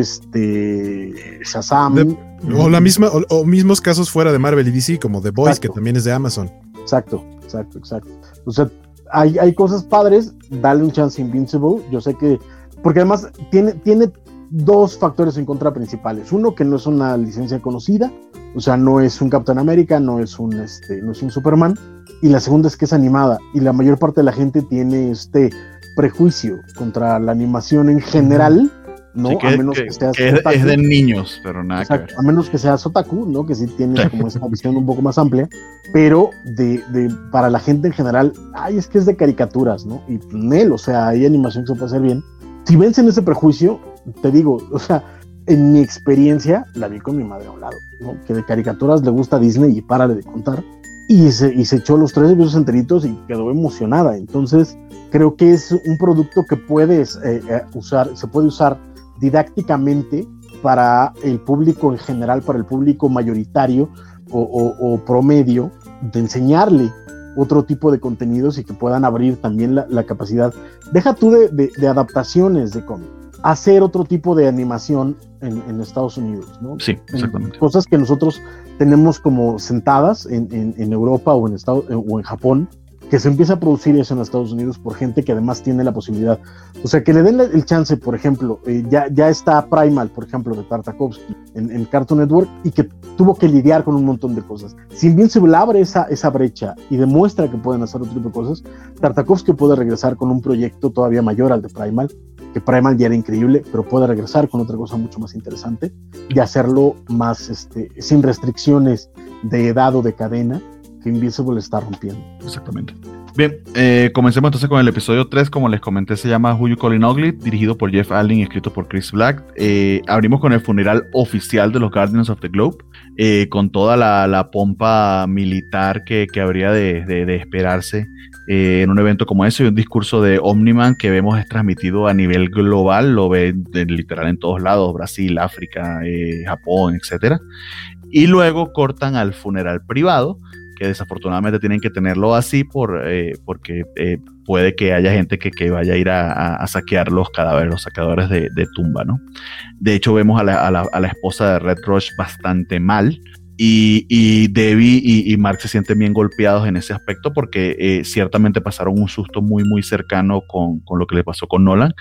este Shazam? De, o la misma, o, o mismos casos fuera de Marvel y D C, como The Boys, exacto, que también es de Amazon. Exacto, exacto, exacto. O sea, hay, hay cosas padres, dale un chance a Invincible. Yo sé que, porque además tiene, tiene dos factores en contra principales. Uno, que no es una licencia conocida, o sea, no es un Captain America, no es un, este, no es un Superman. Y la segunda es que es animada, y la mayor parte de la gente tiene este prejuicio contra la animación en general, ¿no? Sí, que, a menos que, que seas que es, es de niños, pero nada. Exacto, que ver. A menos que seas otaku, ¿no? Que sí tienes como esta visión un poco más amplia, pero de, de, para la gente en general, ay, es que es de caricaturas, ¿no? Y Nel, o sea, hay animación que se puede hacer bien. Si vencen ese prejuicio, te digo, o sea, en mi experiencia, la vi con mi madre a un lado, ¿no? Que de caricaturas le gusta Disney y párale de contar. Y se, y se echó los tres episodios enteritos y quedó emocionada. Entonces, creo que es un producto que puedes eh, eh, usar, se puede usar didácticamente para el público en general, para el público mayoritario o, o, o promedio, de enseñarle otro tipo de contenidos y que puedan abrir también la, la capacidad. Deja tú de, de, de adaptaciones de cómic, hacer otro tipo de animación en, en Estados Unidos, ¿no? Sí, exactamente. En cosas que nosotros tenemos como sentadas en, en, en Europa o en, Estado, o en Japón, que se empieza a producir eso en Estados Unidos por gente que además tiene la posibilidad. O sea, que le den el chance, por ejemplo, eh, ya, ya está Primal, por ejemplo, de Tartakovsky en, en Cartoon Network, y que tuvo que lidiar con un montón de cosas. Si Invincible abre esa, esa brecha y demuestra que pueden hacer otro tipo de cosas, Tartakovsky puede regresar con un proyecto todavía mayor al de Primal, que Primal ya era increíble, pero puede regresar con otra cosa mucho más interesante y hacerlo más este, sin restricciones de edad o de cadena que Invincible está rompiendo. Exactamente. Bien, eh, comencemos entonces con el episodio tres. Como les comenté, se llama Who You Calling Ugly, dirigido por Jeff Allen y escrito por Chris Black. Eh, abrimos con el funeral oficial de los Guardians of the Globe, eh, con toda la, la pompa militar que, que habría de, de, de esperarse eh, en un evento como ese, y un discurso de Omni-Man que vemos es transmitido a nivel global, lo ve de, literal en todos lados, Brasil, África, eh, Japón, etcétera. Y luego cortan al funeral privado, que desafortunadamente tienen que tenerlo así por, eh, porque eh, puede que haya gente que, que vaya a ir a, a, a saquear los cadáveres, los saqueadores de, de tumba, ¿no? De hecho, vemos a la, a la, a la esposa de Red Rush bastante mal, y, y Debbie y, y Mark se sienten bien golpeados en ese aspecto porque eh, ciertamente pasaron un susto muy, muy cercano con, con lo que le pasó con Nolan.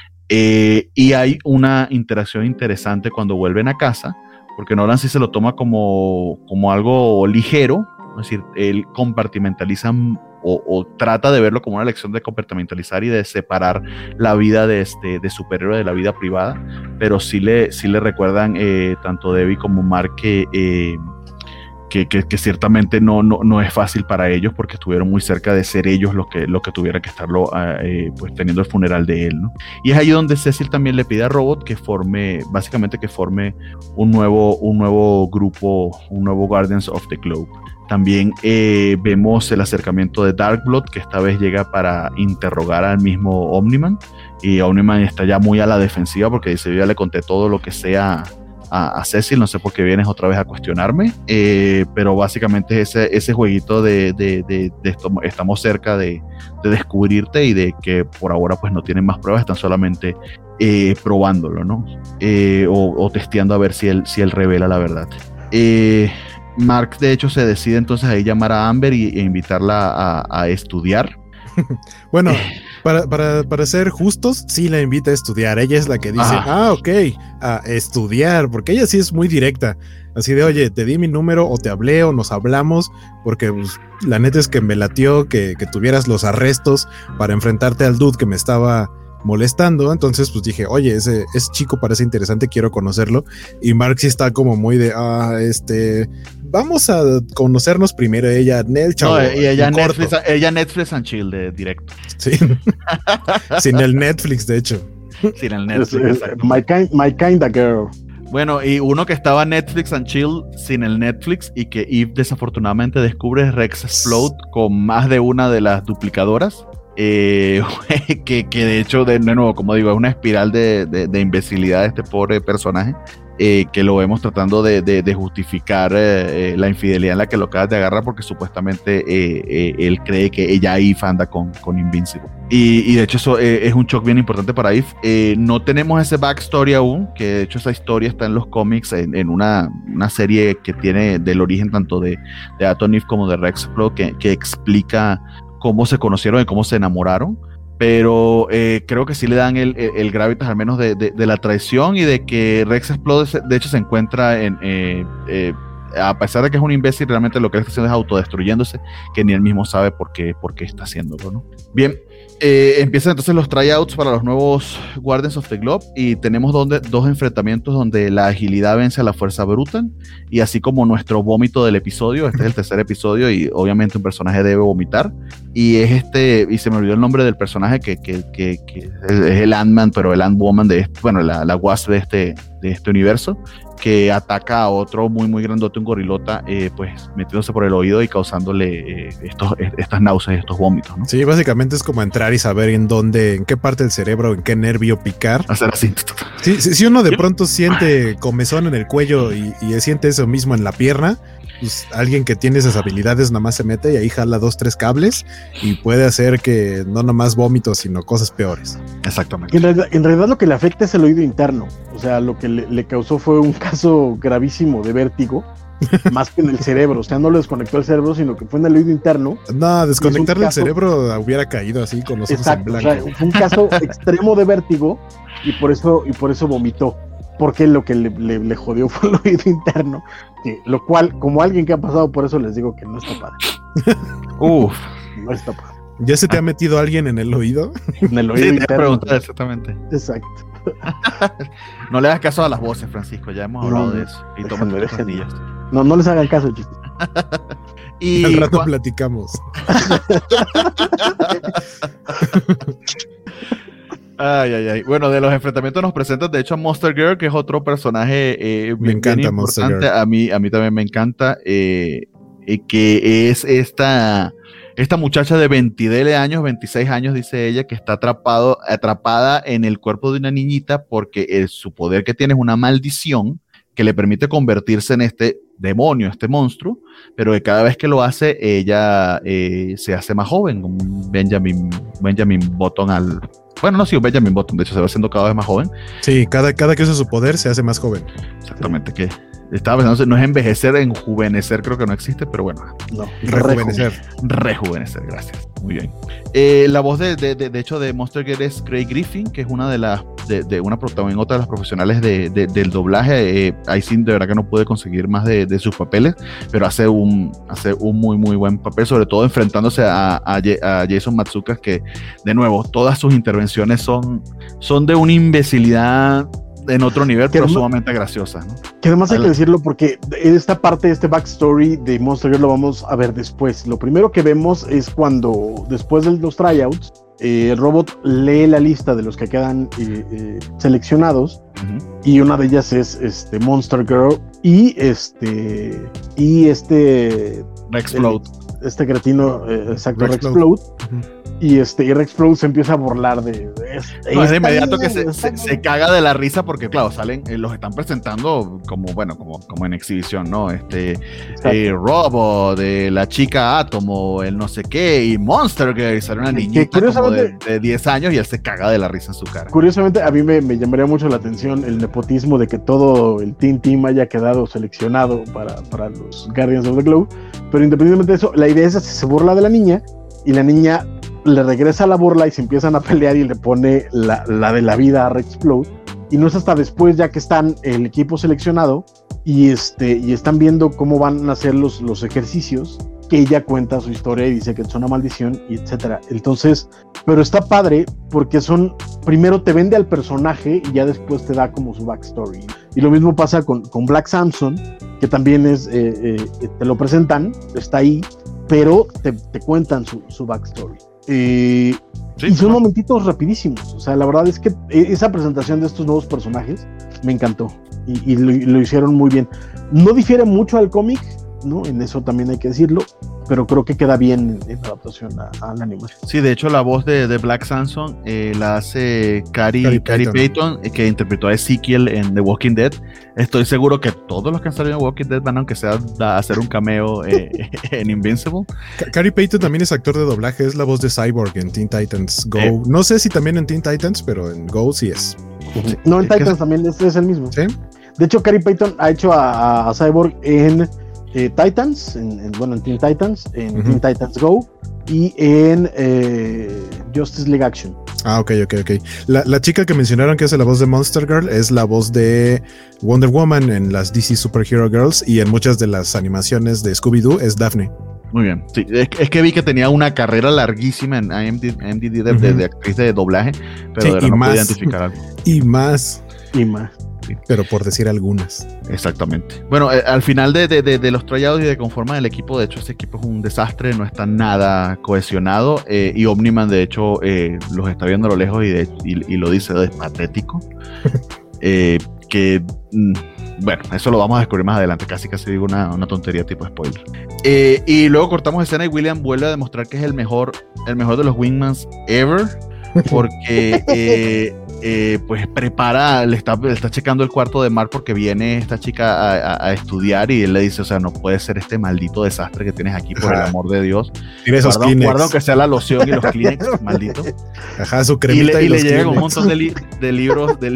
Eh, y hay una interacción interesante cuando vuelven a casa, porque Nolan sí se lo toma como, como algo ligero. Es decir, él compartimentaliza o, o trata de verlo como una lección de compartimentalizar y de separar la vida de, este, de superhéroe de la vida privada, pero sí le, sí le recuerdan eh, tanto Debbie como Mark que, eh, que, que, que ciertamente no, no, no es fácil para ellos, porque estuvieron muy cerca de ser ellos los que, los que tuvieran que estarlo eh, pues teniendo el funeral de él, ¿no? Y es ahí donde Cecil también le pide a Robot que forme, básicamente que forme un nuevo, un nuevo grupo, un nuevo Guardians of the Globe. También eh, vemos el acercamiento de Darkblood, que esta vez llega para interrogar al mismo Omni-Man, y Omni-Man está ya muy a la defensiva porque dice: yo ya le conté todo lo que sea a, a Cecil, no sé por qué vienes otra vez a cuestionarme, eh, pero básicamente ese, ese jueguito de, de, de, de esto, estamos cerca de, de descubrirte y de que por ahora pues no tienen más pruebas, están solamente eh, probándolo, ¿no? Eh, o, o testeando a ver si él, si él revela la verdad. Eh, Mark de hecho se decide entonces ahí llamar a Amber y, e invitarla a, a estudiar. Bueno, para, para, para ser justos, sí la invita a estudiar. Ella es la que dice, ah. ah, ok, a estudiar, porque ella sí es muy directa. Así de, oye, te di mi número o te hablé o nos hablamos, porque pues, la neta es que me latió que, que tuvieras los arrestos para enfrentarte al dude que me estaba molestando. Entonces pues dije, oye, ese, ese chico parece interesante, quiero conocerlo. Y Mark sí está como muy de, ah, este, vamos a conocernos primero. Ella, Nel, chavo, no, y ella Netflix, ella Netflix and chill de directo. Sí. Sin el Netflix, de hecho. Sin el Netflix. My kind, my kinda girl. Bueno, y uno que estaba Netflix and chill sin el Netflix y que Eve desafortunadamente descubre es Rex Explode con más de una de las duplicadoras. Eh, que, que de hecho, de, de nuevo, como digo, es una espiral de, de, de imbecilidad de este pobre personaje, eh, que lo vemos tratando de, de, de justificar eh, eh, la infidelidad en la que lo acabas de agarrar, porque supuestamente eh, eh, él cree que ella Eve anda con, con Invincible. Y, y de hecho eso eh, es un shock bien importante para Eve. Eh, no tenemos ese backstory aún, que de hecho esa historia está en los cómics, en, en una, una serie que tiene del origen tanto de, de Atom Eve como de Rex Explode, que, que explica cómo se conocieron y cómo se enamoraron, pero eh, creo que sí le dan el, el, el gravitas al menos de, de, de la traición y de que Rex Explode de hecho se encuentra en, eh, eh, a pesar de que es un imbécil, realmente lo que él está haciendo es autodestruyéndose, que ni él mismo sabe por qué, por qué está haciéndolo, ¿no? Bien, eh, empiezan entonces los tryouts para los nuevos Guardians of the Globe y tenemos donde, dos enfrentamientos donde la agilidad vence a la fuerza bruta, y así como nuestro vómito del episodio. Este es el tercer episodio y obviamente un personaje debe vomitar, y es este, y se me olvidó el nombre del personaje que, que, que, que es el Ant-Man, pero el Ant-Woman de este, bueno, la, la Wasp de este, de este universo, que ataca a otro muy muy grandote, un gorilota, eh, pues metiéndose por el oído y causándole eh, estos, estas náuseas, estos vómitos, ¿no? Sí, básicamente es como entrar y saber en dónde, en qué parte del cerebro, en qué nervio picar. Hacer así. Sí, si, si uno de pronto siente comezón en el cuello y, y siente eso mismo en la pierna, pues alguien que tiene esas habilidades nada más se mete y ahí jala dos, tres cables y puede hacer que no nomás vómitos, sino cosas peores. Exactamente. En realidad, en realidad lo que le afecta es el oído interno. O sea, lo que le, le causó fue un caso gravísimo de vértigo, más que en el cerebro. O sea, no lo desconectó el cerebro, sino que fue en el oído interno. No, desconectarle caso, el cerebro hubiera caído así con los ojos en blanco. O sea, fue un caso extremo de vértigo y por eso, y por eso vomitó. Porque lo que le, le, le jodió fue el oído interno, que, lo cual, como alguien que ha pasado por eso, les digo que no está padre. Uf, no está padre. ¿Ya se te ha metido alguien en el oído? En el oído sí, interno. te preguntar exactamente. Exacto. No le hagas caso a las voces, Francisco, ya hemos hablado no, de eso. Y toma tus pastillas. No, no les hagan caso, chicos. Y al rato platicamos. Ay, ay, ay. Bueno, de los enfrentamientos nos presentan de hecho a Monster Girl, que es otro personaje eh, me bien, encanta bien importante. A mí, a mí también me encanta, eh, eh, que es esta, esta muchacha de veinte años, veintiséis años, dice ella, que está atrapado, atrapada en el cuerpo de una niñita porque el, su poder que tiene es una maldición que le permite convertirse en este demonio, este monstruo, pero que cada vez que lo hace, ella eh, se hace más joven, un Benjamin, Benjamin Button al... Bueno, no, sí, un Benjamin Button, de hecho se va haciendo cada vez más joven. Sí, cada, cada que usa su poder se hace más joven. Exactamente, que estaba pensando, no es envejecer, enjuvenecer creo que no existe, pero bueno. No, rejuvenecer. Rejuvenecer, gracias. Muy bien. Eh, la voz de, de, de, de hecho de Monster Girl es Craig Griffin, que es una de las, de, de una también otra de las profesionales de, de, del doblaje. Eh, ahí sí, de verdad que no pude conseguir más de, de sus papeles, pero hace un, hace un muy, muy buen papel, sobre todo enfrentándose a, a, a Jason Matsukas, que, de nuevo, todas sus intervenciones son, son de una imbecilidad en otro nivel, pero además, sumamente graciosa, ¿no? Que además hay que decirlo porque esta parte, este backstory de Monster Girl lo vamos a ver después. Lo primero que vemos es cuando, después de los tryouts, eh, el robot lee la lista de los que quedan eh, eh, seleccionados, uh-huh. y una de ellas es este Monster Girl y este y este Rexplode. Este cretino, eh, exacto, Rexplode. Uh-huh. Y este, y Rex Sproul se empieza a burlar de, de eso. No, es de inmediato que se, se, se caga de la risa porque, claro, salen, eh, los están presentando como, bueno, como, como en exhibición, ¿no? Este, eh, Robo, de la chica Átomo, el no sé qué, y Monster Girl, sale una niñita como de, de diez años y él se caga de la risa en su cara. Curiosamente, a mí me, me llamaría mucho la atención el nepotismo de que todo el Teen Team haya quedado seleccionado para, para los Guardians of the Globe, pero independientemente de eso, la idea es que se burla de la niña y la niña le regresa la burla y se empiezan a pelear y le pone la, la de la vida a Rex Sproul, y no es hasta después ya que están el equipo seleccionado y, este, y están viendo cómo van a hacer los, los ejercicios, que ella cuenta su historia y dice que es una maldición y etcétera. Entonces, pero está padre porque son, primero te vende al personaje y ya después te da como su backstory, y lo mismo pasa con, con Black Samson, que también es, eh, eh, te lo presentan, está ahí, pero te, te cuentan su, su backstory. Eh, sí, y son no. momentitos rapidísimos, o sea, la verdad es que esa presentación de estos nuevos personajes me encantó y, y lo, lo hicieron muy bien. No difiere mucho al cómic, ¿no? En eso también hay que decirlo, pero creo que queda bien en, en adaptación al anime. Sí, de hecho la voz de, de Black Samson eh, la hace Cary Payton, eh, que interpretó a Ezekiel en The Walking Dead. Estoy seguro que todos los que han salido en Walking Dead van, aunque sea a hacer un cameo eh, en Invincible. Cary Payton también es actor de doblaje, es la voz de Cyborg en Teen Titans Go. Eh. No sé si también en Teen Titans, pero en Go sí es. Sí. No, en Titans también es, es el mismo. ¿Sí? De hecho, Cary Payton ha hecho a, a Cyborg en eh, Titans, en, en, bueno, en Teen Titans, en uh-huh. Teen Titans Go y en eh, Justice League Action. Ah, ok, ok, ok. La, la chica que mencionaron que hace la voz de Monster Girl es la voz de Wonder Woman en las D C Superhero Girls y en muchas de las animaciones de Scooby-Doo es Daphne. Muy bien, sí, es, es que vi que tenía una carrera larguísima en I M D B de, uh-huh. de, de actriz de doblaje, pero sí, no pude identificar algo. Y más. Y más. Sí. Pero por decir algunas. Exactamente. Bueno, eh, al final de, de, de, de los tryouts y de conformar el equipo, de hecho ese equipo es un desastre, no está nada cohesionado, eh, y Omniman de hecho eh, los está viendo a lo lejos y, de, y, y lo dice, es patético. eh, que mm, bueno, eso lo vamos a descubrir más adelante, casi casi digo una, una tontería tipo spoiler. Eh, y luego cortamos escena y William vuelve a demostrar que es el mejor, el mejor de los Wingmans ever, porque eh, eh, pues prepara, le está, le está checando el cuarto de Mark porque viene esta chica a, a, a estudiar y él le dice, o sea, no puede ser este maldito desastre que tienes aquí, por Ajá. el amor de Dios. Tiene esos guarda, Kleenex. Guarda que sea la loción y los Kleenex, maldito. Ajá, su cremita y le, y, y los le llega Kleenex. un montón de, li, de libros de li-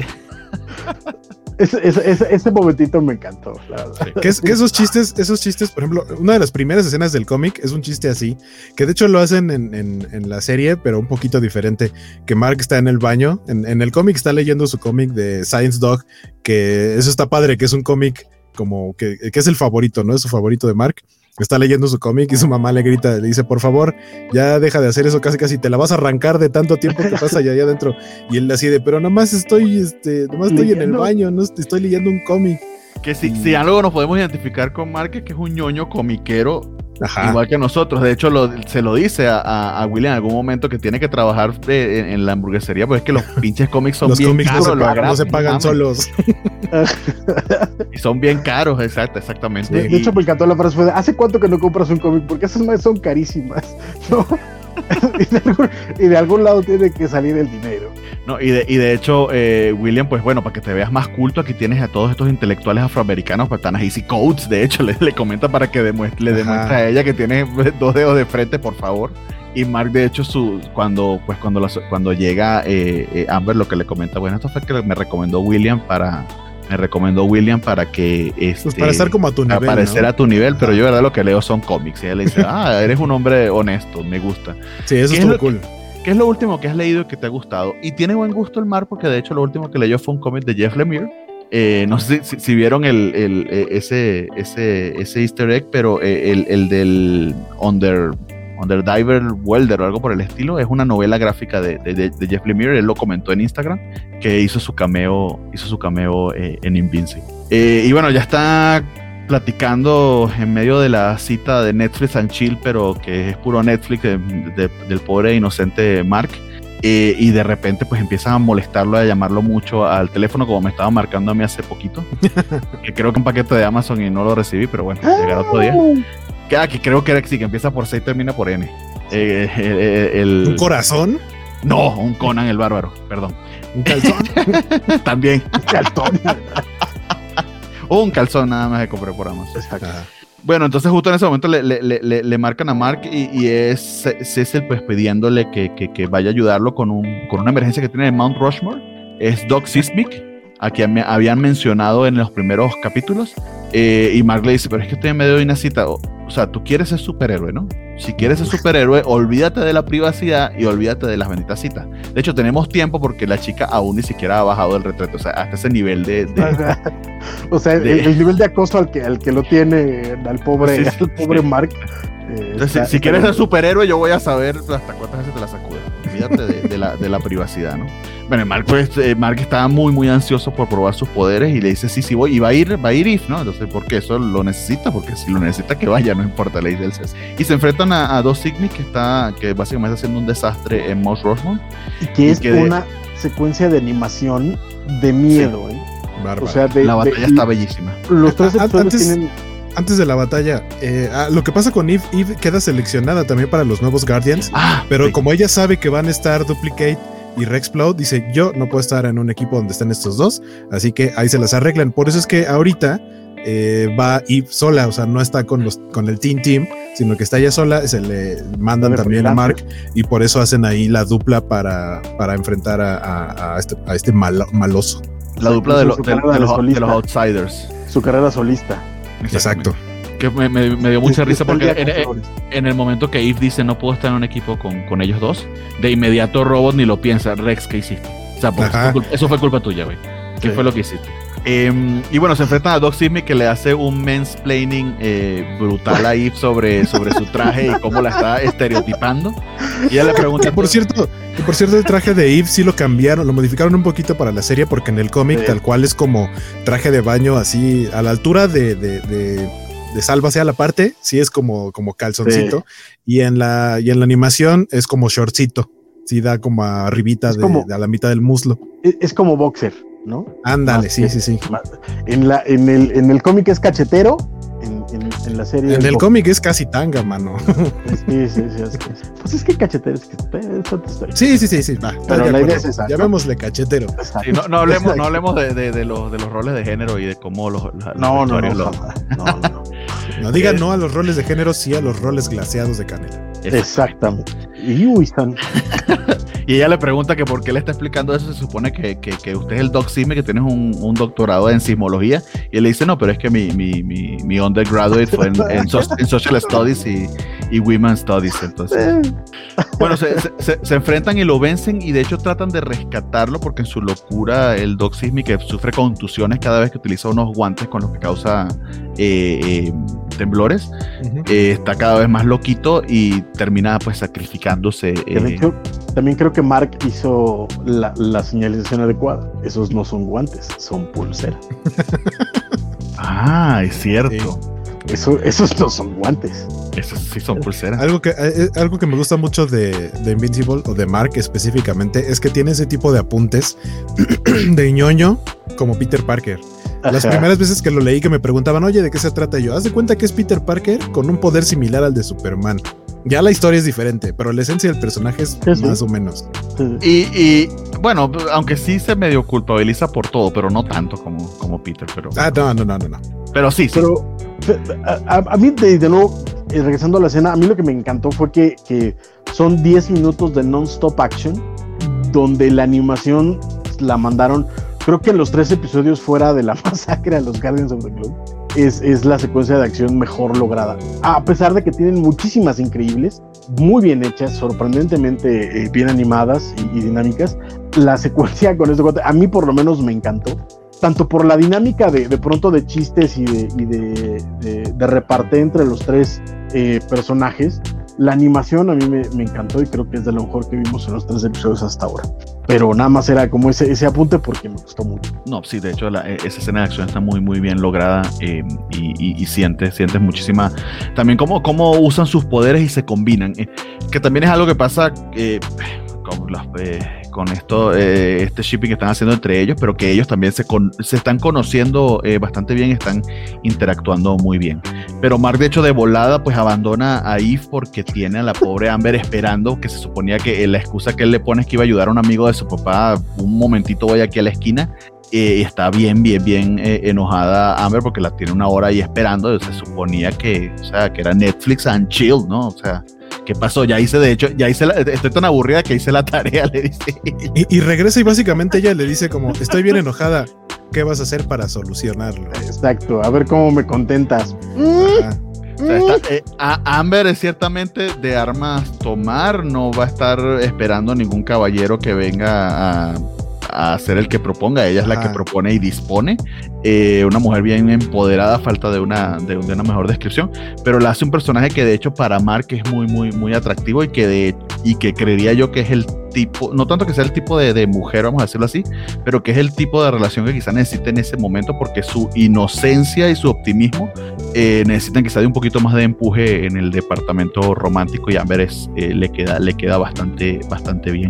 Ese, ese, ese, ese momentito me encantó, la verdad. Sí. Que, es, que esos chistes, esos chistes, por ejemplo, una de las primeras escenas del cómic es un chiste así, que de hecho lo hacen en, en, en la serie, pero un poquito diferente, que Mark está en el baño, en, en el cómic está leyendo su cómic de Science Dog, que eso está padre, que es un cómic como que, que es el favorito, ¿no? Es su favorito de Mark. Está leyendo su cómic y su mamá le grita, le dice, por favor, ya deja de hacer eso, casi casi te la vas a arrancar de tanto tiempo que pasa allá, allá adentro. Y él así de, pero nomás estoy, este, nomás estoy en el baño, no estoy leyendo un cómic. Que si, si algo nos podemos identificar con Mark, que es un ñoño comiquero, Ajá. igual que nosotros. De hecho, lo, se lo dice a, a, a William en algún momento que tiene que trabajar de, en, en la hamburguesería, porque es que los pinches cómics son los bien cómics caros. No se, los pagan, no se pagan mames. solos. Y son bien caros, exacto, exactamente. De, de hecho, me encantó la frase, fue de, ¿hace cuánto que no compras un cómic? Porque esas más son carísimas, ¿no? y, de algún, y de algún lado tiene que salir el dinero. No, y de, y de hecho, eh, William, pues bueno, para que te veas más culto, aquí tienes a todos estos intelectuales afroamericanos, pues, tan Easy Coates, de hecho, le, le comenta para que demuestre, le demuestre a ella que tiene dos dedos de frente, por favor. Y Mark, de hecho, su, cuando, pues, cuando, la, cuando llega eh, eh, Amber, lo que le comenta, bueno, esto fue que me recomendó William para... Me recomendó William para que este, pues para estar como a tu nivel, para parecer ¿no? a tu nivel, pero yo de verdad lo que leo son cómics. Y ella le dice, ah, eres un hombre honesto, me gusta. Sí, eso es todo cool. ¿Qué es lo último que has leído y que te ha gustado? Y tiene buen gusto el Mar, porque de hecho lo último que leyó fue un cómic de Jeff Lemire. Eh, no sé si, si vieron el, el, el, ese, ese, ese easter egg, pero el, el del Under... Underdiver Welder o algo por el estilo, es una novela gráfica de, de, de Jeff Lemire. Él lo comentó en Instagram que hizo su cameo hizo su cameo eh, en Invincible. Eh, y bueno, ya está platicando en medio de la cita de Netflix and Chill, pero que es puro Netflix de, de, del pobre inocente Mark. Eh, y de repente pues empiezan a molestarlo, a llamarlo mucho al teléfono, como me estaba marcando a mí hace poquito, que creo que un paquete de Amazon y no lo recibí, pero bueno, llegará otro día. Que, ah, que creo que sí, que empieza por C y termina por N. Eh, eh, el... ¿Un corazón? No, un Conan el Bárbaro, perdón. ¿Un calzón? También. Un calzón. Un calzón nada más que compré por Amazon. Exacto. Bueno, entonces justo en ese momento le, le, le, le marcan a Mark y, y es Cecil pues pidiéndole que, que, que vaya a ayudarlo con, un, con una emergencia que tiene en Mount Rushmore. Es Doc Sismic, a quien me habían mencionado en los primeros capítulos. Eh, y Mark le dice, pero es que estoy en medio de una cita. O, o sea, tú quieres ser superhéroe, ¿no? Si quieres ser superhéroe, olvídate de la privacidad y olvídate de las benditas citas. De hecho, tenemos tiempo porque la chica aún ni siquiera ha bajado del retrato. O sea, hasta ese nivel de... de o sea, de, el, el nivel de acoso al que, al que lo tiene al pobre, sí, sí, al pobre sí. Mark. Eh, Entonces, está, si, si está quieres bien. ser superhéroe, yo voy a saber hasta cuántas veces te la sacudes. Olvídate de, de, la, de la privacidad, ¿no? Bueno, Mark, pues, eh, Mark estaba muy, muy ansioso por probar sus poderes y le dice, sí, sí voy, y va a ir, va a ir If, ¿no? Entonces, ¿por qué? Eso lo necesita, porque si lo necesita que vaya, no importa, le dice el César. Y se enfrentan a, a dos Sigmi que está, que básicamente está haciendo un desastre en Mount Rushmore. Y que y es que de, una secuencia de animación de miedo, sí. ¿eh? Bárbaro. O sea, de, la batalla de, está bellísima. Los tres A- episodios antes- tienen... Antes de la batalla, eh, ah, lo que pasa con Eve, Eve queda seleccionada también para los nuevos Guardians, Ah, pero sí. como ella sabe que van a estar Duplicate y Rexplode, dice, yo no puedo estar en un equipo donde están estos dos, así que ahí se las arreglan. Por eso es que ahorita eh, va Eve sola, o sea, no está con, los, con el Team Team, sino que está ella sola, se le mandan De también a freelancer. Mark y por eso hacen ahí la dupla para, para enfrentar a, a, a este, a este mal, maloso. La dupla de, lo- Su de- carrera de de los, solista. de los outsiders. su carrera solista. Exacto. Que me, me, me dio mucha Es- risa está el porque día en, con en- flores. en el momento que Eve dice no puedo estar en un equipo con, con ellos dos, de inmediato Robot ni lo piensa. Rex, ¿qué hiciste? O sea, porque eso Ajá. fue, culpa, eso fue culpa tuya, güey. ¿Qué Sí. fue lo que hiciste? Eh, y bueno, se enfrentan a Doc Sismic que le hace un mansplaining eh, brutal a Eve sobre, sobre su traje y cómo la está estereotipando. Y ella le pregunta... Que por cierto, que por cierto, el traje de Eve sí lo cambiaron, lo modificaron un poquito para la serie, porque en el cómic Sí. tal cual es como traje de baño así a la altura de, de, de, de Salva hacia la parte, sí es como, como calzoncito, y en la, y en la animación es como shortcito, sí da como arribita Es de, como- de a la mitad del muslo. Es, es como boxer, ¿no? Ándale, Más sí, que- sí, sí. más- En, la, en el, en el cómic es cachetero, en, en, en la serie... En es el boxer. cómic es casi tanga, mano. Sí, sí, sí. Es que, pues es que cachetero es que... Es otra historia. Sí, sí, sí, sí, va. estoy Pero de la idea acuerdo. es esa, ¿no? Llamémosle cachetero. Exacto. Sí, no, no hablemos, no hablemos de, de, de, los, de los roles de género y de cómo los, los No, no, no, vestuarios lo- jamás. no, no, no. No digan Eh. no a los roles de género, sí a los roles glaseados de canela. Exactamente. Y uy, están... Y ella le pregunta que por qué le está explicando eso. Se supone que, que, que usted es el Doc Sismic, que tienes un, un doctorado en sismología. Y él le dice, no, pero es que mi, mi, mi, mi undergraduate fue en, en, so- en Social Studies y, y Women's Studies. Entonces, Eh, bueno, se, se, se- se enfrentan y lo vencen y de hecho tratan de rescatarlo porque en su locura el Doc Sismic, que sufre contusiones cada vez que utiliza unos guantes con los que causa eh, eh, temblores, Ujú. eh, está cada vez más loquito y termina pues sacrificándose. que de eh, hecho, también creo que Mark hizo la, la señalización adecuada. Esos no son guantes, son pulseras. Ah, es cierto. Eso, esos no son guantes. Esos sí son pulseras. Algo que, eh, algo que me gusta mucho de, de Invincible o de Mark específicamente es que tiene ese tipo de apuntes de ñoño como Peter Parker. Las Ajá. primeras veces que lo leí que me preguntaban, oye, ¿de qué se trata? Y yo, haz de cuenta que es Peter Parker con un poder similar al de Superman. Ya la historia es diferente, pero la esencia del personaje es Sí, sí. más o menos. Y, y, bueno, aunque sí se medio culpabiliza por todo, pero no tanto como, como Peter. Pero, Ah, no, no, no, no, no. pero sí, sí. Pero a, a- a mí, de, de nuevo, eh, regresando a la escena, a mí lo que me encantó fue que, que son diez minutos de non-stop action, donde la animación la mandaron, creo que en los tres episodios fuera de la masacre a los Guardians of the Globe, es, es la secuencia de acción mejor lograda. A pesar de que tienen muchísimas increíbles, muy bien hechas, sorprendentemente eh, bien animadas y, y dinámicas, la secuencia con este cuate, a mí por lo menos me encantó. Tanto por la dinámica de, de pronto de chistes y de, y de, de, de reparte entre los tres eh, personajes, la animación a mí me, me encantó y creo que es de lo mejor que vimos en los tres episodios hasta ahora. Pero nada más era como ese, ese apunte porque me gustó mucho. No, sí, de hecho la, esa escena de acción está muy muy bien lograda eh, y, y, y sientes, sientes muchísima, también cómo, cómo usan sus poderes y se combinan, eh, que también es algo que pasa eh, con, los, eh, con esto, eh, este shipping que están haciendo entre ellos, pero que ellos también se, con, se están conociendo eh, bastante bien, están interactuando muy bien. Pero Mark, de hecho, de volada, pues abandona a Eve porque tiene a la pobre Amber esperando, que se suponía que eh, la excusa que él le pone es que iba a ayudar a un amigo de su papá, un momentito voy aquí a la esquina, eh, y está bien, bien, bien eh, enojada Amber porque la tiene una hora ahí esperando. Se suponía que, o sea, que era Netflix and chill, ¿no? O sea, ¿qué pasó? Ya hice, de hecho, ya hice la, estoy tan aburrida que hice la tarea, le dice. Y, y regresa y básicamente ella le dice como, estoy bien enojada, ¿qué vas a hacer para solucionarlo? Exacto, a ver cómo me contentas. Ajá. O sea, está, eh, a Amber es ciertamente de armas tomar, no va a estar esperando ningún caballero que venga a, a ser el que proponga. Ella es la Ajá. que propone y dispone. Eh, una mujer bien empoderada, falta de una, de, de una mejor descripción, pero la hace un personaje que de hecho para Mark es muy, muy, muy atractivo y que, de, y que creería yo que es el tipo, no tanto que sea el tipo de, de mujer, vamos a decirlo así, pero que es el tipo de relación que quizá necesite en ese momento, porque su inocencia y su optimismo eh, necesitan quizá de un poquito más de empuje en el departamento romántico, y Amber es, eh, le queda, le queda bastante, bastante bien.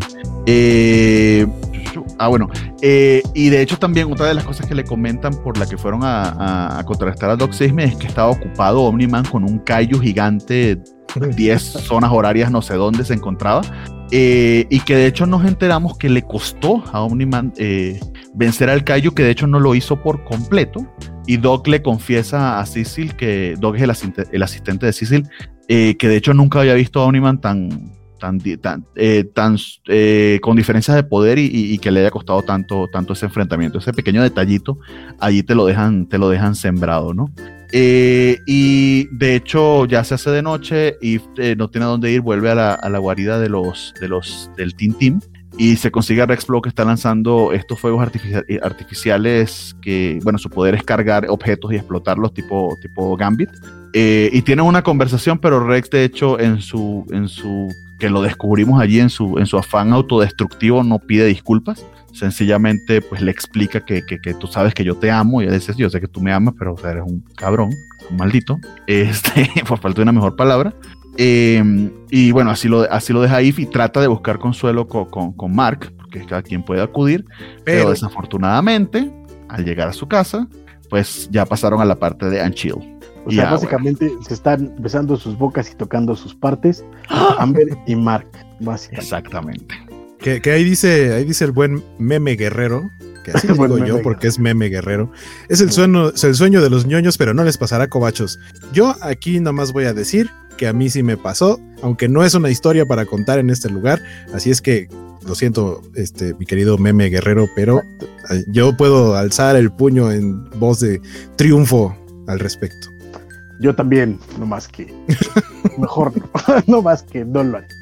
Eh, ah, bueno, eh, y de hecho también otra de las cosas que le comentan por la que fueron a, a, a contrarrestar a Doc Sisme es que estaba ocupado Omni-Man con un kaiju gigante, diez zonas horarias no sé dónde se encontraba, eh, y que de hecho nos enteramos que le costó a Omni-Man eh, vencer al kaiju, que de hecho no lo hizo por completo, y Doc le confiesa a Cecil que Doc es el asistente, el asistente de Cecil, eh, que de hecho nunca había visto a Omni-Man tan tan, tan, eh, tan eh, con diferencias de poder y, y, y que le haya costado tanto, tanto ese enfrentamiento. Ese pequeño detallito allí te lo dejan, te lo dejan sembrado, ¿no? Eh, y de hecho ya se hace de noche y eh, no tiene a dónde ir, vuelve a la, a la guarida de los, de los, del Team Team, y se consigue a Rex Block, que está lanzando estos fuegos artifici- artificiales que, bueno, su poder es cargar objetos y explotarlos tipo, tipo Gambit. Eh, y tienen una conversación, pero Rex de hecho en su, en su que lo descubrimos allí en su, en su afán autodestructivo no pide disculpas, sencillamente pues le explica que, que, que tú sabes que yo te amo, y él dice, yo sé que tú me amas, pero o sea, eres un cabrón, un maldito, este, por falta de una mejor palabra. Eh, y bueno, así lo, así lo deja Eve y trata de buscar consuelo con, con, con Mark, porque cada quien puede acudir, pero, pero desafortunadamente al llegar a su casa pues ya pasaron a la parte de Unchill. O sea, ya, básicamente bueno. se están besando sus bocas y tocando sus partes, Amber y Mark, básicamente. Exactamente. Que, que ahí dice, ahí dice el buen Meme Guerrero, que así digo yo meme. Porque es Meme Guerrero. Es el sueño, es el sueño de los ñoños, pero no les pasará, cobachos. Yo aquí nomás voy a decir que a mí sí me pasó, aunque no es una historia para contar en este lugar, así es que lo siento, este, mi querido Meme Guerrero, pero yo puedo alzar el puño en voz de triunfo al respecto. Yo también, no más que mejor no, no más que no lo haré.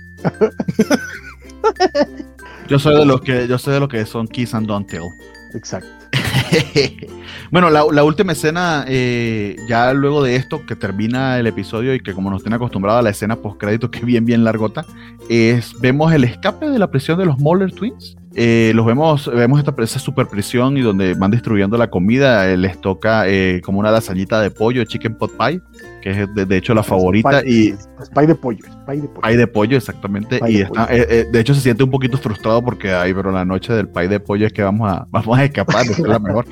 Yo soy de los que yo soy de los que son kiss and don't tell. Exacto. Bueno, la, la última escena, eh, ya luego de esto, que termina el episodio y que como nos tiene acostumbrado a la escena postcrédito, que es bien, bien largota, es, vemos el escape de la prisión de los Moller Twins. Eh, los vemos, vemos esta, esa super prisión y donde van distribuyendo la comida, eh, les toca eh, como una lasañita de pollo, chicken pot pie, que es de, de hecho la favorita. Pie, y es pie de pollo, es pie de pollo. Pie de pollo, exactamente. Pie y de, está, eh, eh, de hecho se siente un poquito frustrado porque, ay, pero la noche del pie de pollo es que vamos a, vamos a escapar, es la mejor.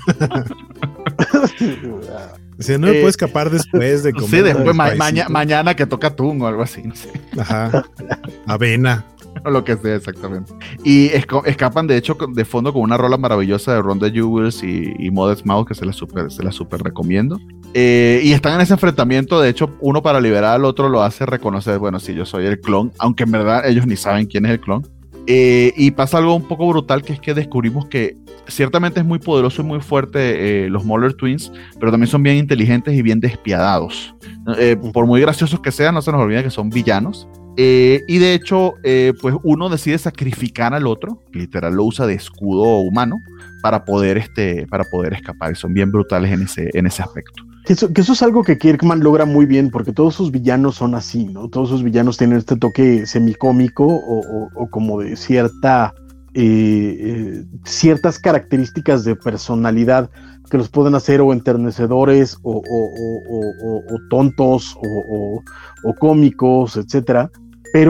O sea, no me eh, puedo escapar después de comer. Sí, después ma- maña- mañana que toca atún o algo así, no sé. Ajá. Avena. O lo que sea, exactamente. Y esco- escapan, de hecho, de fondo con una rola maravillosa de Ronda Jewels y, y Modest Mouse, que se la super, se la super recomiendo. Eh, y están en ese enfrentamiento. De hecho, uno para liberar al otro lo hace reconocer, bueno, sí, yo soy el clon, aunque en verdad ellos ni saben quién es el clon. Eh, y pasa algo un poco brutal, que es que descubrimos que ciertamente es muy poderoso y muy fuerte eh, los Moller Twins, pero también son bien inteligentes y bien despiadados. Eh, por muy graciosos que sean, no se nos olvida que son villanos. Eh, y de hecho, eh, pues uno decide sacrificar al otro, literal lo usa de escudo humano para poder, este, para poder escapar, y son bien brutales en ese, en ese aspecto. Que eso, que eso es algo que Kirkman logra muy bien, porque todos sus villanos son así, ¿no? Todos sus villanos tienen este toque semicómico o, o, o como de cierta, eh, eh, ciertas características de personalidad que los pueden hacer o enternecedores o, o, o, o, o tontos o, o, o cómicos, etcétera. Pero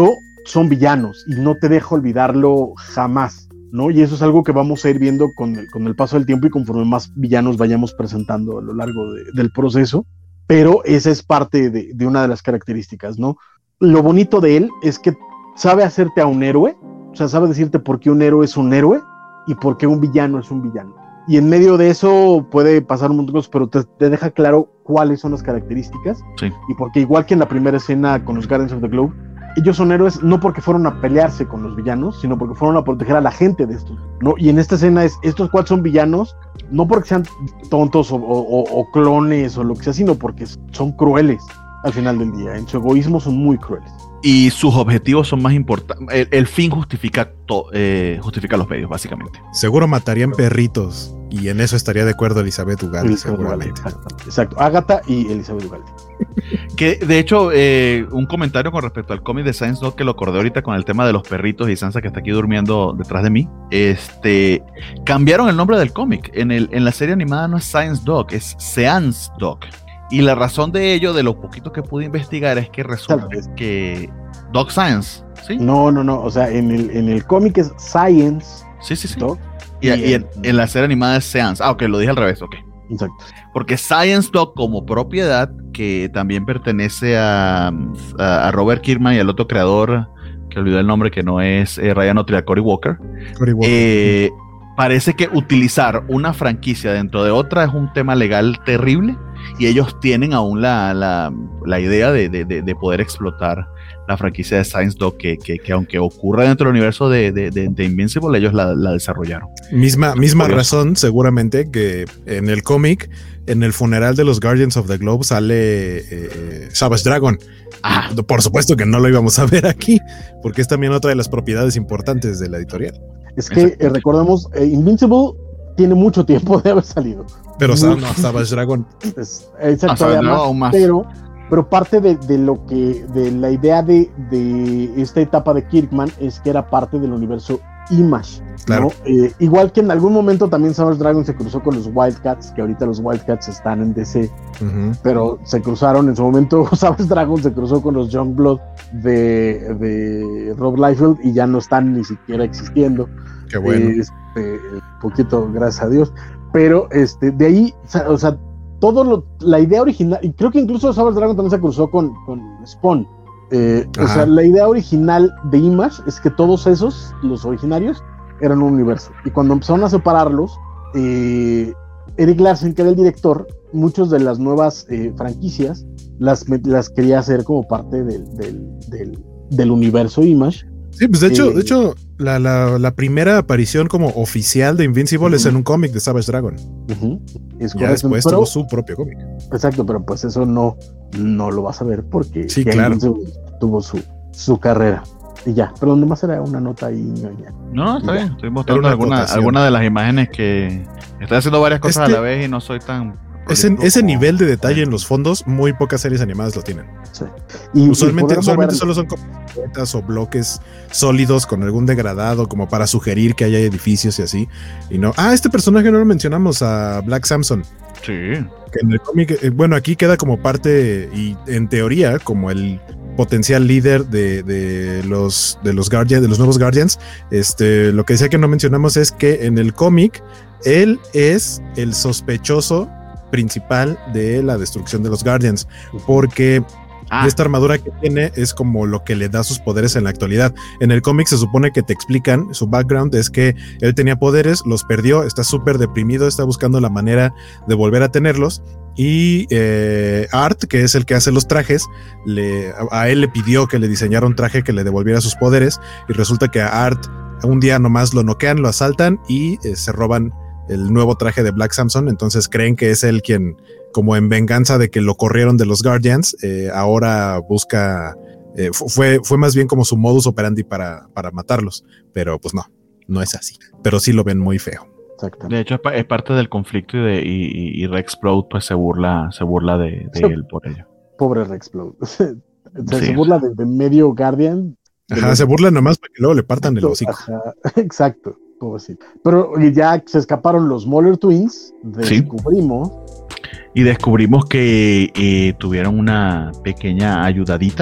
son villanos y no te deja olvidarlo jamás, ¿no? Y eso es algo que vamos a ir viendo con el, con el paso del tiempo y conforme más villanos vayamos presentando a lo largo de, del proceso, pero esa es parte de, de una de las características, ¿no? Lo bonito de él es que sabe hacerte a un héroe, o sea, sabe decirte por qué un héroe es un héroe y por qué un villano es un villano. Y en medio de eso puede pasar un montón de cosas, pero te, te deja claro cuáles son las características. Sí. Y porque igual que en la primera escena con los Guardians of the Globe, ellos son héroes no porque fueron a pelearse con los villanos, sino porque fueron a proteger a la gente de estos, ¿no? Y en esta escena es, estos cuatro son villanos, no porque sean tontos o, o, o clones o lo que sea, sino porque son crueles al final del día. En su egoísmo son muy crueles. Y sus objetivos son más importantes. El, el fin justifica, to, eh, justifica los medios, básicamente. Seguro matarían perritos. Y en eso estaría de acuerdo Elizabeth Ugalde, seguramente. Exacto, exacto. Agatha y Elizabeth Ugalde. Que de hecho, eh, un comentario con respecto al cómic de Science Dog que lo acordé ahorita con el tema de los perritos y Sansa que está aquí durmiendo detrás de mí. Este, cambiaron el nombre del cómic. En, el, en la serie animada no es Science Dog, es Seance Dog. Y la razón de ello, de lo poquito que pude investigar, es que resulta que Dog Science, ¿sí? No, no, no. O sea, en el, en el cómic es Science Sí, sí, sí. Dog. Y, y en, en la serie animada es Seance. Ah, ok, lo dije al revés, ok. Exacto. Porque Science Dog como propiedad, que también pertenece a, a, a Robert Kirkman y al otro creador, que olvidé el nombre, que no es eh, Ryan Ottley, a Cory Walker, Cory Walker. Eh, parece que utilizar una franquicia dentro de otra es un tema legal terrible y ellos tienen aún la, la, la idea de, de, de poder explotar la franquicia de Science Dog que, que, que aunque ocurra dentro del universo de, de, de, de Invincible, ellos la, la desarrollaron. Misma, misma Curioso. razón, seguramente, que en el cómic, en el funeral de los Guardians of the Globe sale eh, Savage Dragon. Ah. Por supuesto que no lo íbamos a ver aquí, porque es también otra de las propiedades importantes de la editorial. Es que eh, recordemos, eh, Invincible tiene mucho tiempo de haber salido. Pero Muy- no, Savage Dragon, Es, exacto, Ah, Savage además, Dragon aún más. pero, pero parte de, de lo que, de la idea de, de esta etapa de Kirkman es que era parte del universo Image, claro. ¿no? Eh, igual que en algún momento también Savage Dragon se cruzó con los Wildcats, que ahorita los Wildcats están en D C, Ujú. pero se cruzaron en su momento. Savage Dragon se cruzó con los Youngblood de, de Rob Liefeld y ya no están ni siquiera existiendo. Qué bueno. Este, poquito, gracias a Dios. Pero este, de ahí, o sea, o sea, todo lo, la idea original, y creo que incluso Savage Dragon también se cruzó con, con Spawn. Eh, o Ajá. sea, la idea original de Image es que todos esos, los originarios, eran un universo. Y cuando empezaron a separarlos, eh, Eric Larsen, que era el director, muchas de las nuevas eh, franquicias las, met- las quería hacer como parte del, del, del, del universo Image. Sí, pues de hecho, Eh, de hecho la, la, la primera aparición como oficial de Invincible Ujú. es en un cómic de Savage Dragon. Uh-huh. Es Ya correcto, después pero- tuvo su propio cómic. Exacto, pero pues eso no, no lo vas a ver porque Sí, ya claro. Invincible tuvo su, su carrera. Y ya, pero nomás era una nota ahí. ñoña. No, no, está Ya. bien. Estoy Era mostrando una alguna, acotación. alguna de las imágenes que estoy haciendo varias cosas Este- a la vez y no soy tan. Ese, prolijo ese como- nivel de detalle en los fondos, muy pocas series animadas lo tienen. Sí. Y, Usualmente, y poder usualmente moverlo. solo son como grietas o bloques sólidos con algún degradado, como para sugerir que haya edificios y así. Y no. Ah, este personaje no lo mencionamos, a Black Samson. Sí. Que en el cómic, eh, bueno, aquí queda como parte, y en teoría, como el potencial líder de, de los de los Guardians, de los nuevos Guardians. Este, lo que decía que no mencionamos es que en el cómic él es el sospechoso principal de la destrucción de los Guardians, porque Ah, esta armadura que tiene es como lo que le da sus poderes en la actualidad. En el cómic se supone que te explican, su background es que él tenía poderes, los perdió, está súper deprimido, está buscando la manera de volver a tenerlos. Y eh, Art, que es el que hace los trajes, le, a, a él le pidió que le diseñara un traje que le devolviera sus poderes. Y resulta que a Art un día nomás lo noquean, lo asaltan y eh, se roban el nuevo traje de Black Samson. Entonces creen que es él quien, como en venganza de que lo corrieron de los Guardians, eh, ahora busca, eh, fu- fue, fue más bien como su modus operandi para, para matarlos, pero pues no, no es así, pero sí lo ven muy feo. Exactamente. de hecho, es, pa- es parte del conflicto y, de, y, y- y Rex Sprout pues se burla, se burla de, de Sí. él por ello. Pobre Rexplode. Se, Sí. se burla de, de medio Guardian. de Ajá, los- se burlan nomás para que luego le partan el hocico. Ajá, exacto. Pobrecito. Pero ya se escaparon los Moller Twins. Sí. Descubrimos. Y descubrimos que eh, tuvieron una pequeña ayudadita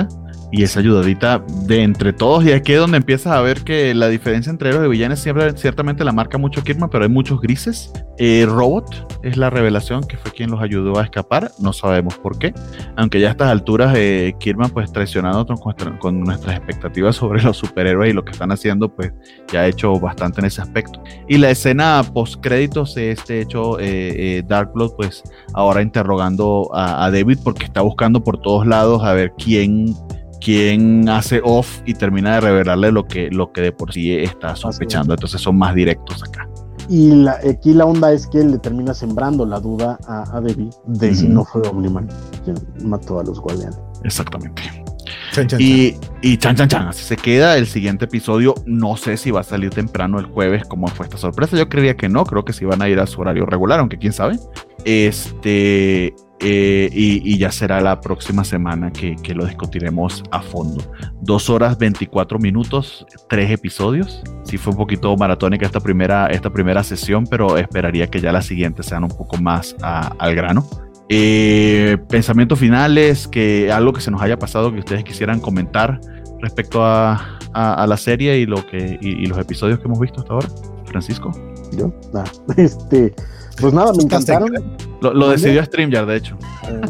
y esa ayudadita de entre todos, y aquí es donde empiezas a ver que la diferencia entre héroes y villanos siempre, ciertamente la marca mucho Kirkman, pero hay muchos grises. eh, Robot es la revelación, que fue quien los ayudó a escapar, no sabemos por qué, aunque ya a estas alturas eh, Kirkman pues traicionándonos con, con nuestras expectativas sobre los superhéroes y lo que están haciendo, pues ya ha hecho bastante en ese aspecto. Y la escena post créditos es este hecho eh, eh, Darkblood pues ahora interrogando a, a David, porque está buscando por todos lados a ver quién quién hace off y termina de revelarle lo que, lo que de por sí está sospechando. Entonces son más directos acá. Y la, aquí la onda es que él le termina sembrando la duda a, a David de uh-huh. si no fue Omniman quien mató a los guardianes. Exactamente. Chan, chan, y, chan. y chan chan chan, así se queda. El siguiente episodio no sé si va a salir temprano el jueves como fue esta sorpresa. Yo creía que no, creo que sí van a ir a su horario regular, aunque quién sabe. Este... Eh, y, y ya será la próxima semana que, que lo discutiremos a fondo. Dos horas veinticuatro minutos, tres episodios. Sí fue un poquito maratónica esta primera, esta primera sesión, pero esperaría que ya las siguientes sean un poco más a, al grano. Eh, pensamientos finales, que algo que se nos haya pasado que ustedes quisieran comentar respecto a, a, a la serie y, lo que, y, y los episodios que hemos visto hasta ahora. Francisco. Yo, nah, este... Pues nada, me encantaron. Lo, lo decidió StreamYard, de hecho.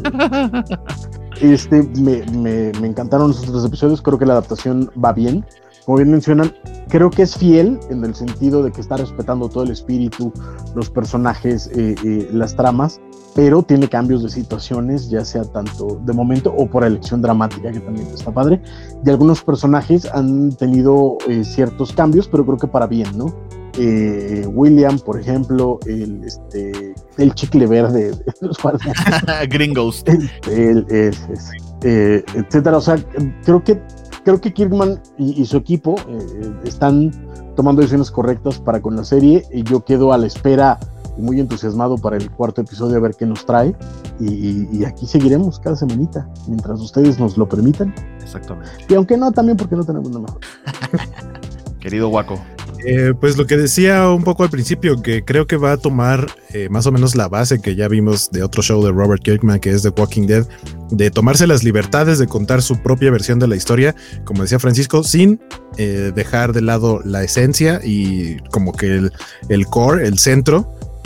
Este, me, me, me encantaron los otros episodios. Creo que la adaptación va bien. Como bien mencionan, creo que es fiel en el sentido de que está respetando todo el espíritu, los personajes, eh, eh, las tramas, pero tiene cambios de situaciones, ya sea tanto de momento o por elección dramática, que también está padre. Y algunos personajes han tenido eh, ciertos cambios, pero creo que para bien, ¿no? Eh, William, por ejemplo, el, este, el chicle verde de los guardianes. Gringos. El, es, es, eh, etcétera. O sea, creo que creo que Kirkman y, y su equipo eh, están tomando decisiones correctas para con la serie, y yo quedo a la espera y muy entusiasmado para el cuarto episodio a ver qué nos trae, y, y, y aquí seguiremos cada semanita mientras ustedes nos lo permitan. Exactamente. Y aunque no, también porque no tenemos nada mejor. Querido Waco. Eh, pues lo que decía un poco al principio, que creo que va a tomar eh, más o menos la base que ya vimos de otro show de Robert Kirkman, que es The Walking Dead, de tomarse las libertades de contar su propia versión de la historia, como decía Francisco, sin eh, dejar de lado la esencia y como que el, el core, el centro.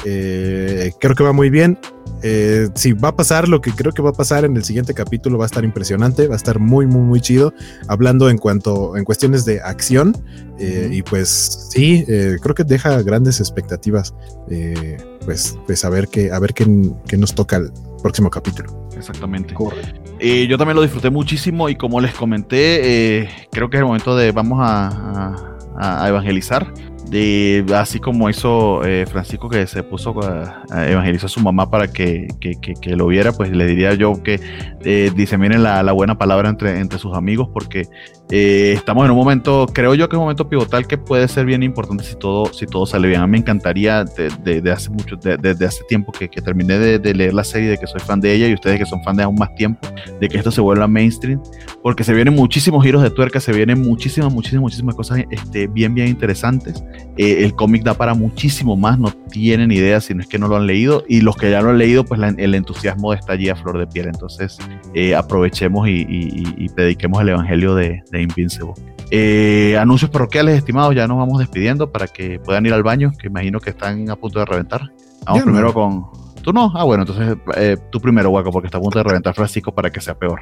Eh, creo que va muy bien. Eh, si va a pasar lo que creo que va a pasar en el siguiente capítulo, va a estar impresionante, va a estar muy muy muy chido, hablando en cuanto en cuestiones de acción, eh, uh-huh. y pues sí, eh, creo que deja grandes expectativas, eh, pues pues a ver qué a ver qué, qué nos toca el próximo capítulo. Exactamente. Eh, yo también lo disfruté muchísimo, y como les comenté, eh, creo que es el momento de vamos a, a, a evangelizar. De, así como hizo eh, Francisco, que se puso a, a evangelizar a su mamá para que, que, que, que lo viera, pues le diría yo que eh, diseminen la, la buena palabra entre, entre sus amigos, porque eh, estamos en un momento, creo yo que es un momento pivotal que puede ser bien importante si todo, si todo sale bien. A mí me encantaría de, de, de hace mucho, de, de, de hace tiempo que, que terminé de, de leer la serie, de que soy fan de ella, y ustedes que son fan de aún más tiempo, de que esto se vuelva mainstream, porque se vienen muchísimos giros de tuerca, se vienen muchísimas, muchísimas, muchísimas cosas este, bien, bien interesantes. Eh, el cómic da para muchísimo más, no tienen idea si no es que no lo han leído, y los que ya lo han leído, pues la, el entusiasmo está allí a flor de piel. Entonces eh, aprovechemos y, y, y prediquemos el evangelio de, de Invincible. Eh, anuncios parroquiales, estimados, ya nos vamos despidiendo para que puedan ir al baño, que imagino que están a punto de reventar. Vamos ya primero no. con... ¿Tú no? Ah, bueno, entonces eh, tú primero, Waco, porque está a punto de reventar Francisco para que sea peor.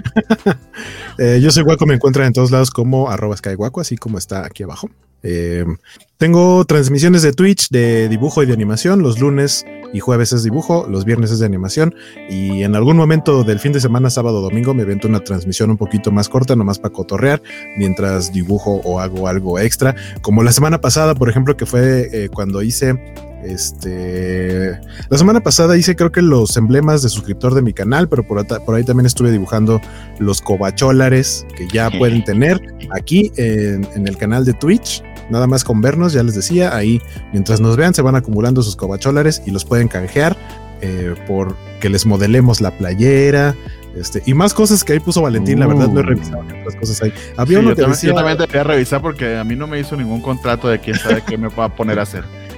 eh, yo soy Waco, me encuentran en todos lados como arroba skywaco, así como está aquí abajo. Eh, tengo transmisiones de Twitch de dibujo y de animación. Los lunes y jueves es dibujo, los viernes es de animación, y en algún momento del fin de semana, sábado o domingo, me avento una transmisión un poquito más corta, nomás para cotorrear mientras dibujo o hago algo extra, como la semana pasada, por ejemplo, que fue eh, cuando hice Este, la semana pasada hice creo que los emblemas de suscriptor de mi canal, pero por, por ahí también estuve dibujando los cobacholares que ya pueden tener aquí en, en el canal de Twitch. Nada más con vernos, ya les decía, ahí mientras nos vean se van acumulando sus cobacholares y los pueden canjear eh, por que les modelemos la playera. Este, y más cosas que ahí puso Valentín, uh. la verdad no he revisado qué otras cosas hay. Había sí, uno yo, que también, decía, yo también debería revisar porque a mí no me hizo ningún contrato de quién sabe qué me va a poner a hacer.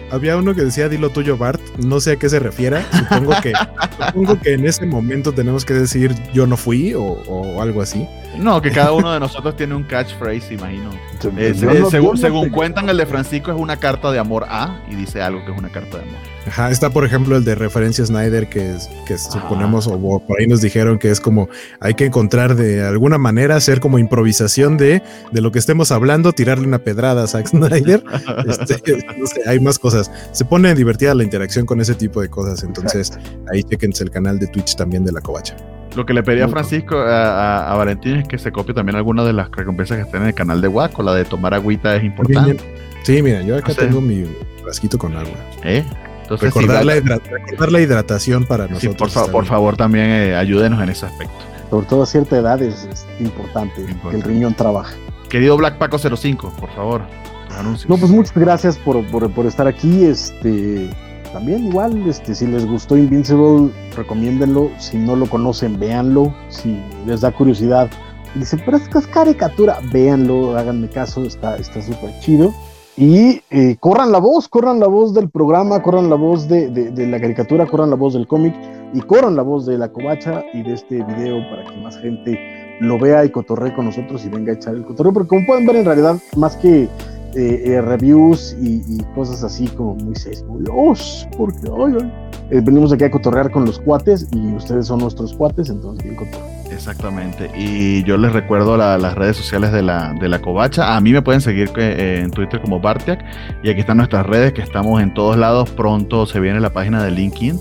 había uno que decía dilo tuyo Bart, no sé a qué se refiera, supongo que supongo que en ese momento tenemos que decir yo no fui o, o algo así. No, que cada uno de nosotros tiene un catchphrase, imagino. Eh, Yo eh, no- según yo no según sé. cuentan, el de Francisco es una carta de amor a, y dice algo que es una carta de amor. Ajá, está por ejemplo el de referencia Snyder que, es, que suponemos o, o por ahí nos dijeron que es como hay que encontrar de alguna manera hacer como improvisación de, de lo que estemos hablando, tirarle una pedrada a Zack Snyder. Este, no sé, hay más cosas. Se pone divertida la interacción con ese tipo de cosas, entonces ahí chequense el canal de Twitch también de La Covacha. Lo que le pedí a Francisco, a, a, a Valentín, es que se copie también alguna de las recompensas que están en el canal de Waco. La de tomar agüita es importante. Sí, mira, yo acá No sé. tengo mi frasquito con agua. ¿Eh? Entonces, Recordar, sí, la la- hidra- recordar la hidratación para sí, nosotros. por, fa- está por bien. favor, también eh, ayúdenos en ese aspecto. Sobre todo a cierta edad es, es importante, Importante. que el riñón trabaje. Querido Black Paco cero cinco, por favor, tus anuncios. No, pues muchas gracias por, por, por estar aquí. Este, también igual, este, si les gustó Invincible, recomiéndenlo. Si no lo conocen, véanlo. Si les da curiosidad y dicen, pero es que es caricatura, véanlo, háganme caso, está está súper chido. Y eh, corran la voz, corran la voz del programa, corran la voz de, de, de la caricatura, corran la voz del cómic y corran la voz de La Covacha y de este video para que más gente lo vea y cotorree con nosotros y venga a echar el cotorreo, porque como pueden ver en realidad más que eh, eh, reviews y, y cosas así como muy seismos, porque oigan, eh, venimos aquí a cotorrear con los cuates y ustedes son nuestros cuates, entonces bien cotorreo. Exactamente. Y yo les recuerdo la- las redes sociales de la, de la Covacha. A mí me pueden seguir eh, en Twitter como Bartiak. Y aquí están nuestras redes, que estamos en todos lados. Pronto se viene la página de LinkedIn.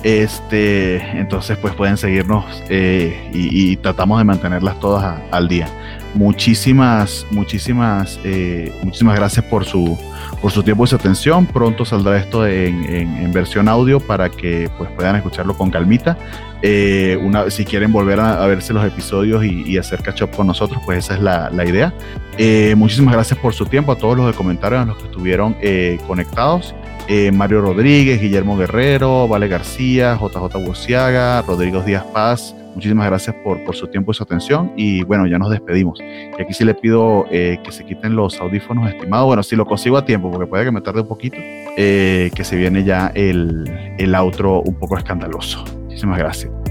Este, entonces, pues pueden seguirnos eh, y, y tratamos de mantenerlas todas a- al día. Muchísimas, muchísimas, eh, muchísimas gracias por su, por su tiempo y su atención. Pronto saldrá esto en, en- en versión audio para que pues puedan escucharlo con calmita. Eh, una, si quieren volver a, a verse los episodios y, y hacer catch up con nosotros, pues esa es la, la idea. Eh, muchísimas gracias por su tiempo, a todos los de comentarios, a los que estuvieron eh, conectados. Eh, Mario Rodríguez, Guillermo Guerrero, Vale García, J J Buciaga, Rodrigo Díaz Paz. Muchísimas gracias por, por su tiempo y su atención. Y bueno, ya nos despedimos. Y aquí sí le pido eh, que se quiten los audífonos, estimados. Bueno, si lo consigo a tiempo, porque puede que me tarde un poquito, eh, que se viene ya el, el outro un poco escandaloso. Muchísimas gracias.